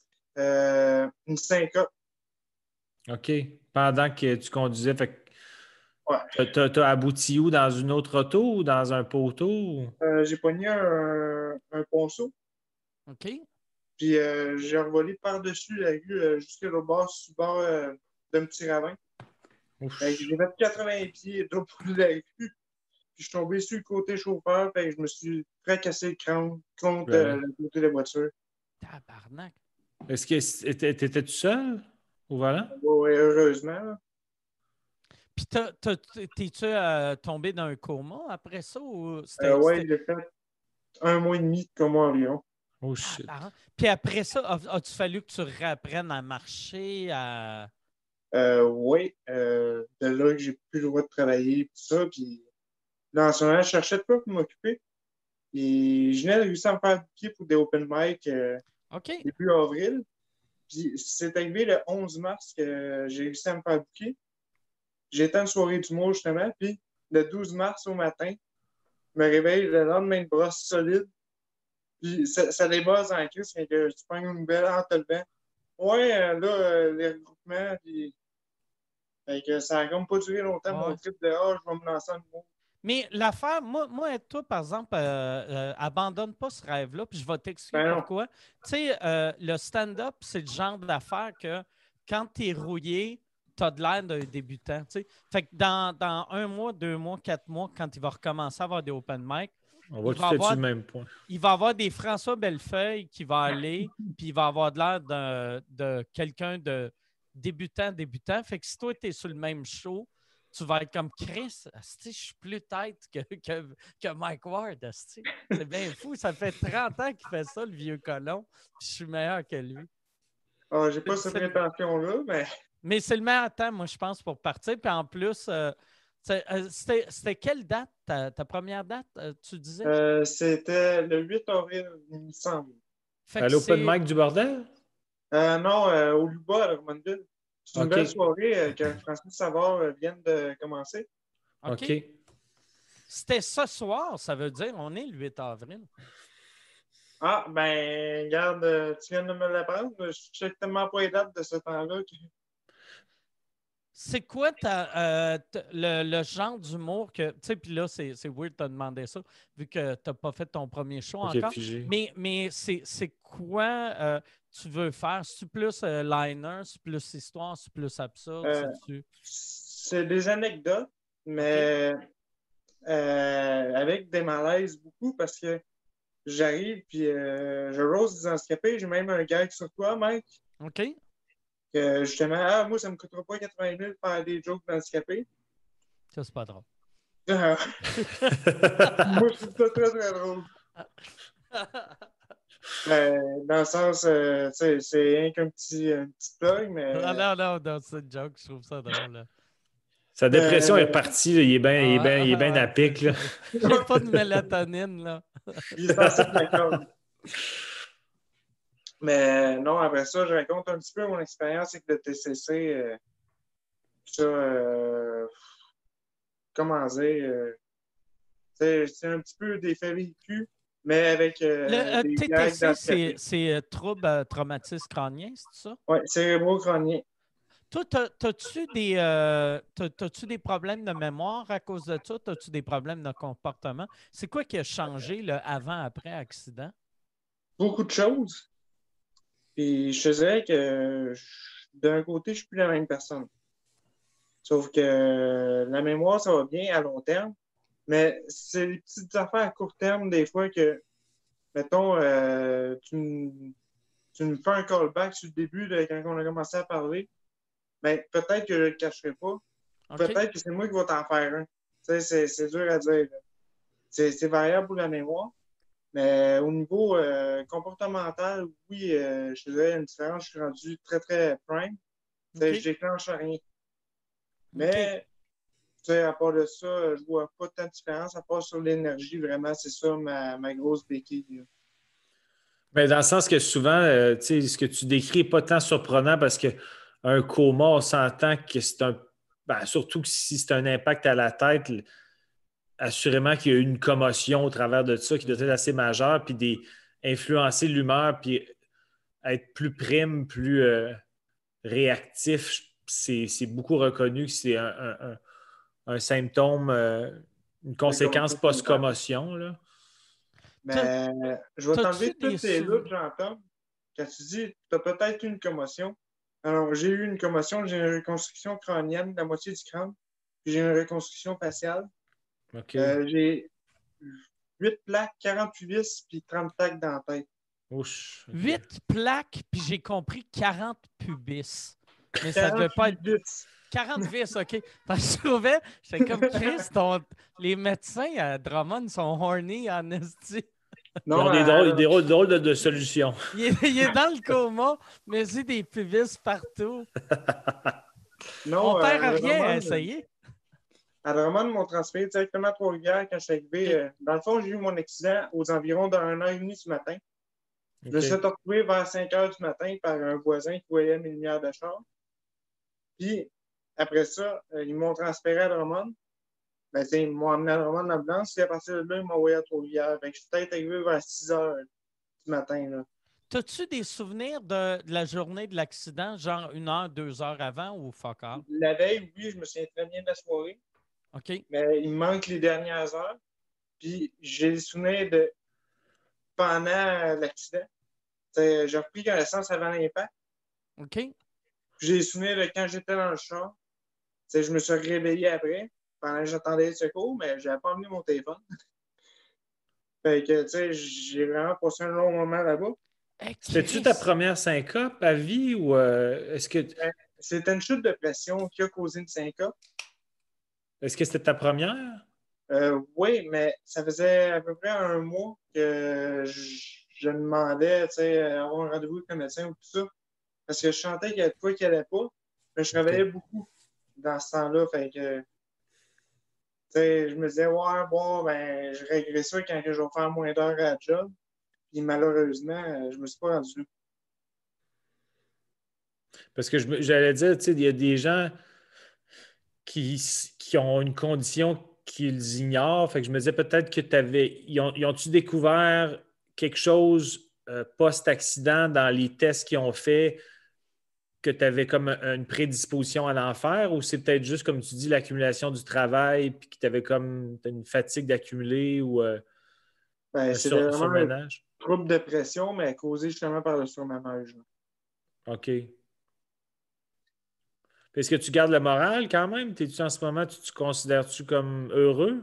une syncope.
OK. Pendant que tu conduisais, fait
Ouais.
t'as abouti où? Dans une autre auto ou dans un poteau?
J'ai pogné un ponceau.
OK.
Puis j'ai revolé par-dessus la rue jusqu'au bord, sur le bord d'un petit ravin. J'ai fait 80 pieds de bout de la rue. Puis je suis tombé sur le côté chauffeur. Fait que je me suis fracassé le crâne contre le côté de la voiture.
Tabarnak.
Est-ce que t'étais-tu seul au volant?
Oui, heureusement. Là.
Puis t'es-tu tombé dans un coma après ça? Ou
oui, j'ai fait 1 mois et demi de coma environ.
Oh shit.
Puis après ça, as-tu fallu que tu réapprennes à marcher?
Oui. De là que j'ai plus le droit de travailler tout ça. Puis là, en ce moment, je cherchais de quoi pour m'occuper. Et je venais de réussir à me faire booker pour des open mic début avril. Puis c'est arrivé le 11 mars que j'ai réussi à me faire booker. J'étais à une soirée d'humour justement. Puis le 12 mars au matin, je me réveille le lendemain de brosse solide. Puis ça débosse en crise, fait que tu prends une belle en te levant. Ouais, les regroupements, puis. Fait que ça n'a comme pas duré longtemps, mon trip de je vais me lancer en humour.
Mais l'affaire, moi et toi, par exemple, abandonne pas ce rêve-là, puis je vais t'expliquer pourquoi. Tu sais, le stand-up, c'est le genre d'affaire que quand tu es rouillé, tu as de l'air d'un débutant. T'sais. Fait que dans 1 mois, 2 mois, 4 mois, quand il va recommencer à avoir des open mic,
on va tout être le même point.
Il va avoir des François Bellefeuille qui va aller, puis il va avoir de l'air de quelqu'un de débutant. Fait que si toi, tu es sur le même show, tu vas être comme Chris. Je suis plus tête que Mike Ward. C'est bien fou. Ça fait 30 ans qu'il fait ça, le vieux colon. Puis je suis meilleur que lui.
J'ai pas cette prétention-là, mais.
Mais c'est le meilleur temps, moi, je pense, pour partir. Puis en plus, c'était quelle date, ta première date, tu disais?
C'était le 8 avril, il me semble.
À l'open mic du bordel?
Non, au Luba, à Drummondville. C'est une belle soirée que Francis Savard vient de commencer.
OK. C'était ce soir, ça veut dire, on est le 8 avril.
Ah, ben, regarde, tu viens de me l'apprendre. Je ne sais tellement pas les dates de ce temps-là.
C'est quoi le genre d'humour que. Tu sais, puis là, c'est weird de te demander ça, vu que tu n'as pas fait ton premier show encore. Mais c'est quoi tu veux faire? C'est-tu plus liner, c'est plus histoire, c'est plus absurde?
C'est des anecdotes, mais avec des malaises beaucoup parce que j'arrive puis je rose des handicapés. J'ai même un gag sur toi, Mike.
OK.
Que justement, moi, ça ne me coûtera pas 80 000 faire des jokes d'handicapés.
Ça, c'est pas drôle.
Moi, je trouve ça très, très drôle. Dans le sens, c'est rien qu'un petit plug, mais.
Non, c'est une joke, je trouve ça drôle. Là.
Sa dépression est repartie, là. Il est bien à pic.
J'ai pas de mélatonine, là.
Il est passé de la corde. Mais non, après ça, je raconte un petit peu mon expérience avec le TCC. Comment dire? C'est un petit peu des faits vécus, mais avec
le
des
TTC, c'est trouble traumatisme crânien, c'est ça?
Oui, cérébro-crânien.
Toi, as-tu des problèmes de mémoire à cause de ça? As-tu des problèmes de comportement? C'est quoi qui a changé le avant-après accident?
Beaucoup de choses. Puis je te dirais que d'un côté, je ne suis plus la même personne. Sauf que la mémoire, ça va bien à long terme, mais c'est des petites affaires à court terme des fois que, mettons, tu me fais un callback sur le début quand on a commencé à parler, mais peut-être que je ne le cacherai pas. Okay. Peut-être que c'est moi qui vais t'en faire un. C'est dur à dire. C'est variable pour la mémoire. Mais au niveau comportemental, oui, je te dirais une différence. Je suis rendu très, très prime. Okay. Je déclenche rien. Mais, à part de ça, je vois pas tant de différence, à part sur l'énergie. Vraiment, c'est ça ma grosse béquille.
Mais dans le sens que souvent, ce que tu décris n'est pas tant surprenant parce que un coma, on s'entend que c'est un. Ben, surtout que si c'est un impact à la tête, assurément qu'il y a eu une commotion au travers de ça qui doit être assez majeure, puis influencer l'humeur, puis être plus prime, plus réactif. C'est beaucoup reconnu que c'est un symptôme, une conséquence post-commotion. Là.
Mais je vais t'enlever toutes tes doutes, Jean-Tom. Quand tu dis tu as peut-être eu une commotion. Alors, j'ai eu une commotion, j'ai une reconstruction crânienne, la moitié du crâne, puis j'ai une reconstruction faciale.
Okay.
J'ai 8 plaques, 48 vis, puis 30 plaques dans la tête.
Ouch, okay.
8 plaques, puis j'ai compris 40 pubis. Mais ça devait pas être... 40 vis, OK. Parce que je trouvais, j'étais comme Chris, les médecins à Drummond sont horny en esti.
Ils ont des drôles de solutions.
Il est dans le coma, mais c'est des pubis partout.
Non,
on perd rien à essayer.
À Drummond, ils m'ont transféré directement à Trois-Rivières quand je suis arrivé. Dans le fond, j'ai eu mon accident aux environs d'1 heure et demie ce matin. Okay. Je me suis retrouvé vers 5 heures du matin par un voisin qui voyait mes lumières de char. Puis, après ça, ils m'ont transféré à Drummond. Ben, ils m'ont amené à Drummond en ambulance. Et à partir de là, ils m'ont envoyé à Trois-Rivières. Je suis peut-être arrivé vers 6 heures du matin.
T'as-tu des souvenirs de la journée de l'accident, genre 1 heure, 2 heures avant ou fuck off?
La veille, oui, je me souviens très bien de la soirée.
OK.
Mais il me manque les dernières heures. Puis j'ai les souvenirs de pendant l'accident. J'ai repris connaissance avant l'impact.
OK.
J'ai les souvenirs de quand j'étais dans le char. Je me suis réveillé après, pendant que j'attendais le secours, mais je n'avais pas emmené mon téléphone. Fait que, j'ai vraiment passé un long moment là-bas.
C'était-tu ta première syncope à vie ou est-ce que.
C'était une chute de pression qui a causé une syncope.
Est-ce que c'était ta première?
Oui, mais ça faisait à peu près 1 mois que je demandais avoir un rendez-vous avec le médecin ou tout ça. Parce que je sentais qu'il y avait de quoi qui n'allait pas. Mais je travaillais beaucoup dans ce temps-là. Fait que je me disais, ouais, bon, ben, je réglerai ça quand je vais faire moins d'heures à la job. Puis malheureusement, je ne me suis pas rendu là.
Parce que j'allais dire, il y a des gens qui ont une condition qu'ils ignorent. Fait que je me disais peut-être que ils ont-tu découvert quelque chose post-accident dans les tests qu'ils ont fait que tu avais comme une prédisposition à l'en faire ou c'est peut-être juste, comme tu dis, l'accumulation du travail puis que tu avais comme une fatigue d'accumuler ou un surménage?
Un trouble de pression, mais causé justement par le surménage.
OK. Est-ce que tu gardes le moral quand même? T'es-tu en ce moment, tu te considères-tu comme heureux?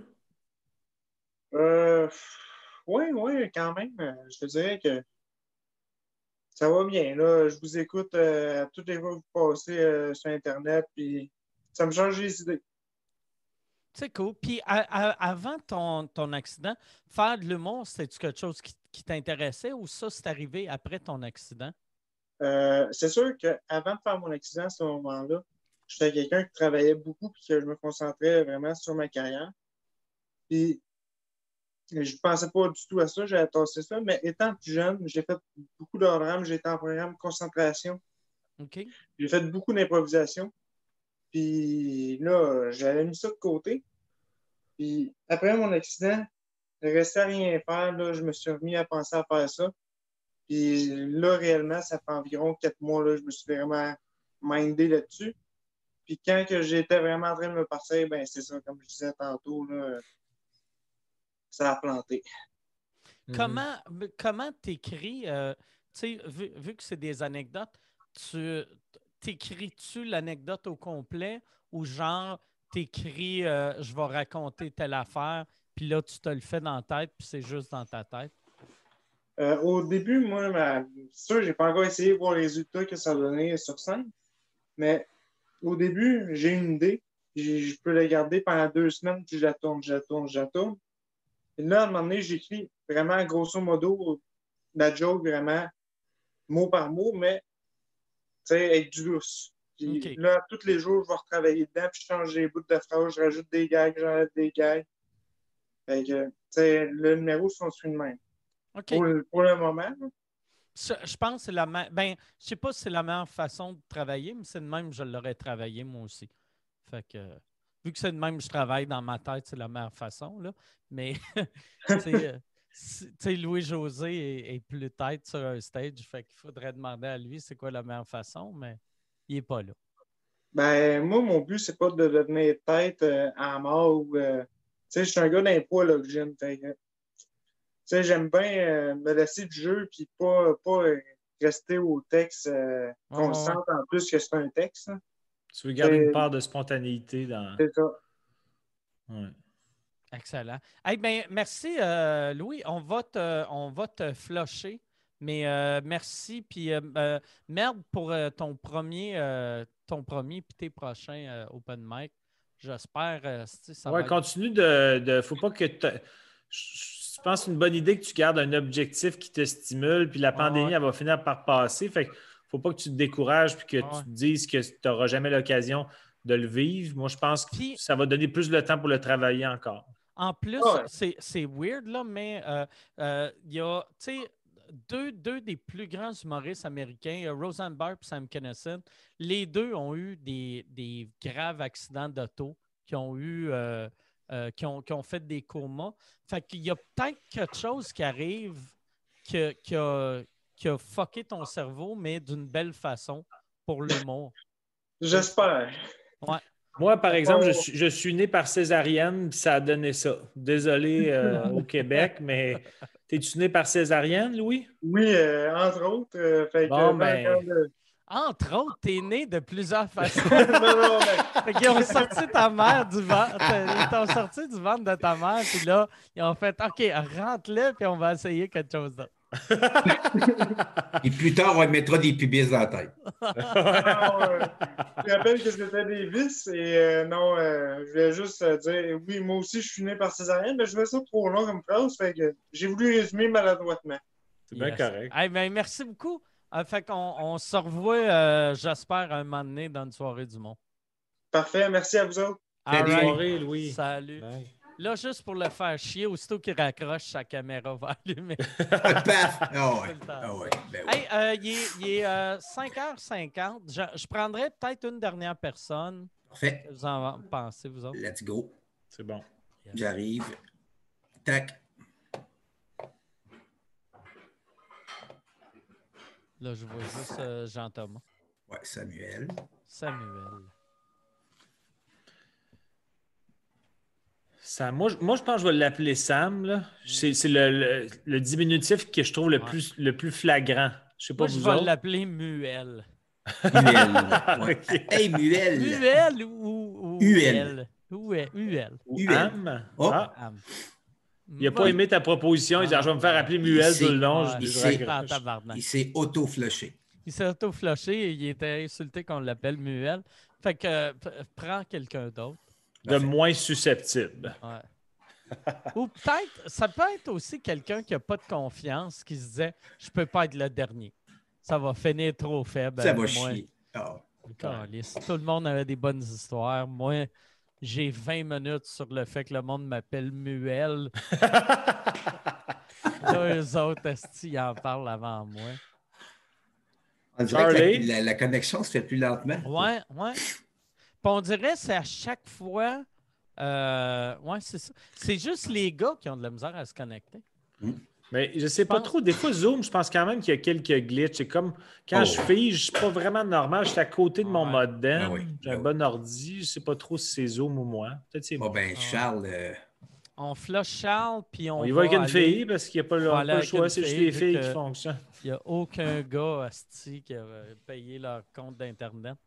Oui, quand même. Je te dirais que ça va bien. Là. Je vous écoute toutes les fois que vous passez sur Internet, puis ça me change les idées.
C'est cool. Puis avant ton accident, faire de l'humour, c'était-tu quelque chose qui t'intéressait ou ça, c'est arrivé après ton accident?
C'est sûr qu'avant de faire mon accident, à ce moment-là, j'étais quelqu'un qui travaillait beaucoup et que je me concentrais vraiment sur ma carrière. Puis, je ne pensais pas du tout à ça, j'avais tassé ça, mais étant plus jeune, j'ai fait beaucoup d'ordrames, j'ai été en programme concentration.
Okay.
J'ai fait beaucoup d'improvisation. Puis là, j'avais mis ça de côté. Puis après mon accident, il ne restait à rien faire. Là, je me suis remis à penser à faire ça. Puis là, réellement, ça fait environ 4 mois, là, je me suis vraiment mindé là-dessus. Puis quand que j'étais vraiment en train de me partir, ben c'est ça, comme je disais tantôt, là, ça a planté.
Comment t'écris, vu que c'est des anecdotes, t'écris-tu l'anecdote au complet ou genre t'écris je vais raconter telle affaire, puis là tu te le fais dans la tête, puis c'est juste dans ta tête?
Au début, moi, c'est sûr, j'ai pas encore essayé de voir les résultats que ça donnait sur scène, mais au début, j'ai une idée, je peux la garder pendant 2 semaines, puis je la tourne. Et là, à un moment donné, j'écris vraiment grosso modo la joke vraiment mot par mot, mais avec du lousse. Puis là, tous les jours, je vais retravailler dedans, puis je change les bouts de phrases, je rajoute des gags, j'enlève des gags. Fait que, le numéro se construit de même.
Okay.
Pour le moment.
Je pense que c'est la meilleure. Ben, je sais pas si c'est la meilleure façon de travailler, mais c'est de même que je l'aurais travaillé moi aussi. Fait que, vu que c'est de même que je travaille dans ma tête, c'est la meilleure façon, là. Mais, tu sais, Louis-José est plus tête sur un stage, fait qu'il faudrait demander à lui c'est quoi la meilleure façon, mais il n'est pas là.
Ben, moi, mon but, c'est pas de devenir tête à mort ou. Tu sais, je suis un gars d'impôt à l'origine. Tu sais, j'aime bien me laisser du jeu puis pas rester au texte qu'on le sente en plus que c'est un texte. Hein.
Tu veux garder une part de spontanéité dans.
C'est ça.
Ouais.
Excellent. Hey, ben, merci, Louis. On va te flusher. Mais merci. Puis merde pour ton premier puis tes prochains open mic. J'espère. Ça va
continue de. Faut pas que. Je pense que c'est une bonne idée que tu gardes un objectif qui te stimule. Puis la pandémie, elle va finir par passer. Fait que faut pas que tu te décourages puis que tu te dises que tu n'auras jamais l'occasion de le vivre. Moi, je pense que ça va donner plus de temps pour le travailler encore.
En plus, c'est weird, là, mais il y a, tu sais, deux des plus grands humoristes américains, Rosenberg et Sam Kinison, les deux ont eu des graves accidents d'auto qui ont fait des comas. Fait qu'il y a peut-être quelque chose qui arrive qui a fucké ton cerveau, mais d'une belle façon pour l'humour.
J'espère.
Ouais.
Moi, par exemple, je suis né par césarienne, puis ça a donné ça. Désolé au Québec, mais t'es-tu né par césarienne, Louis?
Oui, entre autres.
Entre autres, t'es né de plusieurs façons. Non, mais... Ils ont sorti ta mère du ventre. Ils t'ont sorti du ventre de ta mère, puis là, ils ont fait OK, rentre-le, puis on va essayer quelque chose d'autre.
Et plus tard, on lui mettra des pubis dans la tête.
Je rappelle que c'était des vis et non, je voulais juste dire oui, moi aussi je suis né par césarienne, mais je fais ça trop long comme phrase, fait que j'ai voulu résumer maladroitement.
C'est bien correct.
Hey, ben, merci beaucoup. Fait qu'on se revoit, j'espère, un moment donné dans une soirée du monde.
Parfait, merci à vous autres.
Bonne soirée, Louis.
Salut. Bye. Là, juste pour le faire chier, aussitôt qu'il raccroche, sa caméra va allumer.
Paf! Ouais.
Il est 5h50. Je prendrais peut-être une dernière personne.
Parfait.
Vous en pensez, vous autres?
Let's go.
C'est bon.
Yes. J'arrive. Tac.
Là, je vois juste Jean-Thomas.
Ouais, Samuel.
Sam, moi, je pense que je vais l'appeler Sam. Là. C'est le diminutif que je trouve le plus flagrant. Je sais pas vous
je vais l'appeler Muel.
Ouais. Okay. Hey, Muel!
Muel ou
UL.
UL.
Am.
Oh.
Am.
Il n'a pas aimé ta proposition. Il dit je vais me faire appeler Muel tout le long.
Il s'est auto-flushé.
Il s'est auto-flushé et il était insulté qu'on l'appelle Muel. Fait que prends quelqu'un d'autre.
De moins susceptible.
Ouais. Ou peut-être, ça peut être aussi quelqu'un qui n'a pas de confiance, qui se disait je peux pas être le dernier. Ça va finir trop faible.
Ça va chier.
Tout le monde avait des bonnes histoires. Moi, j'ai 20 minutes sur le fait que le monde m'appelle Muel. Là, eux autres, ils en parlent avant moi.
On dirait que la connexion se fait plus lentement.
Ouais. Puis on dirait que c'est à chaque fois... ouais, c'est ça. C'est juste les gars qui ont de la misère à se connecter.
Mais je sais pas trop. Des fois, Zoom, je pense quand même qu'il y a quelques glitches. C'est comme quand je fige, je suis pas vraiment normal. Je suis à côté de mon modem. J'ai un bon ordi. Je sais pas trop si c'est Zoom ou moi. Peut-être c'est moi.
Charles...
On flush Charles, puis on
y va avec une fille parce qu'il n'y a pas le choix. C'est juste les filles qui fonctionnent.
Il n'y a aucun gars asti qui a payé leur compte d'Internet.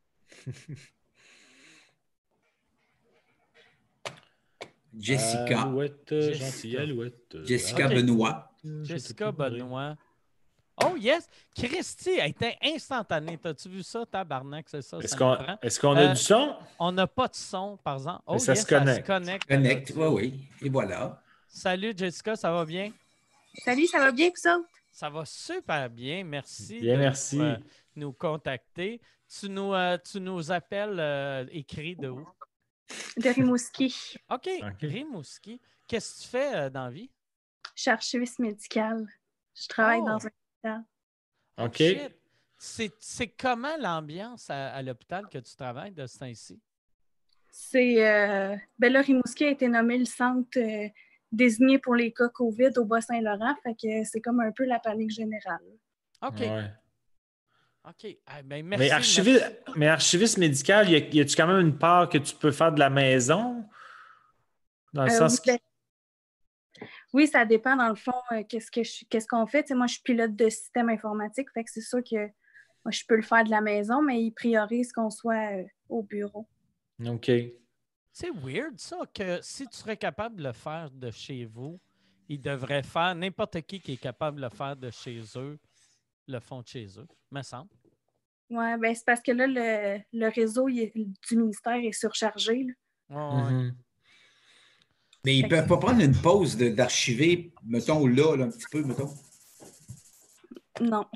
Jessica.
Alouette, gentille Alouette.
Jessica Benoît.
Jessica Benoît. Oh yes! Christy a été instantanée. T'as-tu vu ça, tabarnak? C'est ça.
Est-ce qu'on a du son?
On n'a pas de son, par exemple. Oh,
ça se connecte.
Ça se
connecte. Oui. Et voilà.
Salut, Jessica, ça va bien?
Salut, ça va bien, vous autres?
Ça va super bien. Merci.
Bien, merci.
Nous contacter. Tu nous appelles écrit de où?
De Rimouski.
OK. Rimouski. Qu'est-ce que tu fais dans la vie?
Je suis archiviste médicale. Je travaille dans un hôpital.
OK.
Shit. C'est comment l'ambiance à l'hôpital que tu travailles de ce temps-ci?
C'est ben là, Rimouski a été nommé le centre désigné pour les cas COVID au Bas-Saint-Laurent, fait que c'est comme un peu la panique générale.
OK.
Ouais.
OK. Ah, ben, merci.
Mais archiviste médical, y a-tu quand même une part que tu peux faire de la maison? Dans le sens
oui, oui, ça dépend dans le fond qu'est-ce qu'on fait. Tu sais, moi, je suis pilote de système informatique, fait que c'est sûr que moi, je peux le faire de la maison, mais ils priorisent qu'on soit au bureau.
OK.
C'est weird, ça, que si tu serais capable de le faire de chez vous, ils devraient faire, n'importe qui est capable de le faire de chez eux, le font de chez eux, me semble.
Oui, ben c'est parce que là, le réseau du ministère est surchargé.
Ouais.
Mais ils ne peuvent pas prendre une pause d'archiver, mettons, là, un petit peu, mettons.
Non.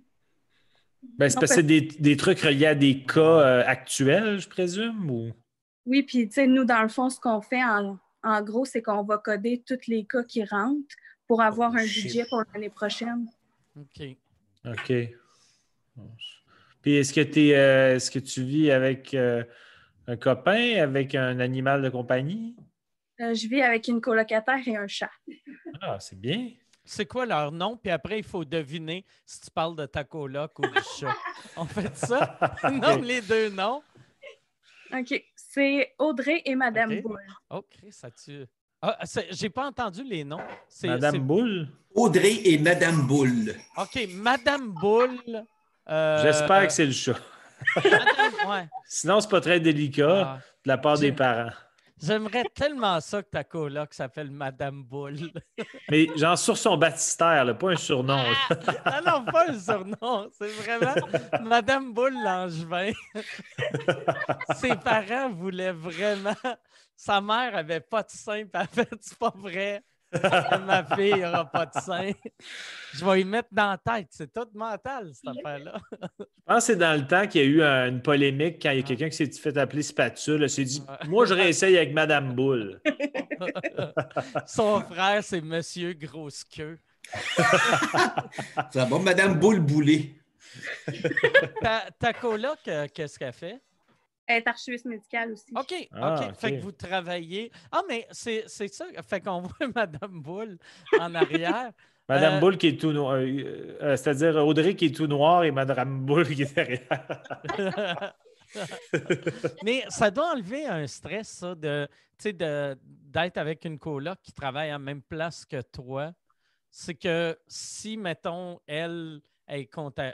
Ben, c'est parce que c'est des trucs reliés à des cas actuels, je présume? Ou...
Oui, puis tu sais, nous, dans le fond, ce qu'on fait, en gros, c'est qu'on va coder tous les cas qui rentrent pour avoir un budget pour l'année prochaine.
OK.
OK. Puis est-ce que tu vis avec un copain, avec un animal de compagnie?
Je vis avec une colocataire et un chat.
Ah, c'est bien.
C'est quoi leur nom? Puis après, il faut deviner si tu parles de ta coloc ou du chat. On fait ça? Nomme les deux noms.
OK. C'est Audrey et Madame Boule.
OK, ça tue. Ah, j'ai pas entendu les noms.
Madame Boule?
Audrey et Madame Boule.
OK, Madame Boule.
J'espère que c'est le chat.
Ouais.
Sinon, c'est pas très délicat de la part des parents.
J'aimerais tellement ça que ta coloc s'appelle Madame Boule.
Mais genre sur son baptistère, là, pas un surnom.
Non, pas un surnom. C'est vraiment Madame Boule Langevin. Ses parents voulaient vraiment... Sa mère avait pas de sein, puis elle a fait « C'est pas vrai. Ma fille n'aura pas de sein. » Je vais y mettre dans la tête. C'est tout mental, cette affaire-là.
Je pense que c'est dans le temps qu'il y a eu une polémique quand il y a quelqu'un qui s'est fait appeler Spatule. Il s'est dit « Moi, je réessaye avec Madame Boule. »
Son frère, c'est Monsieur Grosse Queue.
Ça va, Madame Boule Boulée.
Ta coloc, qu'est-ce qu'elle fait?
Elle est archiviste médicale aussi.
OK.
OK.
Fait que vous travaillez... Ah, mais c'est ça. Fait qu'on voit Madame Boule en arrière.
Madame Boule qui est tout noir. C'est-à-dire Audrey qui est tout noir et Madame Boule qui est derrière.
Mais ça doit enlever un stress, ça, d'être avec une coloc qui travaille à la même place que toi. C'est que si, mettons, elle est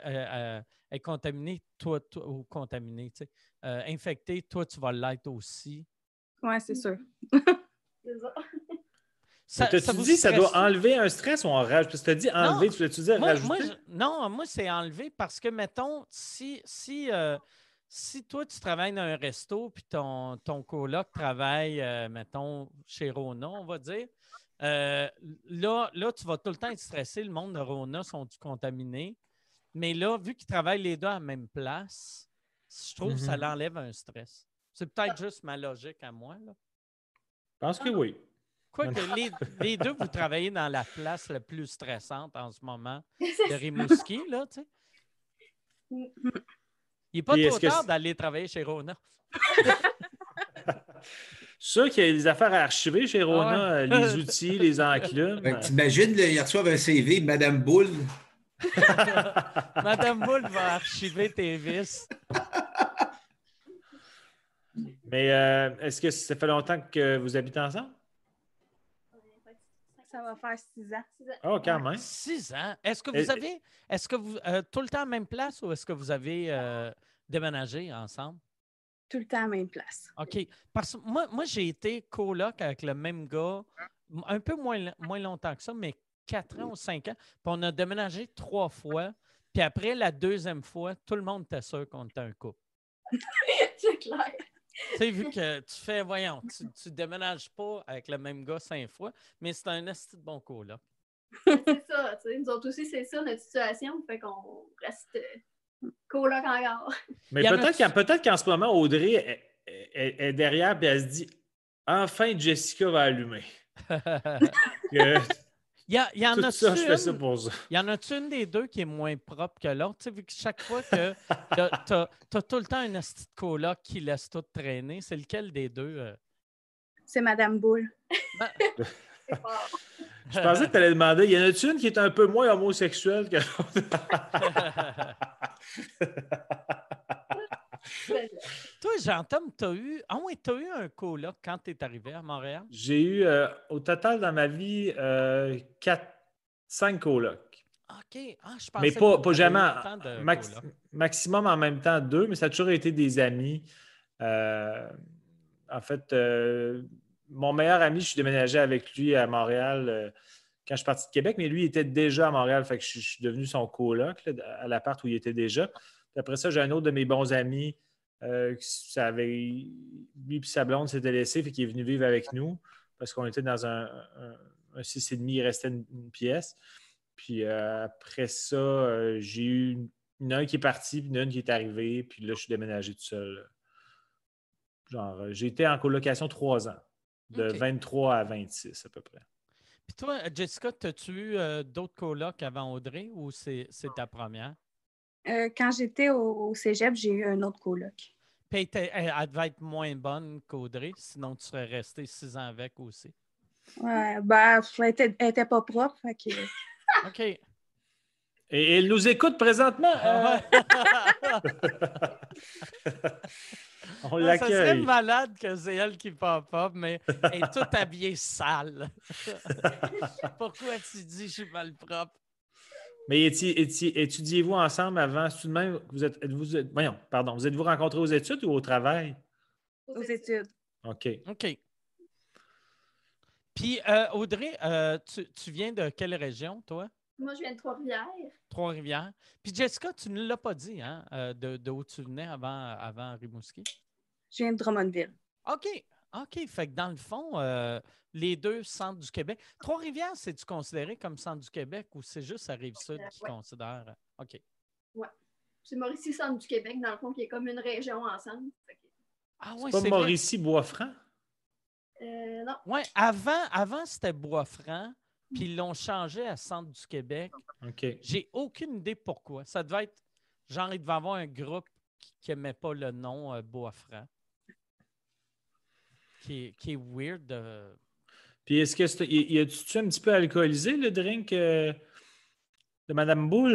contaminée, toi ou contaminée, tu sais, infectée, toi, tu vas l'être aussi.
Oui, c'est sûr.
C'est ça.
T'as-tu dit ça doit enlever un stress ou en rage? Parce que tu as dit enlever, tu voulais-tu dire rajouter?
Moi, c'est enlever parce que, mettons, si toi, tu travailles dans un resto puis ton coloc travaille, mettons, chez Rona, on va dire, là, tu vas tout le temps être stressé. Le monde de Rona sont contaminés. Mais là, vu qu'ils travaillent les deux à la même place, je trouve que ça l'enlève un stress. C'est peut-être juste ma logique à moi, là.
Je pense que oui.
Quoique les deux, vous travaillez dans la place la plus stressante en ce moment de Rimouski, là, tu sais. Il n'est pas trop tard d'aller travailler chez Rona.
Sûr qu'il y a des affaires à archiver chez Rona, les outils, les enclumes.
T'imagines, ils reçoivent un CV, Madame Boule.
Madame Boule va archiver tes vis.
Mais est-ce que ça fait longtemps que vous habitez ensemble?
Ça va faire 6 ans.
Oh, quand même.
6 ans. Est-ce que vous tout le temps à la même place ou est-ce que vous avez déménagé ensemble?
Tout le temps à la même place.
OK. Parce que moi j'ai été coloc avec le même gars un peu moins longtemps que ça, mais 4 ans ou 5 ans. Puis on a déménagé 3 fois. Puis après, la deuxième fois, tout le monde était sûr qu'on était un couple.
C'est clair.
Tu sais, vu que tu fais, voyons, tu déménages pas avec le même gars 5 fois, mais c'est un esti de bon coloc.
C'est ça, tu sais. Nous autres aussi, c'est ça notre situation. Fait qu'on reste coloc encore.
Mais peut-être qu'en ce moment, Audrey est derrière et elle se dit « Enfin, Jessica va allumer. »
Il Y en
Tout
a
ça, je fais ça pour ça.
Y en a-tu une des deux qui est moins propre que l'autre? Tu sais, vu que chaque fois que t'as tout le temps un asti de coloc qui laisse tout traîner, c'est lequel des deux?
C'est Madame Boule.
Je pensais que tu allais demander, y en a-tu une qui est un peu moins homosexuelle que l'autre?
Toi, Jean-Tom, t'as eu un coloc quand tu es arrivé à Montréal?
J'ai eu, au total dans ma vie, 5 colocs.
OK. Je pensais
mais pas jamais. Maximum en même temps 2, mais ça a toujours été des amis. En fait, mon meilleur ami, je suis déménagé avec lui à Montréal quand je suis parti de Québec, mais lui, il était déjà à Montréal, fait que je suis devenu son coloc là, à l'appart où il était déjà. Puis après ça, j'ai un autre de mes bons amis lui et sa blonde s'étaient laissés, fait qu'il est venu vivre avec nous parce qu'on était dans un 6,5, il restait une pièce. Puis après ça, j'ai eu un qui est parti, puis une qui est arrivée, puis là, je suis déménagé tout seul. J'ai été en colocation 3 ans, de 23 à 26 à peu près.
Puis toi, Jessica, as-tu eu d'autres colocs avant Audrey ou c'est ta première?
Quand j'étais au cégep, j'ai eu un autre coloc.
Puis elle devait être moins bonne qu'Audrey, sinon tu serais resté 6 ans avec aussi.
Ouais, elle était pas propre. Fait que...
OK.
Et elle nous écoute présentement. On l'accueille.
Ça serait malade que c'est elle qui pop-up, mais elle est toute habillée sale. Pourquoi tu dis je suis mal propre?
Mais étudiez-vous ensemble avant? Tout de même, vous êtes-vous rencontrés aux études ou au travail?
Aux études.
OK.
Puis, Audrey, tu viens de quelle région, toi?
Moi, je viens de Trois-Rivières.
Trois-Rivières. Puis, Jessica, tu ne l'as pas dit, hein, d'où tu venais avant Rimouski?
Je viens de Drummondville.
OK. Fait que dans le fond, les deux centres du Québec. Trois-Rivières, c'est-tu considéré comme centre du Québec ou c'est juste la Rive-Sud qui considère? OK.
Oui. C'est Mauricie, centre du Québec, dans le fond, qui est comme une région ensemble.
C'est pas Mauricie-Bois-Franc?
Non.
Oui, avant c'était Bois-Franc, puis ils l'ont changé à Centre du Québec.
OK.
J'ai aucune idée pourquoi. Ça devait être, il devait avoir un groupe qui n'aimait pas le nom Bois-Franc. Qui est weird.
Puis est-ce que y a-tu un petit peu alcoolisé le drink de Madame Boule?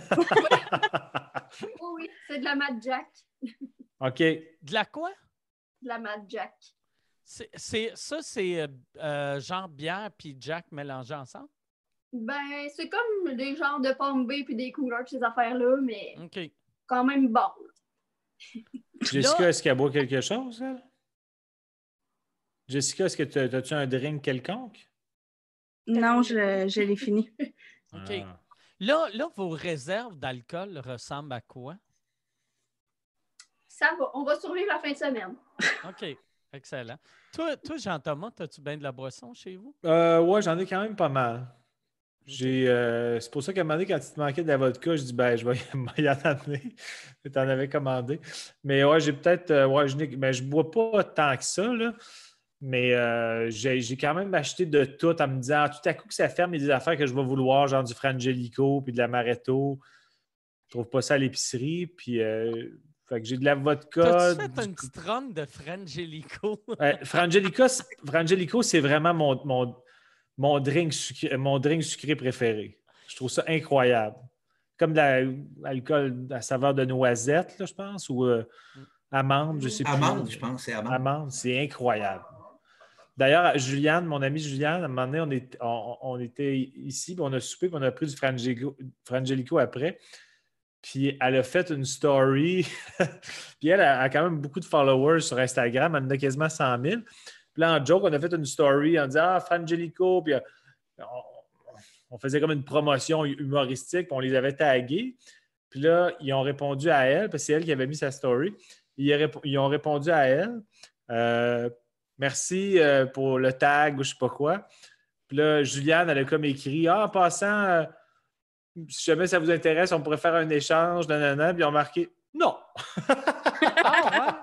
Oui, c'est de la Mad Jack.
OK.
De la quoi?
De la Mad Jack.
C'est genre bière puis Jack mélangés ensemble?
Ben, c'est comme des genres de pommes B puis des couleurs puis ces affaires-là, mais quand même bon.
Jessica, est-ce qu'elle boit quelque chose, elle? Jessica, est-ce que as-tu un drink quelconque?
Non, je l'ai fini.
OK. Là, vos réserves d'alcool ressemblent à quoi?
Ça va. On va survivre la fin de semaine.
OK. Excellent. Toi Jean-Thomas, as-tu bien de la boisson chez vous?
Oui, j'en ai quand même pas mal. C'est pour ça qu'à un moment donné, quand il te manquait de la vodka, je dis je vais y en amener. Tu en avais commandé. Mais ouais, j'ai peut-être. je bois pas tant que ça, là. Mais j'ai quand même acheté de tout en me disant tout à coup que ça ferme, il y a des affaires que je vais vouloir, genre du Frangelico puis de l'Amaretto. Je trouve pas ça à l'épicerie. Puis fait que j'ai de la vodka.
T'as-tu fait une petite run de Frangelico?
Frangelico, c'est vraiment mon drink sucré préféré. Je trouve ça incroyable. Comme de l'alcool à saveur de noisette, là, je pense, ou amande, je sais plus.
Amande, je pense, c'est amande.
Amande, c'est incroyable. D'ailleurs, Juliane, mon amie Juliane, à un moment donné, on était ici, puis on a soupé, puis on a pris du Frangelico après. Puis elle a fait une story. Puis elle a quand même beaucoup de followers sur Instagram. Elle en a quasiment 100 000. Puis là, en joke, on a fait une story en disant Frangelico. Puis on faisait comme une promotion humoristique. Puis on les avait tagués. Puis là, ils ont répondu à elle, parce que c'est elle qui avait mis sa story. Ils ont répondu à elle. Merci pour le tag ou je ne sais pas quoi. Puis là, Juliane, elle a comme écrit en passant, si jamais ça vous intéresse, on pourrait faire un échange, nanana. Puis ils ont marqué non.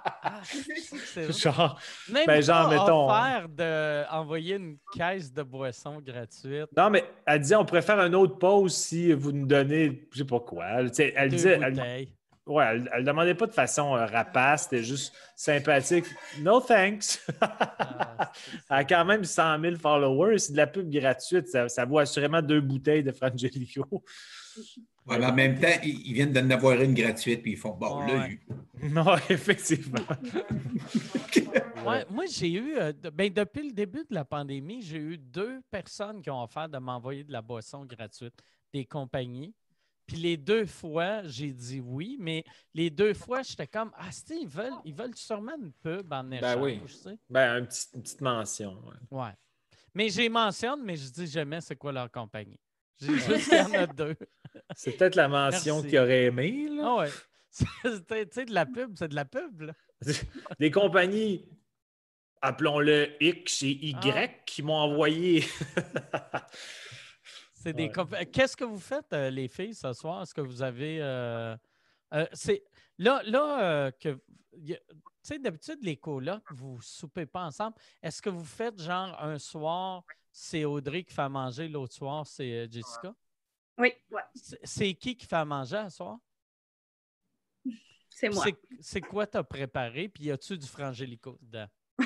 Genre,
même
ben, genre,
pas
mettons.
offert d'envoyer une caisse de boissons gratuite.
Non, mais elle disait on pourrait faire une autre pause si vous nous donnez, je sais pas quoi. Elle
Deux
disait.
bouteilles.
Ouais, elle demandait pas de façon rapace, c'était juste sympathique. No thanks. Elle a quand même 100 000 followers. C'est de la pub gratuite. Ça vaut assurément 2 bouteilles de Frangelico.
Ouais, mais en même temps, ils viennent d'en avoir une gratuite, puis ils font bon,
Ouais.
là, eu.
Non, effectivement.
Ouais, moi, j'ai eu, depuis le début de la pandémie, j'ai eu 2 personnes qui ont offert de m'envoyer de la boisson gratuite, des compagnies. Puis les 2 fois, j'ai dit oui, mais les 2 fois, j'étais comme, ils veulent sûrement une pub en échange.
Ben oui.
Tu sais?
Ben, une petite mention. Ouais.
Ouais. Mais j'ai mentionné, mais je dis jamais c'est quoi leur compagnie. J'ai juste qu'il y en a 2.
C'est peut-être la mention
Merci.
qu'il aurait aimé. Là.
Ah ouais. Tu sais, de la pub, c'est de la pub, là.
Des compagnies, appelons-le X et Y, qui m'ont envoyé.
C'est des Qu'est-ce que vous faites, les filles, ce soir? Est-ce que vous avez... c'est... Là, tu sais, d'habitude, les colocs, vous soupez pas ensemble. Est-ce que vous faites genre un soir, c'est Audrey qui fait à manger, l'autre soir, c'est Jessica?
Oui, ouais.
C'est qui fait à manger ce soir?
C'est moi.
C'est quoi t'as préparé? Puis y a-tu du frangélico dedans?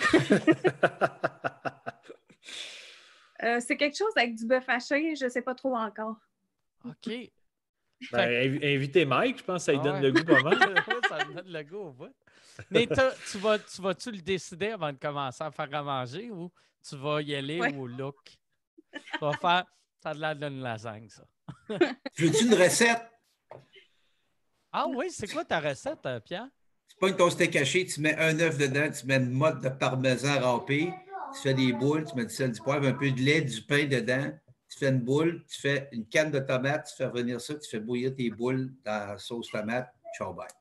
C'est quelque chose avec du bœuf haché, je ne sais pas trop encore.
OK.
Ben, inviter Mike, je pense que ça lui donne le goût pas mal.
Ça lui donne le goût au bout. Mais tu vas-tu le décider avant de commencer à faire à manger ou tu vas y aller au look? Tu vas faire, ça a l'air d'une lasagne, ça.
Veux-tu une recette?
Ah oui, c'est quoi ta recette, Pierre?
Tu pognes ton steak haché, tu mets un œuf dedans, tu mets une motte de parmesan râpé, tu fais des boules, tu mets du sel, du poivre, un peu de lait, du pain dedans, tu fais une boule, tu fais une canne de tomates, tu fais revenir ça, tu fais bouillir tes boules dans la sauce tomate, ciao bye.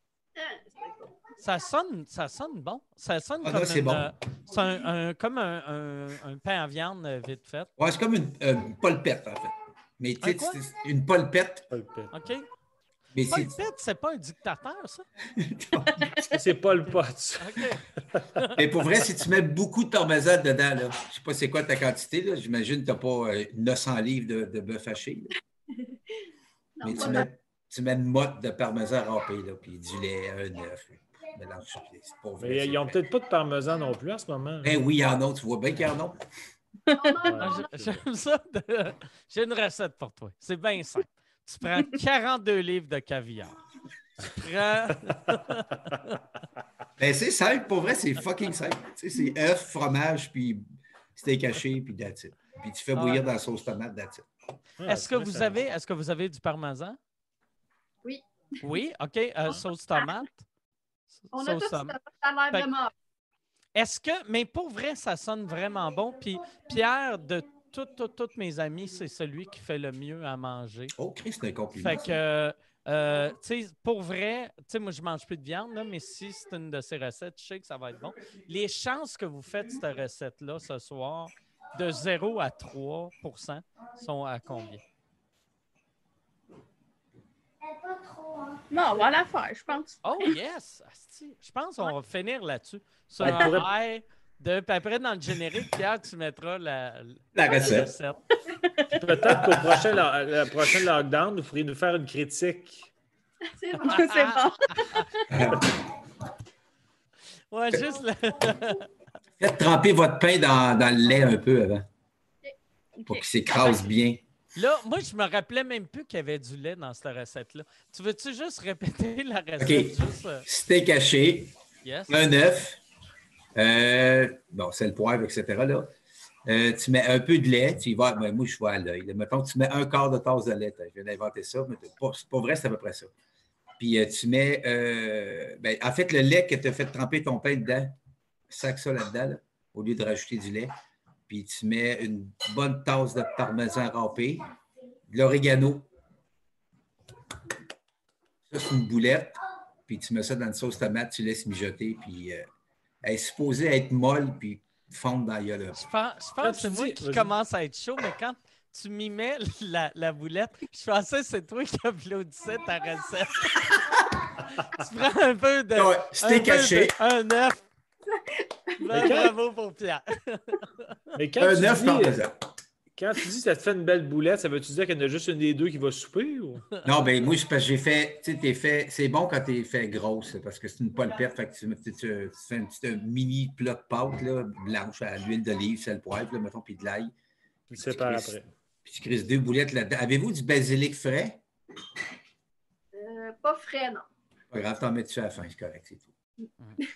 Ça sonne bon. Ça sonne comme,
non, c'est bon.
C'est comme un pain à viande vite fait.
Ouais, c'est comme une polpette, en fait. Mais tu sais, c'est une polpette.
OK.
Mais
Polpette, c'est pas un dictateur, ça?
C'est pas le pot.
OK.
Mais pour vrai, si tu mets beaucoup de parmesan dedans, là, je sais pas c'est quoi ta quantité, là, j'imagine que tu n'as pas 900 livres de bœuf haché. Mais tu mets une motte de parmesan râpé, là, puis du lait, un œuf. Mélange. C'est pas vrai.
Mais ils n'ont peut-être pas de parmesan non plus en ce moment.
Ben oui, il y en a. Tu vois bien qu'il y en a.
J'aime ça. J'ai une recette pour toi. C'est bien simple. Tu prends 42 livres de caviar. Tu prends...
Ben, c'est simple. Pour vrai, c'est fucking simple. Tu sais, c'est œuf, fromage, puis steak haché, puis that's it. Puis tu fais bouillir dans la sauce tomate, that's it.
Est-ce que vous avez du parmesan?
Oui.
Oui? OK. Sauce tomate?
On a tout ça. Ça a l'air vraiment...
Est-ce que... Mais pour vrai, ça sonne vraiment bon. Puis Pierre, de toutes mes amis, c'est celui qui fait le mieux à manger.
Oh, Christ, c'est un compliment.
Fait que, tu sais, pour vrai, tu sais, moi, je mange plus de viande, là, mais si c'est une de ces recettes, je sais que ça va être bon. Les chances que vous faites cette recette-là ce soir, de 0 à 3 % sont à combien?
Pas trop, hein. Non, on va la faire, je pense.
Oh, yes! Je pense qu'on va finir là-dessus. Sur un high de... Puis après, dans le générique, Pierre, tu mettras la recette.
Peut-être qu'au prochain lockdown, vous pourriez nous faire une critique.
C'est bon. C'est bon.
Ouais, juste
Faites tremper votre pain dans le lait un peu avant. Pour qu'il s'écrase bien.
Là, moi, je me rappelais même plus qu'il y avait du lait dans cette recette-là. Tu veux-tu juste répéter la recette?
OK.
Juste,
steak haché,
yes.
Un œuf, bon, sel, poivre, etc. Là. Tu mets un peu de lait, tu y vas, ben, moi, je vois à l'œil. Mettons que tu mets un quart de tasse de lait. Je viens d'inventer ça, mais c'est pas vrai, c'est à peu près ça. Puis tu mets, ben, en fait, le lait que tu as fait tremper ton pain dedans, sac ça là-dedans, là, au lieu de rajouter du lait. Puis tu mets une bonne tasse de parmesan râpé, de l'orégano. Ça, c'est une boulette. Puis tu mets ça dans une sauce tomate, tu laisses mijoter. Puis elle est supposée être molle, puis fondre dans la gueule.
Je pense que c'est moi qui commence à être chaud, mais quand tu m'y mets la boulette, je pensais que c'est toi qui applaudissais ta recette. Tu prends un peu de...
Ouais, c'était caché.
Un œuf. Bravo pour Pierre.
Mais
Un œuf parmesan.
Quand tu dis que ça te fait une belle boulette, ça veut-tu dire qu'il y en a juste une des deux qui va souper? Ou?
Non, ben moi, c'est parce que j'ai fait, tu sais, c'est bon quand t'es fait grosse, parce que c'est une polpette, fait que tu fais un mini plat de pâte, là, blanche, à l'huile d'olive, sel, poivre, là, mettons, puis de l'ail.
Tu sépares après.
Puis tu crises 2 boulettes là-dedans. Avez-vous du basilic frais?
Pas frais, non.
Pas grave, t'en mets dessus à la fin, c'est correct, c'est tout.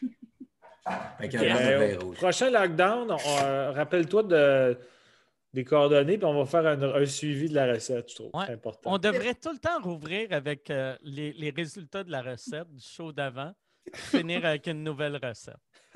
Prochain lockdown, rappelle-toi des coordonnées, puis on va faire un suivi de la recette, je trouve.
Ouais.
C'est important.
On devrait tout le temps rouvrir avec les résultats de la recette du show d'avant, finir avec une nouvelle recette.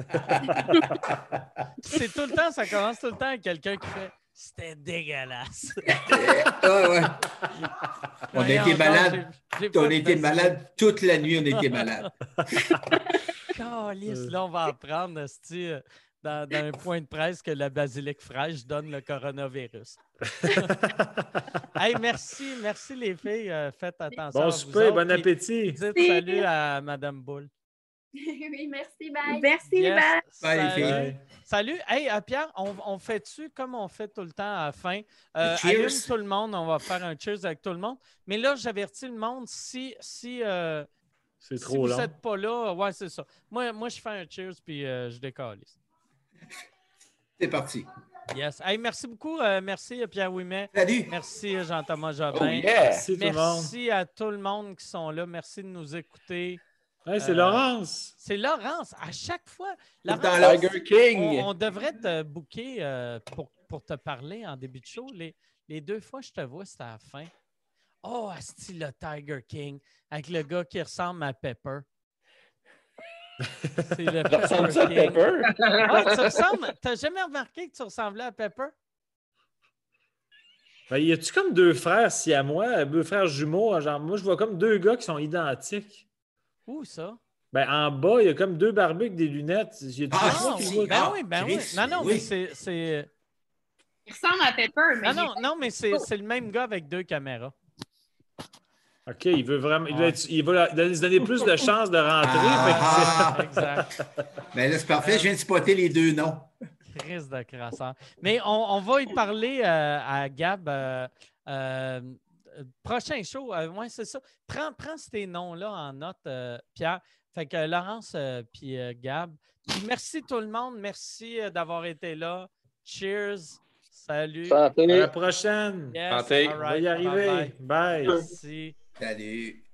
C'est tout le temps, ça commence tout le temps avec quelqu'un qui fait « C'était dégueulasse! »
Ouais. On a été malade. On a été malade toute la nuit, on a été malade.
Calice, là, on va apprendre, dans un point de presse que la basilic fraîche donne le coronavirus. Hey, merci les filles. Faites attention.
Bon souper, bon appétit.
Dites salut à Madame Boule.
Oui, merci, bye.
Merci,
Yes.
bye.
Bye, les filles.
Bye.
Salut. Hey, Pierre, on fait-tu comme on fait tout le temps à la fin?
Cheers.
Allume tout le monde, on va faire un cheers avec tout le monde. Mais là, j'avertis le monde, si
c'est
si
trop
vous
long.
n'êtes pas là, ouais, c'est ça. Moi, je fais un cheers puis je décalise.
C'est parti.
Yes. Hey, merci beaucoup. Merci Pierre Ouimet.
Salut.
Merci Jean-Thomas Jobin.
Oh, yeah.
Merci tout le monde.
Merci à tout le monde qui sont là. Merci de nous écouter.
Hey, c'est Laurence.
C'est Laurence. À chaque fois.
Dans
Laurence,
Tiger King.
on devrait te booker pour te parler en début de show. Les 2 fois que je te vois, c'est à la fin. Oh, asti, le Tiger King avec le gars qui ressemble à Pepper. C'est le
Ça ressemble à
King.
Pepper?
Ouais, tu ressembles. T'as jamais remarqué que tu ressemblais à Pepper?
Ben, y a-tu comme 2 frères siamois, 2 frères jumeaux? Genre, moi, je vois comme 2 gars qui sont identiques.
Où ça?
Ben, en bas, il y a comme 2 barbus avec des lunettes.
Ah, oui, ben oui.
Chris,
Non,
oui.
mais c'est...
Il ressemble à Pepper, mais
Non, mais c'est le même gars avec 2 caméras.
OK, il veut vraiment. Il va se donner plus de chances de rentrer.
Exact.
Mais là, c'est parfait, je viens de spotter les 2 noms.
Crise de crasseur. Mais on va y parler à Gab. Prochain show, ouais, c'est ça. Prends ces noms-là en note, Pierre. Fait que Laurence puis Gab. Puis merci tout le monde. Merci d'avoir été là. Cheers. Salut.
Santé.
À la prochaine.
Yes,
Santé.
all
On va y arriver.
Bye.
Bye.
Merci.
Salut.